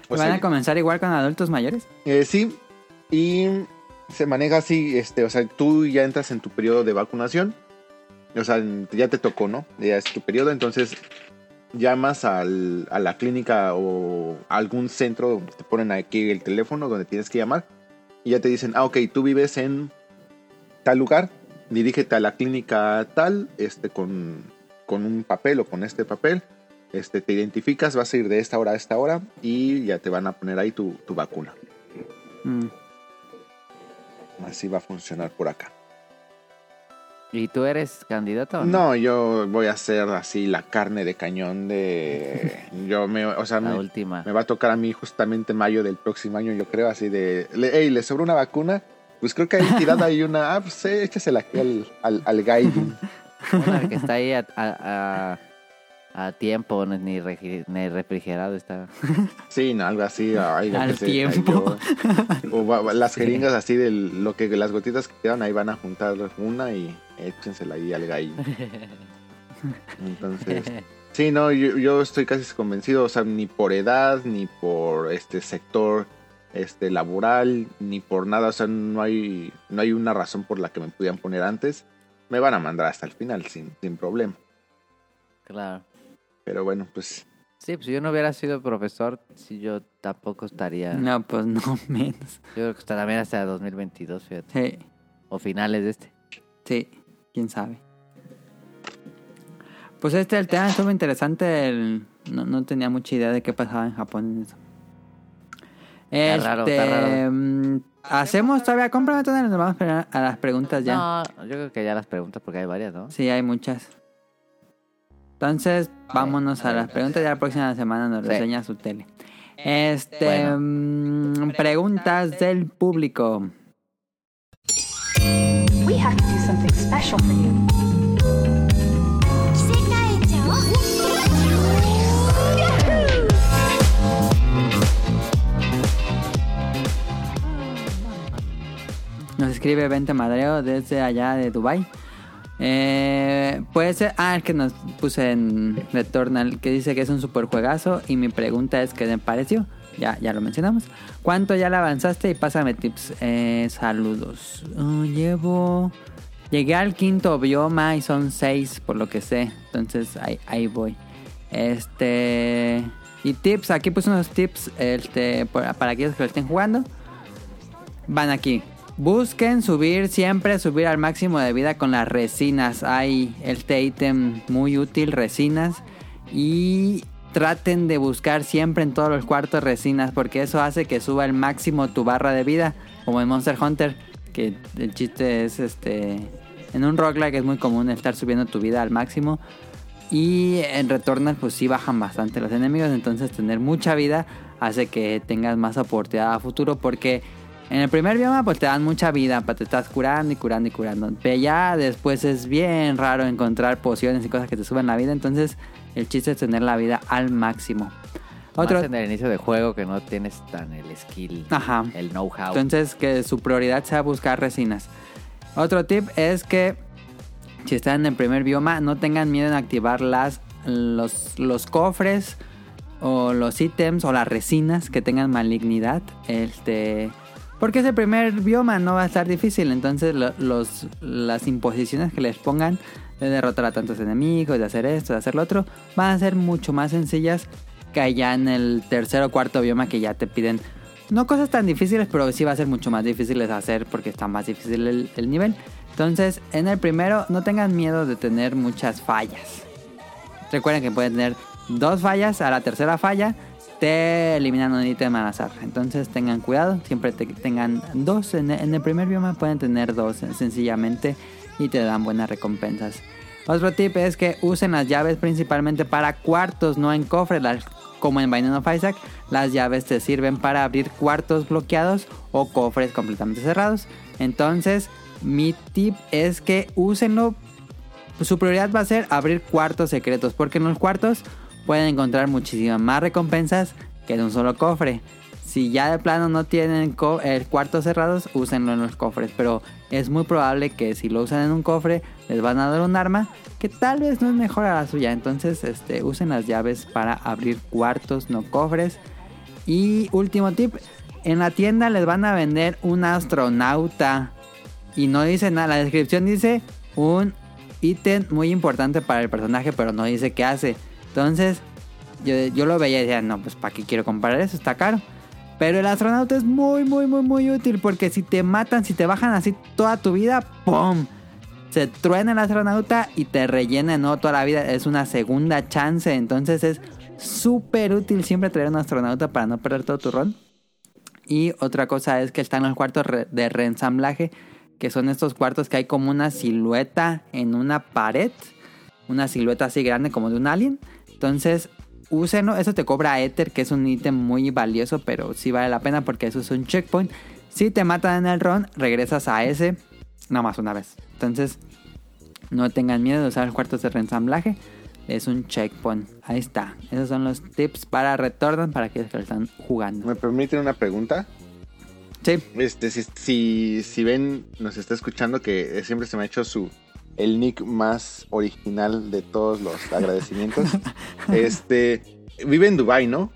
O ¿Van sea, a comenzar igual con adultos mayores? Eh, sí, y se maneja así, este, o sea, tú ya entras en tu periodo de vacunación, o sea, ya te tocó, ¿no? Ya es tu periodo, entonces llamas al, a la clínica o a algún centro donde te ponen aquí el teléfono donde tienes que llamar y ya te dicen, ah, ok, tú vives en tal lugar, dirígete a la clínica tal, este, con, con un papel o con este papel. Este, te identificas, vas a ir de esta hora a esta hora y ya te van a poner ahí tu, tu vacuna. Mm. Así va a funcionar por acá. ¿Y tú eres candidato o no? No, yo voy a hacer así la carne de cañón de... yo me, o sea, La me, última. me va a tocar a mí justamente mayo del próximo año, yo creo, así de... Le, hey, ¿le sobra una vacuna? Pues creo que ahí tirada hay una... Ah, pues eh, échasela aquí al, al, al guiding. Una que está ahí a, a, a, a tiempo, ni, ni regi- ni refrigerado está. Sí, no, algo así. Ay, ya Al que se tiempo. cayó. O va- va- las jeringas así de lo que las gotitas que quedan ahí van a juntar una y échensela ahí al gallo. Entonces, sí, no, yo, yo estoy casi convencido, o sea, ni por edad, ni por este sector este laboral, ni por nada, o sea, no hay no hay una razón por la que me pudieran poner antes. Me van a mandar hasta el final sin, sin problema. Claro. Pero bueno, pues Sí, pues si yo no hubiera sido profesor, si yo tampoco estaría. No, pues no menos. Yo creo que hasta también hasta dos mil veintidós, fíjate. Sí, O finales de este. sí, quién sabe. Pues este el tema estuvo interesante. El... No, no tenía mucha idea de qué pasaba en Japón en eso. Está raro, está raro. mm, Hacemos todavía compra, nos vamos a esperar a las preguntas ya. No, yo creo que ya las preguntas, porque hay varias, ¿no? Sí, hay muchas. Entonces, vámonos a las preguntas. Ya la próxima semana nos Sí. reseña su tele. Este, Bueno. mm, preguntas del público. We have to do something special for you. Nos escribe Vente Madreo desde allá de Dubai. Eh, puede ser. Ah, el que nos puse en Returnal, que dice que es un super juegazo. Y mi pregunta es: ¿qué me pareció? Ya, ya lo mencionamos. ¿Cuánto ya le avanzaste? Y pásame tips. Eh, saludos. Oh, llevo. Llegué al quinto bioma y son seis, por lo que sé. Entonces ahí, ahí voy. Este. Y tips, aquí puse unos tips este, para, para aquellos que lo estén jugando. Van aquí. Busquen subir, siempre subir al máximo de vida con las resinas. Hay este ítem muy útil, resinas. Y traten de buscar siempre en todos los cuartos resinas, porque eso hace que suba al máximo tu barra de vida. Como en Monster Hunter, que el chiste es este... En un roguelike es muy común estar subiendo tu vida al máximo. Y en Returnal pues sí bajan bastante los enemigos. Entonces tener mucha vida hace que tengas más oportunidad a futuro, porque... En el primer bioma pues te dan mucha vida, te estás curando y curando y curando. Pero ya después es bien raro encontrar pociones y cosas que te suben la vida. Entonces el chiste es tener la vida al máximo. Otro... Más en el inicio de juego que no tienes tan el skill, Ajá. el know-how. Entonces que su prioridad sea buscar resinas. Otro tip es que si están en el primer bioma no tengan miedo en activar las, los, los cofres o los ítems o las resinas que tengan malignidad. Este... Porque es el primer bioma, no va a estar difícil. Entonces lo, los, las imposiciones que les pongan de derrotar a tantos enemigos, de hacer esto, de hacer lo otro, van a ser mucho más sencillas que allá en el tercer o cuarto bioma, que ya te piden no cosas tan difíciles, pero sí va a ser mucho más difíciles de hacer porque está más difícil el, el nivel. Entonces en el primero no tengan miedo de tener muchas fallas. Recuerden que pueden tener dos fallas. A la tercera falla te eliminan un ítem al azar. Entonces tengan cuidado. Siempre te, tengan dos. En, en el primer bioma pueden tener dos sencillamente y te dan buenas recompensas. Otro tip es que usen las llaves principalmente para cuartos, no en cofres. Las, como en Binding of Isaac, las llaves te sirven para abrir cuartos bloqueados o cofres completamente cerrados. Entonces mi tip es que úsenlo. Su prioridad va a ser abrir cuartos secretos, porque en los cuartos pueden encontrar muchísimas más recompensas que en un solo cofre. Si ya de plano no tienen co- eh, cuartos cerrados, úsenlo en los cofres. Pero es muy probable que si lo usan en un cofre, les van a dar un arma que tal vez no es mejor a la suya. Entonces este, usen las llaves para abrir cuartos, no cofres. Y último tip, en la tienda les van a vender un astronauta y no dice nada, la descripción dice un ítem muy importante para el personaje, pero no dice qué hace. Entonces yo, yo lo veía y decía, no, pues ¿para qué quiero comprar eso? Está caro. Pero el astronauta es muy, muy, muy, muy útil, porque si te matan, si te bajan así toda tu vida, ¡pum! Se truena el astronauta y te rellena, ¿no? Toda la vida. Es una segunda chance. Entonces es súper útil siempre traer un astronauta para no perder todo tu run. Y otra cosa es que están los cuartos re- de reensamblaje, que son estos cuartos que hay como una silueta en una pared. Una silueta así grande como de un alien. Entonces, úsenlo. Eso te cobra Ether, que es un ítem muy valioso, pero sí vale la pena porque eso es un checkpoint. Si te matan en el run, regresas a ese nada más una vez. Entonces, no tengan miedo de usar los cuartos de reensamblaje. Es un checkpoint. Ahí está. Esos son los tips para Returnal para aquellos que lo están jugando. ¿Me permiten una pregunta? Sí. Este, si, si, si Ben nos está escuchando, que siempre se me ha hecho su el nick más original de todos los agradecimientos. este, vive en Dubai, ¿no?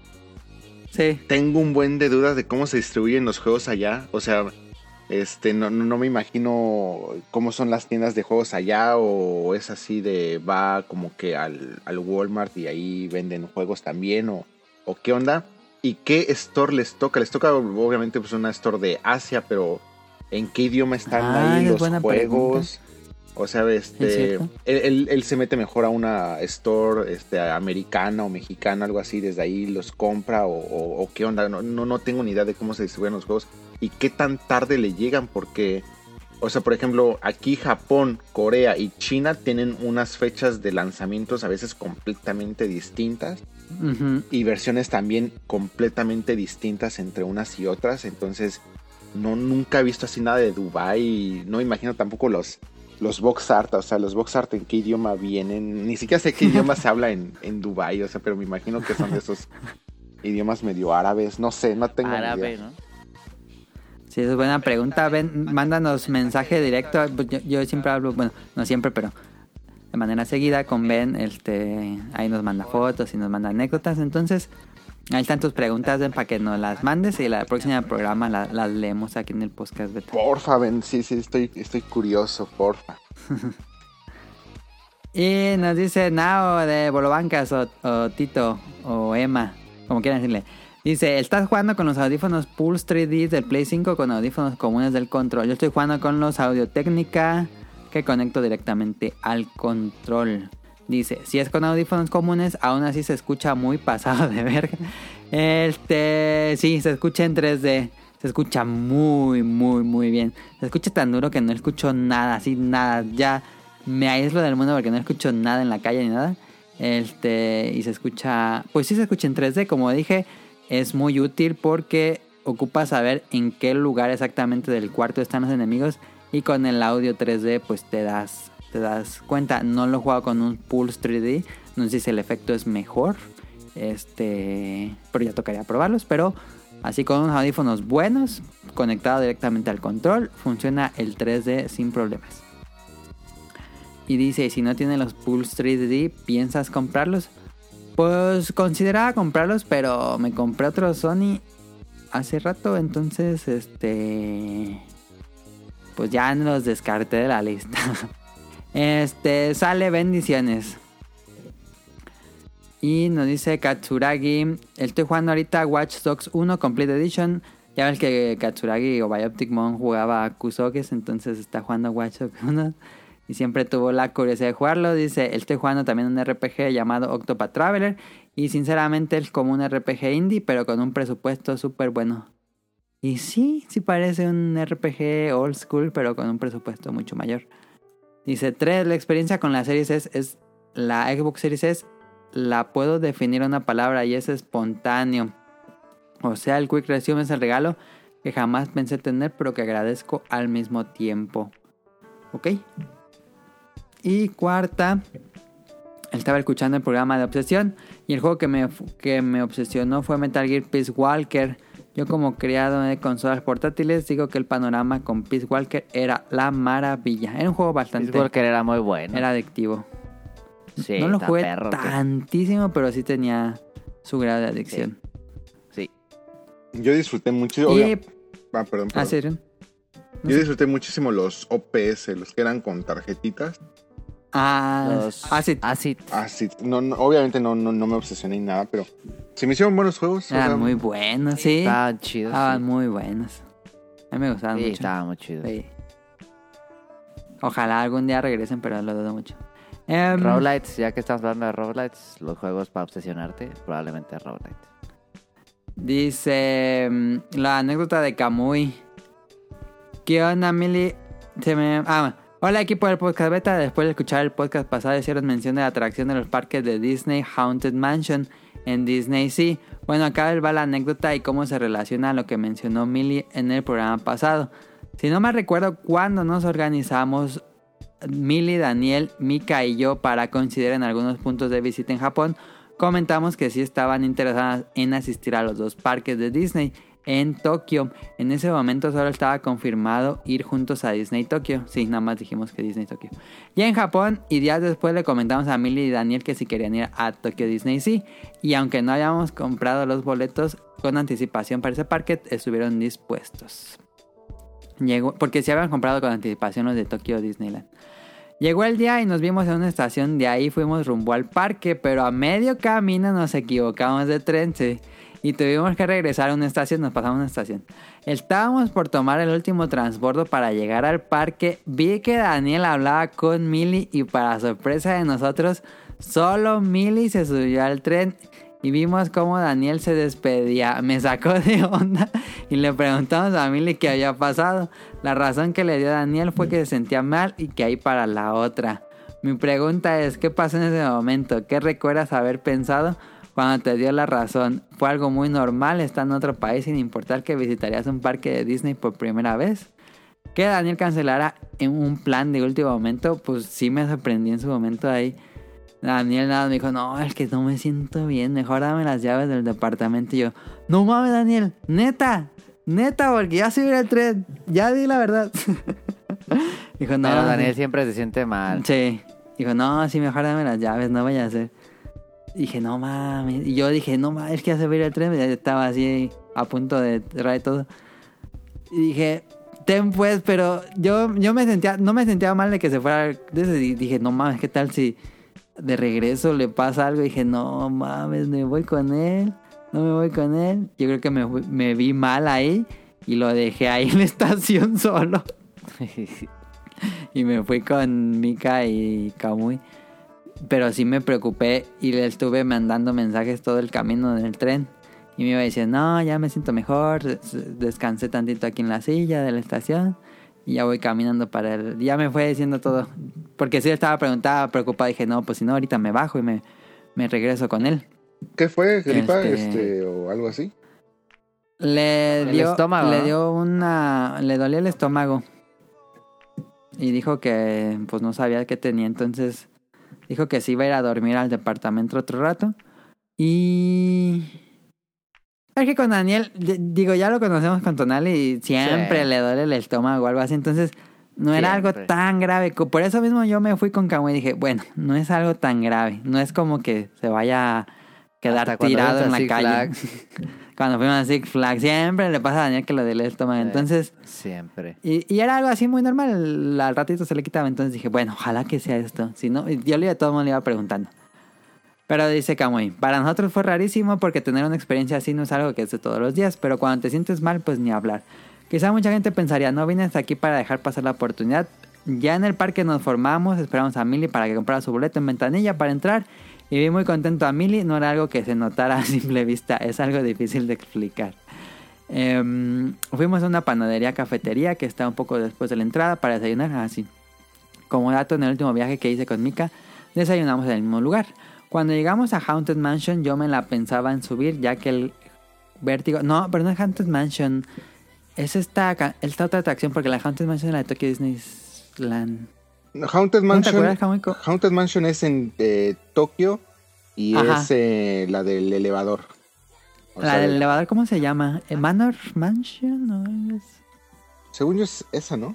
Sí. Tengo un buen de dudas de cómo se distribuyen los juegos allá. O sea, este, no, no, no me imagino cómo son las tiendas de juegos allá, o es así de va como que al, al Walmart y ahí venden juegos también, o, o qué onda. ¿Y qué store les toca? Les toca obviamente pues una store de Asia, pero ¿en qué idioma están Ah, ahí es los buena juegos? pregunta. O sea, ¿Es este, cierto? él, él, él se mete mejor a una store este, americana o mexicana, algo así, desde ahí los compra, o, o, o qué onda. No, no, no tengo ni idea de cómo se distribuyen los juegos y qué tan tarde le llegan, porque, o sea, por ejemplo, aquí Japón, Corea y China tienen unas fechas de lanzamientos a veces completamente distintas. Uh-huh. Y versiones también completamente distintas entre unas y otras. Entonces, no, nunca he visto así nada de Dubai. No imagino tampoco los, los box art. O sea, los box art en qué idioma vienen. Ni siquiera sé qué idioma se habla en, en Dubai. O sea, pero me imagino que son de esos idiomas medio árabes. No sé, no tengo Árabe, ni idea. ¿no? Sí, es buena pregunta. Ven, mándanos mensaje directo. Yo, yo siempre hablo, bueno, no siempre, pero de manera seguida con Ben. Este, ahí nos manda fotos y nos manda anécdotas. Entonces, ahí están tus preguntas, Ben, para que nos las mandes y la próxima programa la- las leemos aquí en el podcast beta. Porfa, Ben, sí, sí, estoy, estoy curioso, porfa. Y nos dice Nao de Bolobancas o, o Tito o Emma, como quieran decirle. Dice, ¿estás jugando con los audífonos Pulse tres D del Play cinco o con audífonos comunes del control? Yo estoy jugando con los Audio-Técnica que conecto directamente al control. Dice, si es con audífonos comunes, aún así se escucha muy pasado de verga. Este, sí, se escucha en tres D. Se escucha muy, muy, muy bien. Se escucha tan duro que no escucho nada, así nada. Ya me aíslo del mundo porque no escucho nada en la calle ni nada. Este, y se escucha, pues sí se escucha en tres D, como dije. Es muy útil porque ocupa saber en qué lugar exactamente del cuarto están los enemigos. Y con el audio tres D pues te das, te das cuenta. No lo he jugado con un Pulse tres D. No sé si el efecto es mejor. Este, pero ya tocaría probarlos. Pero así con unos audífonos buenos, conectado directamente al control, funciona el tres D sin problemas. Y dice, si no tienen los Pulse tres D, ¿piensas comprarlos? Pues consideraba comprarlos, pero me compré otro Sony hace rato, entonces este pues ya los descarté de la lista. Este, sale bendiciones. Y nos dice Katsuragi, estoy jugando ahorita Watch Dogs uno Complete Edition. Ya ves que Katsuragi o Bioptic Mon jugaba a Kusoges, entonces está jugando Watch Dogs uno. Y siempre tuvo la curiosidad de jugarlo. Dice, estoy jugando también un R P G llamado Octopath Traveler. Y sinceramente es como un R P G indie, pero con un presupuesto súper bueno. Y sí, sí parece un R P G old school, pero con un presupuesto mucho mayor. Dice, tres, la experiencia con la Series S es... La Xbox Series S la puedo definir en una palabra y es espontáneo. O sea, el Quick Resume es el regalo que jamás pensé tener, pero que agradezco al mismo tiempo. ¿Ok? Y cuarta, estaba escuchando el programa de Obsesión y el juego que me, que me obsesionó fue Metal Gear Peace Walker. Yo como criado de consolas portátiles digo que el panorama con Peace Walker era la maravilla. Era un juego bastante... Peace Walker era muy bueno. Era adictivo. Sí, No lo está jugué perro, tantísimo, pero sí tenía su grado de adicción. Sí. Yo disfruté mucho. Y... obvio- Ah, perdón, Ah, perdón. sí, Aaron. Yo disfruté muchísimo los O P S, los que eran con tarjetitas. Ah, Los ah, sí. Acid. Ah, sí. No, no, obviamente no, no, no me obsesioné ni nada, pero se me hicieron buenos juegos. o Eran sea, muy buenos, sí. Estaban chidos. Estaban sí. muy buenos. A mí me gustaban Sí, mucho. estaban muy chidos. Sí. Ojalá algún día regresen, pero lo dudo mucho. Em, Roguelites, ya que estamos hablando de roguelites, los juegos para obsesionarte, probablemente roguelites. Dice em, la anécdota de Kamui. ¿Qué onda, Mili? Se me... Ah, hola, equipo del podcast beta. Después de escuchar el podcast pasado, hicieron mención de la atracción de los parques de Disney Haunted Mansion en Disney Sea. Bueno, acá va la anécdota y cómo se relaciona a lo que mencionó Mili en el programa pasado. Si no me recuerdo cuándo nos organizamos Mili, Daniel, Mika y yo para coincidir en algunos puntos de visita en Japón, comentamos que sí estaban interesadas en asistir a los dos parques de Disney en Tokio. En ese momento solo estaba confirmado ir juntos a Disney Tokio. Sí, nada más dijimos que Disney Tokio. Y en Japón, y días después le comentamos a Mili y Daniel que si querían ir a Tokio Disney Sea. Y aunque no habíamos comprado los boletos con anticipación para ese parque, estuvieron dispuestos. Llegó, porque sí habían comprado con anticipación los de Tokio Disneyland. Llegó el día y nos vimos en una estación. De ahí fuimos rumbo al parque, pero a medio camino nos equivocamos de tren, sí, y tuvimos que regresar a una estación. Nos pasamos a una estación. Estábamos por tomar el último transbordo para llegar al parque. Vi que Daniel hablaba con Mili y para sorpresa de nosotros, solo Mili se subió al tren. Y vimos cómo Daniel se despedía. Me sacó de onda y le preguntamos a Mili qué había pasado. La razón que le dio Daniel fue que se sentía mal y que hay para la otra. Mi pregunta es, ¿qué pasó en ese momento? ¿Qué recuerdas haber pensado cuando te dio la razón? ¿Fue algo muy normal estar en otro país sin importar que visitarías un parque de Disney por primera vez? Que Daniel cancelara en un plan de último momento, pues sí me sorprendí en su momento ahí. Daniel nada me dijo, no, es que no me siento bien, mejor dame las llaves del departamento. Y yo, no mames, Daniel, neta, neta, porque ya subí el tren, ya di la verdad. Dijo, no, Pero Daniel sí. siempre se siente mal. Sí, dijo, no, sí, mejor dame las llaves, no vaya a ser. Y dije, no mames, y yo dije, no mames, es que ya subí el tren, ya estaba así a punto de traer todo. Y dije, ten pues, pero yo, yo me sentía, no me sentía mal de que se fuera de eso. Y dije, no mames, ¿qué tal si de regreso le pasa algo? Y dije, no mames, me voy con él, no me voy con él. Yo creo que me, me vi mal ahí y lo dejé ahí en la estación solo. Y me fui con Mika y Kamui. Pero sí me preocupé y le estuve mandando mensajes todo el camino del tren. Y me iba diciendo, no, ya me siento mejor, descansé tantito aquí en la silla de la estación. Y ya voy caminando para él. Ya me fue diciendo todo. Porque sí estaba preguntado, preocupado. Dije, no, pues si no, ahorita me bajo y me, me regreso con él. ¿Qué fue? ¿Gripa? Este- Este, o algo así. Le El dio, estómago, le ¿no? dio una... Le dolía el estómago. Y dijo que pues no sabía qué tenía. Entonces dijo que sí iba a ir a dormir al departamento otro rato. Y... Es que con Daniel, d- digo, ya lo conocemos con Tonali y siempre Sí. le duele el estómago o algo así. Entonces no era algo Siempre. tan grave. Co- Por eso mismo yo me fui con Kamui y dije, bueno, no es algo tan grave. No es como que se vaya a quedar Hasta cuando tirado fuimos en a la Six calle. Flags. Cuando fuimos a Six Flags, siempre le pasa a Daniel que lo del estómago. Entonces, Siempre. y, y era algo así muy normal. Al ratito se le quitaba. Entonces dije, bueno, ojalá que sea esto. Si no, y yo le iba, todo el mundo le iba preguntando. Pero dice Kamui, para nosotros fue rarísimo porque tener una experiencia así no es algo que es de todos los días. Pero cuando te sientes mal, pues ni hablar. Quizá mucha gente pensaría, no vine hasta aquí para dejar pasar la oportunidad. Ya en el parque nos formamos, esperamos a Mili para que comprara su boleto en ventanilla para entrar. Y vi muy contento a Mili. No era algo que se notara a simple vista. Es algo difícil de explicar. Eh, fuimos a una panadería cafetería que está un poco después de la entrada para desayunar. Así. Como dato, en el último viaje que hice con Mika, desayunamos en el mismo lugar. Cuando llegamos a Haunted Mansion, yo me la pensaba en subir, ya que el vértigo... No, pero no es Haunted Mansion. Es esta, ca- esta otra atracción, porque la Haunted Mansion es la de Tokyo Disneyland. Haunted ¿No te Mansion, acuerdas, Kamiko? Haunted Mansion es en eh, Tokio y Ajá. es eh, la del elevador. O La sea, del elevador, ¿cómo se llama? ¿Eh, ¿Manor Mansion? ¿No es? según yo es esa, ¿no?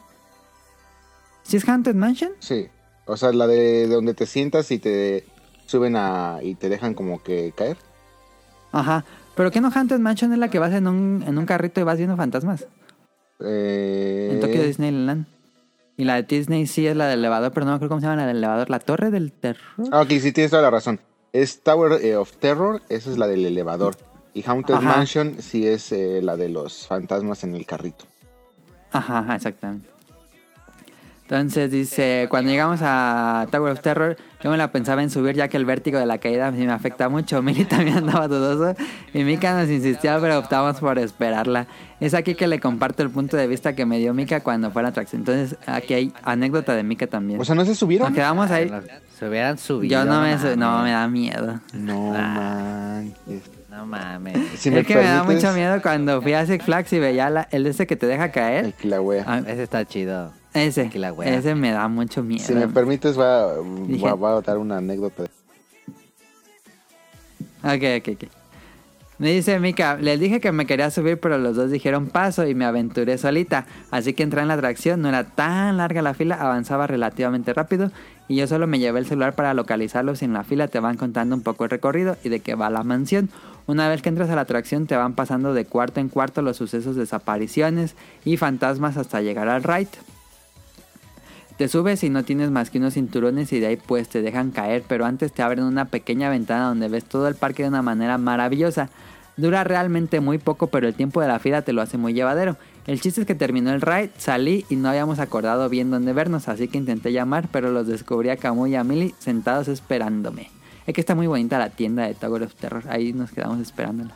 ¿Sí es Haunted Mansion? Sí. O sea, la de, de donde te sientas y te suben a y te dejan como que caer. Ajá. Pero ¿qué no Haunted Mansion es la que vas en un, en un carrito y vas viendo fantasmas? Eh... En Tokyo Disneyland. Y la de Disney sí es la del elevador, pero no me acuerdo cómo se llama la del elevador. ¿La Torre del Terror? Ah, ok, sí, tienes toda la razón. Es Tower eh, of Terror, esa es la del elevador. Y Haunted Ajá. Mansion sí es eh, la de los fantasmas en el carrito. Ajá, ajá, exactamente. Entonces dice, cuando llegamos a Tower of Terror, yo me la pensaba en subir ya que el vértigo de la caída sí me afecta mucho. Mili también andaba dudoso y Mika nos insistió, pero optamos por esperarla. Es aquí que le comparto el punto de vista que me dio Mika cuando fue a la atracción. Entonces aquí hay anécdota de Mika también. O sea, ¿no se subieron? Nos quedamos ahí. Se hubieran subido. Yo no me, mames. no, me da miedo. No, man. No mames. Si es que me da permites, mucho miedo cuando fui a Six Flags y veía la, el ese que te deja caer. el Kilauea. Ah, Ese está chido. ese, Aquí la wea. ese me da mucho miedo. Si me permites, voy a, Dije- voy a- voy a dar una anécdota. Ok, ok, ok. Me dice Mika, les dije que me quería subir, pero los dos dijeron paso y me aventuré solita. Así que entré en la atracción, no era tan larga la fila, avanzaba relativamente rápido y yo solo me llevé el celular para localizarlos y en la fila te van contando un poco el recorrido y de qué va la mansión. Una vez que entras a la atracción te van pasando de cuarto en cuarto los sucesos, desapariciones y fantasmas hasta llegar al ride. Te subes y no tienes más que unos cinturones y de ahí pues te dejan caer, pero antes te abren una pequeña ventana donde ves todo el parque de una manera maravillosa. Dura realmente muy poco, pero el tiempo de la fila te lo hace muy llevadero. El chiste es que terminó el ride, salí y no habíamos acordado bien dónde vernos, así que intenté llamar, pero los descubrí a Camu y a Millie sentados esperándome. Es que está muy bonita la tienda de Tower of Terror, ahí nos quedamos esperándola.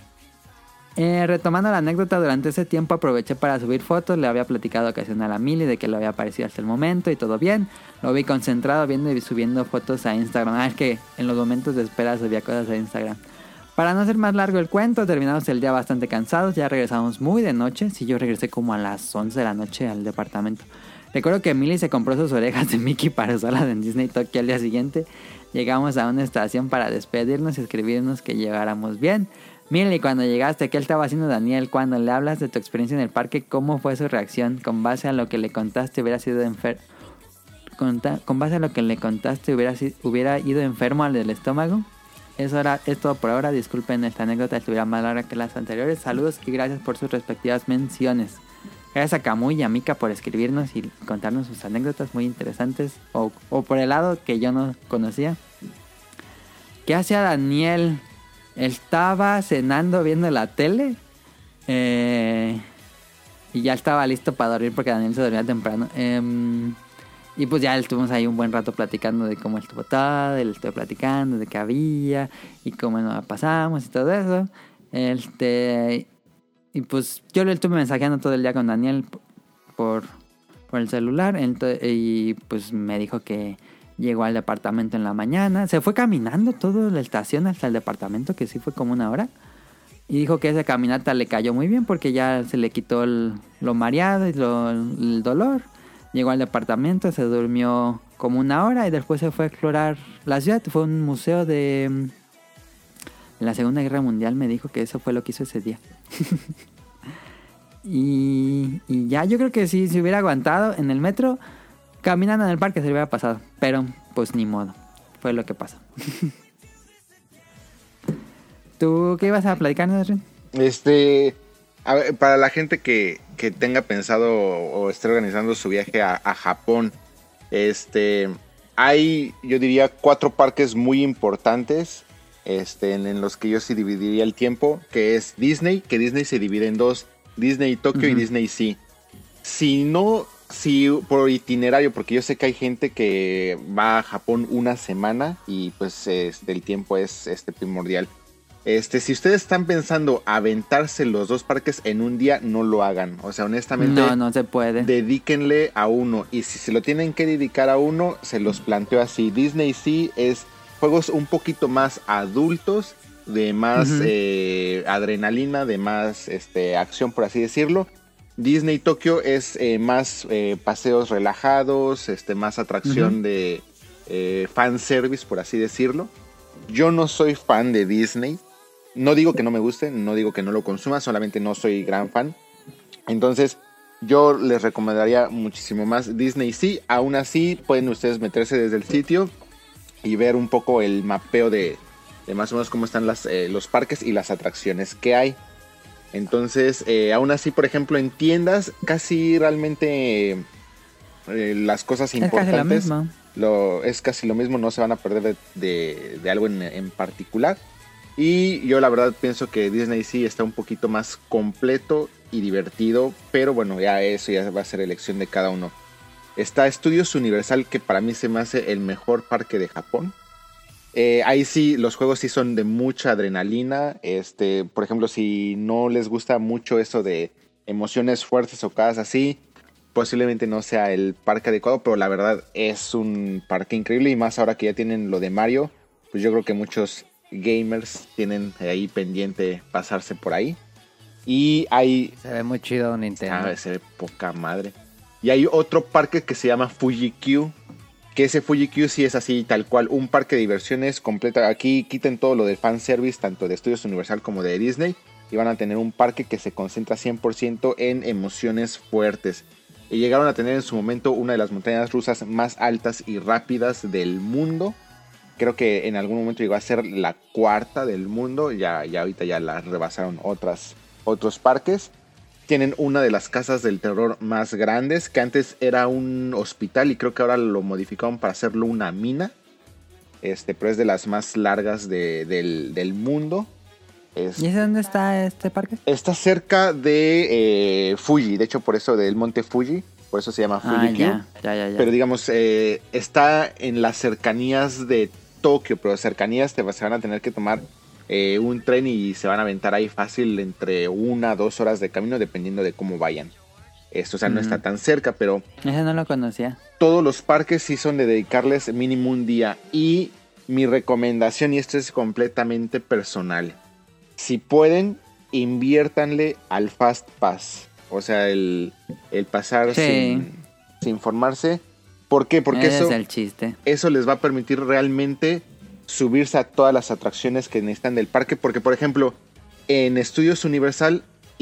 Eh, retomando la anécdota, durante ese tiempo aproveché para subir fotos, le había platicado ocasional a Millie de que lo había aparecido hasta el momento y todo bien. Lo vi concentrado viendo y subiendo fotos a Instagram. Ah, es que en los momentos de espera subía cosas a Instagram. Para no hacer más largo el cuento, terminamos el día bastante cansados, ya regresamos muy de noche. Sí, yo regresé como a las once de la noche al departamento. Recuerdo que Millie se compró sus orejas de Mickey para usarlas en Disney Tokyo al día siguiente. Llegamos a una estación para despedirnos y escribirnos que llegáramos bien. Millie, cuando llegaste, ¿qué estaba haciendo Daniel? Cuando le hablas de tu experiencia en el parque, ¿cómo fue su reacción? Con base a lo que le contaste, hubiera sido enfermo. Con, con base a lo que le contaste, hubiera, hubiera ido enfermo al del estómago. Eso era, es todo por ahora. Disculpen, esta anécdota estuviera más larga que las anteriores. Saludos y gracias por sus respectivas menciones. Gracias a Camu y a Mika por escribirnos y contarnos sus anécdotas muy interesantes. O, o por el lado que yo no conocía. ¿Qué hacía Daniel? Estaba cenando viendo la tele. Eh, y ya estaba listo para dormir porque Daniel se dormía temprano. Eh, y pues ya estuvimos ahí un buen rato platicando de cómo estuvo todo. Él estuvo platicando de qué había y cómo nos la pasamos y todo eso. Este, y pues yo le estuve mensajeando todo el día con Daniel por, por el celular. Entonces, y pues me dijo que llegó al departamento en la mañana. Se fue caminando toda la estación hasta el departamento, que sí fue como una hora. Y dijo que esa caminata le cayó muy bien porque ya se le quitó el, lo mareado y lo, el dolor. Llegó al departamento, se durmió como una hora y después se fue a explorar la ciudad. Fue un museo de la Segunda Guerra Mundial, me dijo que eso fue lo que hizo ese día. y, y ya, yo creo que si se hubiera aguantado en el metro, caminando en el parque se le hubiera pasado. Pero pues ni modo, fue lo que pasó. ¿Tú qué ibas a platicarnos, Ren? Este, a ver, para la gente que, que tenga pensado o esté organizando su viaje a, a Japón, este, hay, yo diría, cuatro parques muy importantes, este, en, en los que yo sí dividiría el tiempo, que es Disney, que Disney se divide en dos, Disney Tokio uh-huh. y Disney Sea. Si no, si por itinerario, porque yo sé que hay gente que va a Japón una semana y pues este, el tiempo es este primordial. Este, si ustedes están pensando aventarse los dos parques en un día, no lo hagan. O sea, honestamente, no, no se puede. Dedíquenle a uno. Y si se lo tienen que dedicar a uno, se los planteo así. Disney sí es juegos un poquito más adultos, de más uh-huh. eh, adrenalina, de más este, acción, por así decirlo. Disney Tokio es eh, más eh, paseos relajados, este, más atracción uh-huh. de eh, fanservice, por así decirlo. Yo no soy fan de Disney. No digo que no me guste, no digo que no lo consuma, solamente no soy gran fan. Entonces, yo les recomendaría muchísimo más Disney sí. Aún así, pueden ustedes meterse desde el sitio y ver un poco el mapeo de, de más o menos cómo están las, eh, los parques y las atracciones que hay. Entonces, eh, aún así, por ejemplo, en tiendas casi realmente eh, las cosas importantes... Es casi lo mismo. Lo, es casi lo mismo, no se van a perder de, de, de algo en, en particular. Y yo la verdad pienso que Disney sí está un poquito más completo y divertido, pero bueno, ya eso ya va a ser elección de cada uno. Está Studios Universal, que para mí se me hace el mejor parque de Japón. Eh, ahí sí, los juegos sí son de mucha adrenalina. Este, por ejemplo, si no les gusta mucho eso de emociones fuertes o cosas así, posiblemente no sea el parque adecuado, pero la verdad es un parque increíble. Y más ahora que ya tienen lo de Mario, pues yo creo que muchos gamers tienen ahí pendiente pasarse por ahí. Y hay... Se ve muy chido Nintendo. Ah, se ve poca madre. Y hay otro parque que se llama Fuji Q, que ese Fuji Q sí es así, tal cual, un parque de diversiones completa. Aquí quiten todo lo del fanservice, tanto de Estudios Universal como de Disney, y van a tener un parque que se concentra cien por ciento en emociones fuertes. Y llegaron a tener en su momento una de las montañas rusas más altas y rápidas del mundo. Creo que en algún momento llegó a ser la cuarta del mundo, ya, ya ahorita ya la rebasaron otras, otros parques. Tienen una de las casas del terror más grandes, que antes era un hospital y creo que ahora lo modificaron para hacerlo una mina. Este, pero es de las más largas de, del, del mundo. Es, ¿Y ese dónde está este parque? Está cerca de eh, Fuji, de hecho por eso del monte Fuji, por eso se llama Fuji Ah, Q. ya, ya, ya, ya. Pero digamos, eh, está en las cercanías de Tokio, pero cercanías te vas, se van a tener que tomar Eh, un tren y se van a aventar ahí fácil entre una, dos horas de camino dependiendo de cómo vayan. Esto, o sea, mm. no está tan cerca, pero... Ese no lo conocía. Todos los parques sí son de dedicarles mínimo un día. Y mi recomendación, y esto es completamente personal, si pueden, inviértanle al Fast Pass. O sea, el, el pasar sí. sin, sin formarse. ¿Por qué? Porque Ese eso, es el chiste. Eso les va a permitir realmente subirse a todas las atracciones que necesitan del parque, porque por ejemplo en Estudios Universal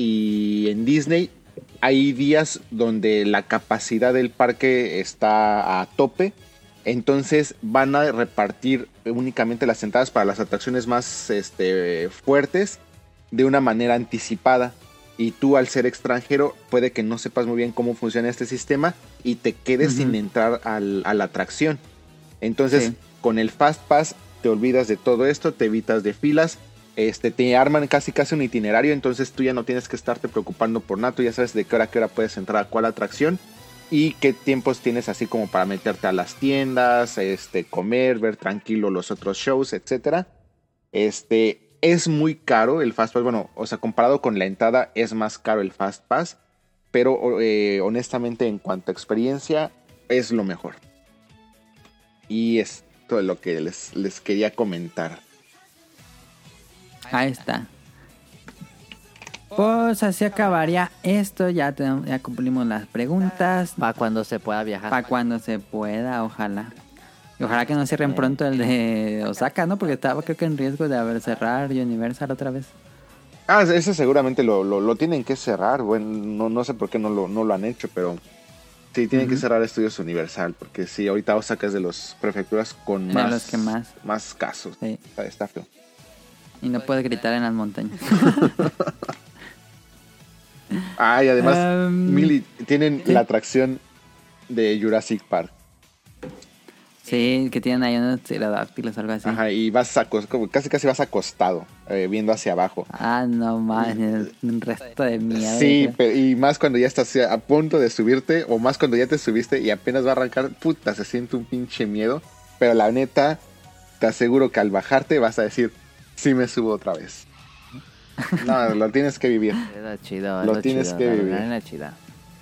y en Disney hay días donde la capacidad del parque está a tope, entonces van a repartir únicamente las entradas para las atracciones más este, fuertes de una manera anticipada, y tú al ser extranjero puede que no sepas muy bien cómo funciona este sistema y te quedes uh-huh. sin entrar al, a la atracción. Entonces sí. Con el Fast Pass te olvidas de todo esto, te evitas de filas, este, te arman casi casi un itinerario, entonces tú ya no tienes que estarte preocupando por nada, tú ya sabes de qué hora a qué hora puedes entrar a cuál atracción y qué tiempos tienes así como para meterte a las tiendas, este, comer, ver tranquilo los otros shows, etcétera. Este, es muy caro el Fast Pass, bueno, o sea, comparado con la entrada es más caro el Fast Pass, pero eh, honestamente en cuanto a experiencia es lo mejor. Y es todo lo que les, les quería comentar. Ahí está. Pues así acabaría esto. Ya, tenemos, ya cumplimos las preguntas. Para cuando se pueda viajar. Para cuando se pueda, ojalá. Y ojalá que no cierren pronto el de Osaka, ¿no? Porque estaba creo que en riesgo de haber cerrar Universal otra vez. Ah, ese seguramente lo, lo, lo tienen que cerrar. Bueno, no, no sé por qué no lo, no lo han hecho, pero sí, tienen uh-huh. que cerrar Estudios Universal. Porque sí, ahorita Osaka es de las prefecturas con de más, los que más. más casos. Sí. Está, está feo. Y no puede gritar en las montañas. Ah, y además, um, Mili, tienen ¿sí? la atracción de Jurassic Park. Sí, que tienen ahí unos pterodáctilos o algo así. Ajá, y vas acostado, casi casi vas acostado, eh, viendo hacia abajo. Ah, no mames, un resto de miedo. Sí, pero, y más cuando ya estás a punto de subirte, o más cuando ya te subiste y apenas va a arrancar, puta, se siente un pinche miedo. Pero la neta, te aseguro que al bajarte vas a decir, sí me subo otra vez. No, lo tienes que vivir. Era chido, lo tienes chido, que la vivir. Era chida.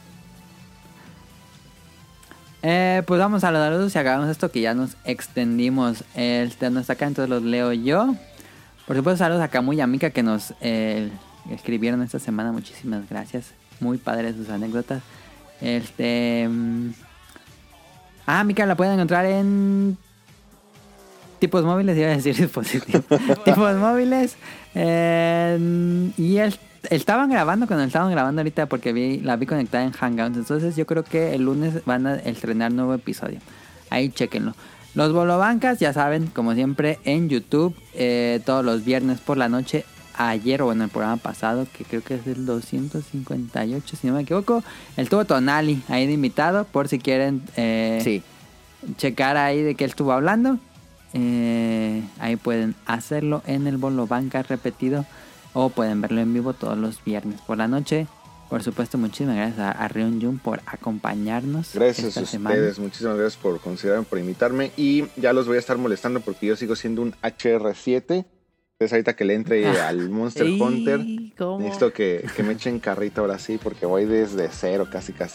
Eh, pues vamos a los saludos y acabamos esto que ya nos extendimos. Este no está acá, entonces los leo yo. Por supuesto, saludos a Camu y a Mika que nos eh, escribieron esta semana. Muchísimas gracias. Muy padres sus anécdotas. Este. Um... Ah, Mika la pueden encontrar en Tipos Móviles, iba a decir dispositivos. Tipos Móviles. Eh, y él. Estaban grabando cuando estaban grabando ahorita porque vi, la vi conectada en Hangouts. Entonces yo creo que el lunes van a estrenar nuevo episodio. Ahí chequenlo. Los Bolobancas, ya saben, como siempre, en YouTube, eh, todos los viernes por la noche. Ayer, o bueno, el programa pasado, que creo que es el doscientos cincuenta y ocho, si no me equivoco, estuvo Tonali ahí de invitado, por si quieren eh, Sí. checar ahí de qué estuvo hablando. Eh, ahí pueden hacerlo en el Bolobancas repetido, o pueden verlo en vivo todos los viernes por la noche. Por supuesto, muchísimas gracias a, a Rion Jun por acompañarnos. Gracias esta a ustedes, semana. muchísimas gracias por considerarme, por invitarme. Y ya los voy a estar molestando porque yo sigo siendo un H R siete. Entonces ahorita que le entre al Monster Ey, Hunter, ¿cómo? necesito que, que me echen carrito ahora sí, porque voy desde cero casi casi.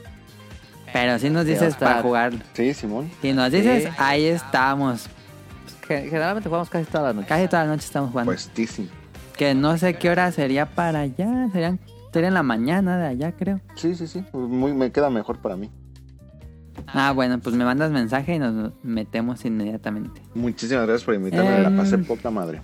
Pero si nos Sí, dices va a estar- para jugar, Sí, Simón. si nos dices, Sí. ahí estamos. Ge- Generalmente jugamos casi todas las noches. Casi toda la noche estamos jugando. Puestísimo. Que no sé qué hora sería para allá. Serían, sería en la mañana de allá, creo. Sí, sí, sí. Muy, me queda mejor para mí. Ah, bueno, pues me mandas mensaje y nos metemos inmediatamente. Muchísimas gracias por invitarme. Me la pasé Em. poca madre.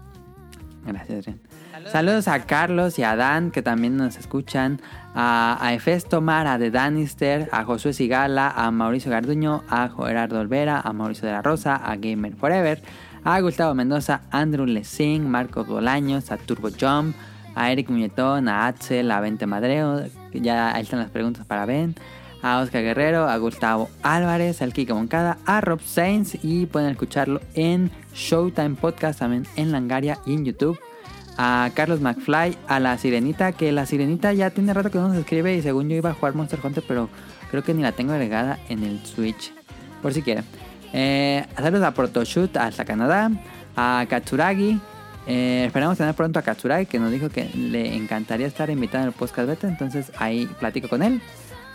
Gracias, Ren. Saludos a Carlos y a Dan, que también nos escuchan. A, a Efesto Mara de Danister, a Josué Sigala, a Mauricio Garduño, a Gerardo Olvera, a Mauricio de la Rosa, a Gamer Forever, a Gustavo Mendoza, Andrew Lessing, Marcos Bolaños, a Turbo Jump, a Eric Muñetón, a Axel, a Vente Madreo, ya ahí están las preguntas para Ben, a Oscar Guerrero, a Gustavo Álvarez, al Kike Moncada, a Rob Sainz, y pueden escucharlo en Showtime Podcast, también en Langaria y en YouTube. A Carlos McFly, a la Sirenita, que la Sirenita ya tiene rato que no nos escribe y según yo iba a jugar Monster Hunter, pero creo que ni la tengo agregada en el Switch, por si quieren. Eh, saludos a Protoshoot hasta Canadá, a Katsuragi. Eh, esperamos tener pronto a Katsuragi, que nos dijo que le encantaría estar invitado en el podcast beta, entonces ahí platico con él.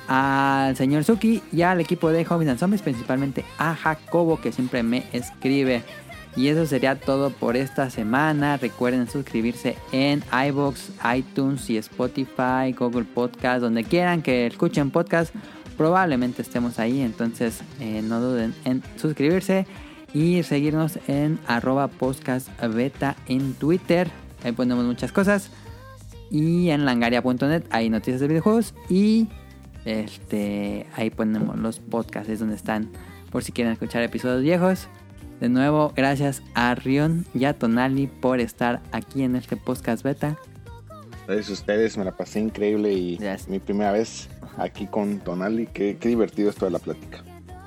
Al señor Suki y al equipo de Hobbies and Zombies, principalmente a Jacobo, que siempre me escribe. Y eso sería todo por esta semana. Recuerden suscribirse en iVoox, iTunes y Spotify, Google Podcast, donde quieran que escuchen podcast. Probablemente estemos ahí, entonces eh, no duden en suscribirse y seguirnos en arroba podcast beta en Twitter. Ahí ponemos muchas cosas. Y en langaria punto net hay noticias de videojuegos. Y este ahí ponemos los podcasts, es donde están, por si quieren escuchar episodios viejos. De nuevo, gracias a Rion y a Tonali por estar aquí en este podcast beta. Gracias a ustedes, me la pasé increíble y Yes. mi primera vez aquí con Tonali. Qué, qué divertido es toda la plática.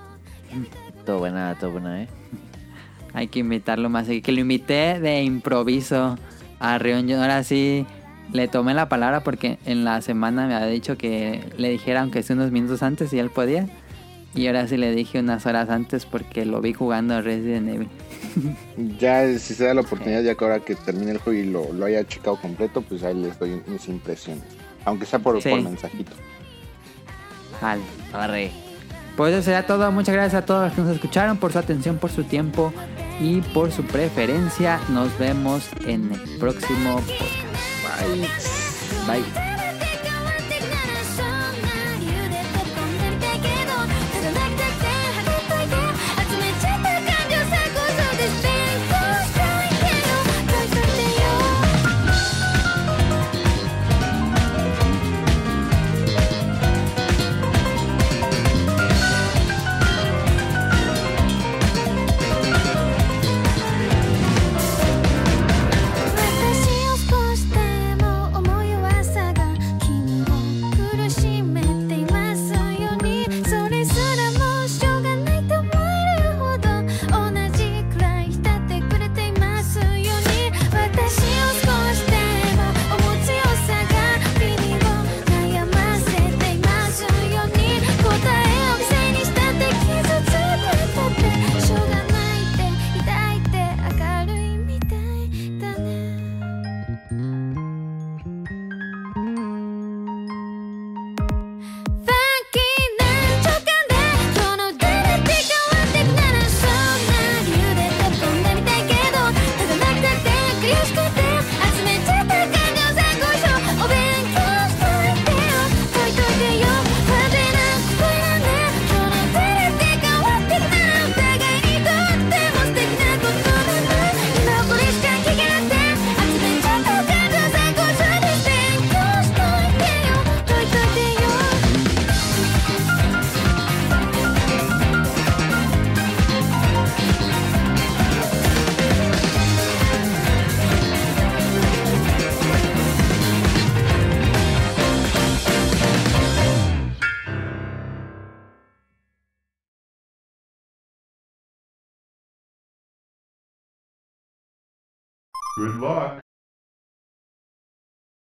Todo buena, todo buena, ¿eh? Hay que invitarlo más seguido. Que lo invité de improviso a Rion. Yo ahora sí le tomé la palabra porque en la semana me había dicho que le dijera aunque sea unos minutos antes y él podía. Y ahora sí le dije unas horas antes porque lo vi jugando Resident Evil. Ya si se da la oportunidad, ya que ahora que termine el juego y lo, lo haya checado completo, pues ahí les doy mis impresiones. Aunque sea por, Sí. por mensajito. Vale. Arre. Pues eso sería todo. Muchas gracias a todos los que nos escucharon, por su atención, por su tiempo y por su preferencia. Nos vemos en el próximo podcast. Bye. Bye. Good luck.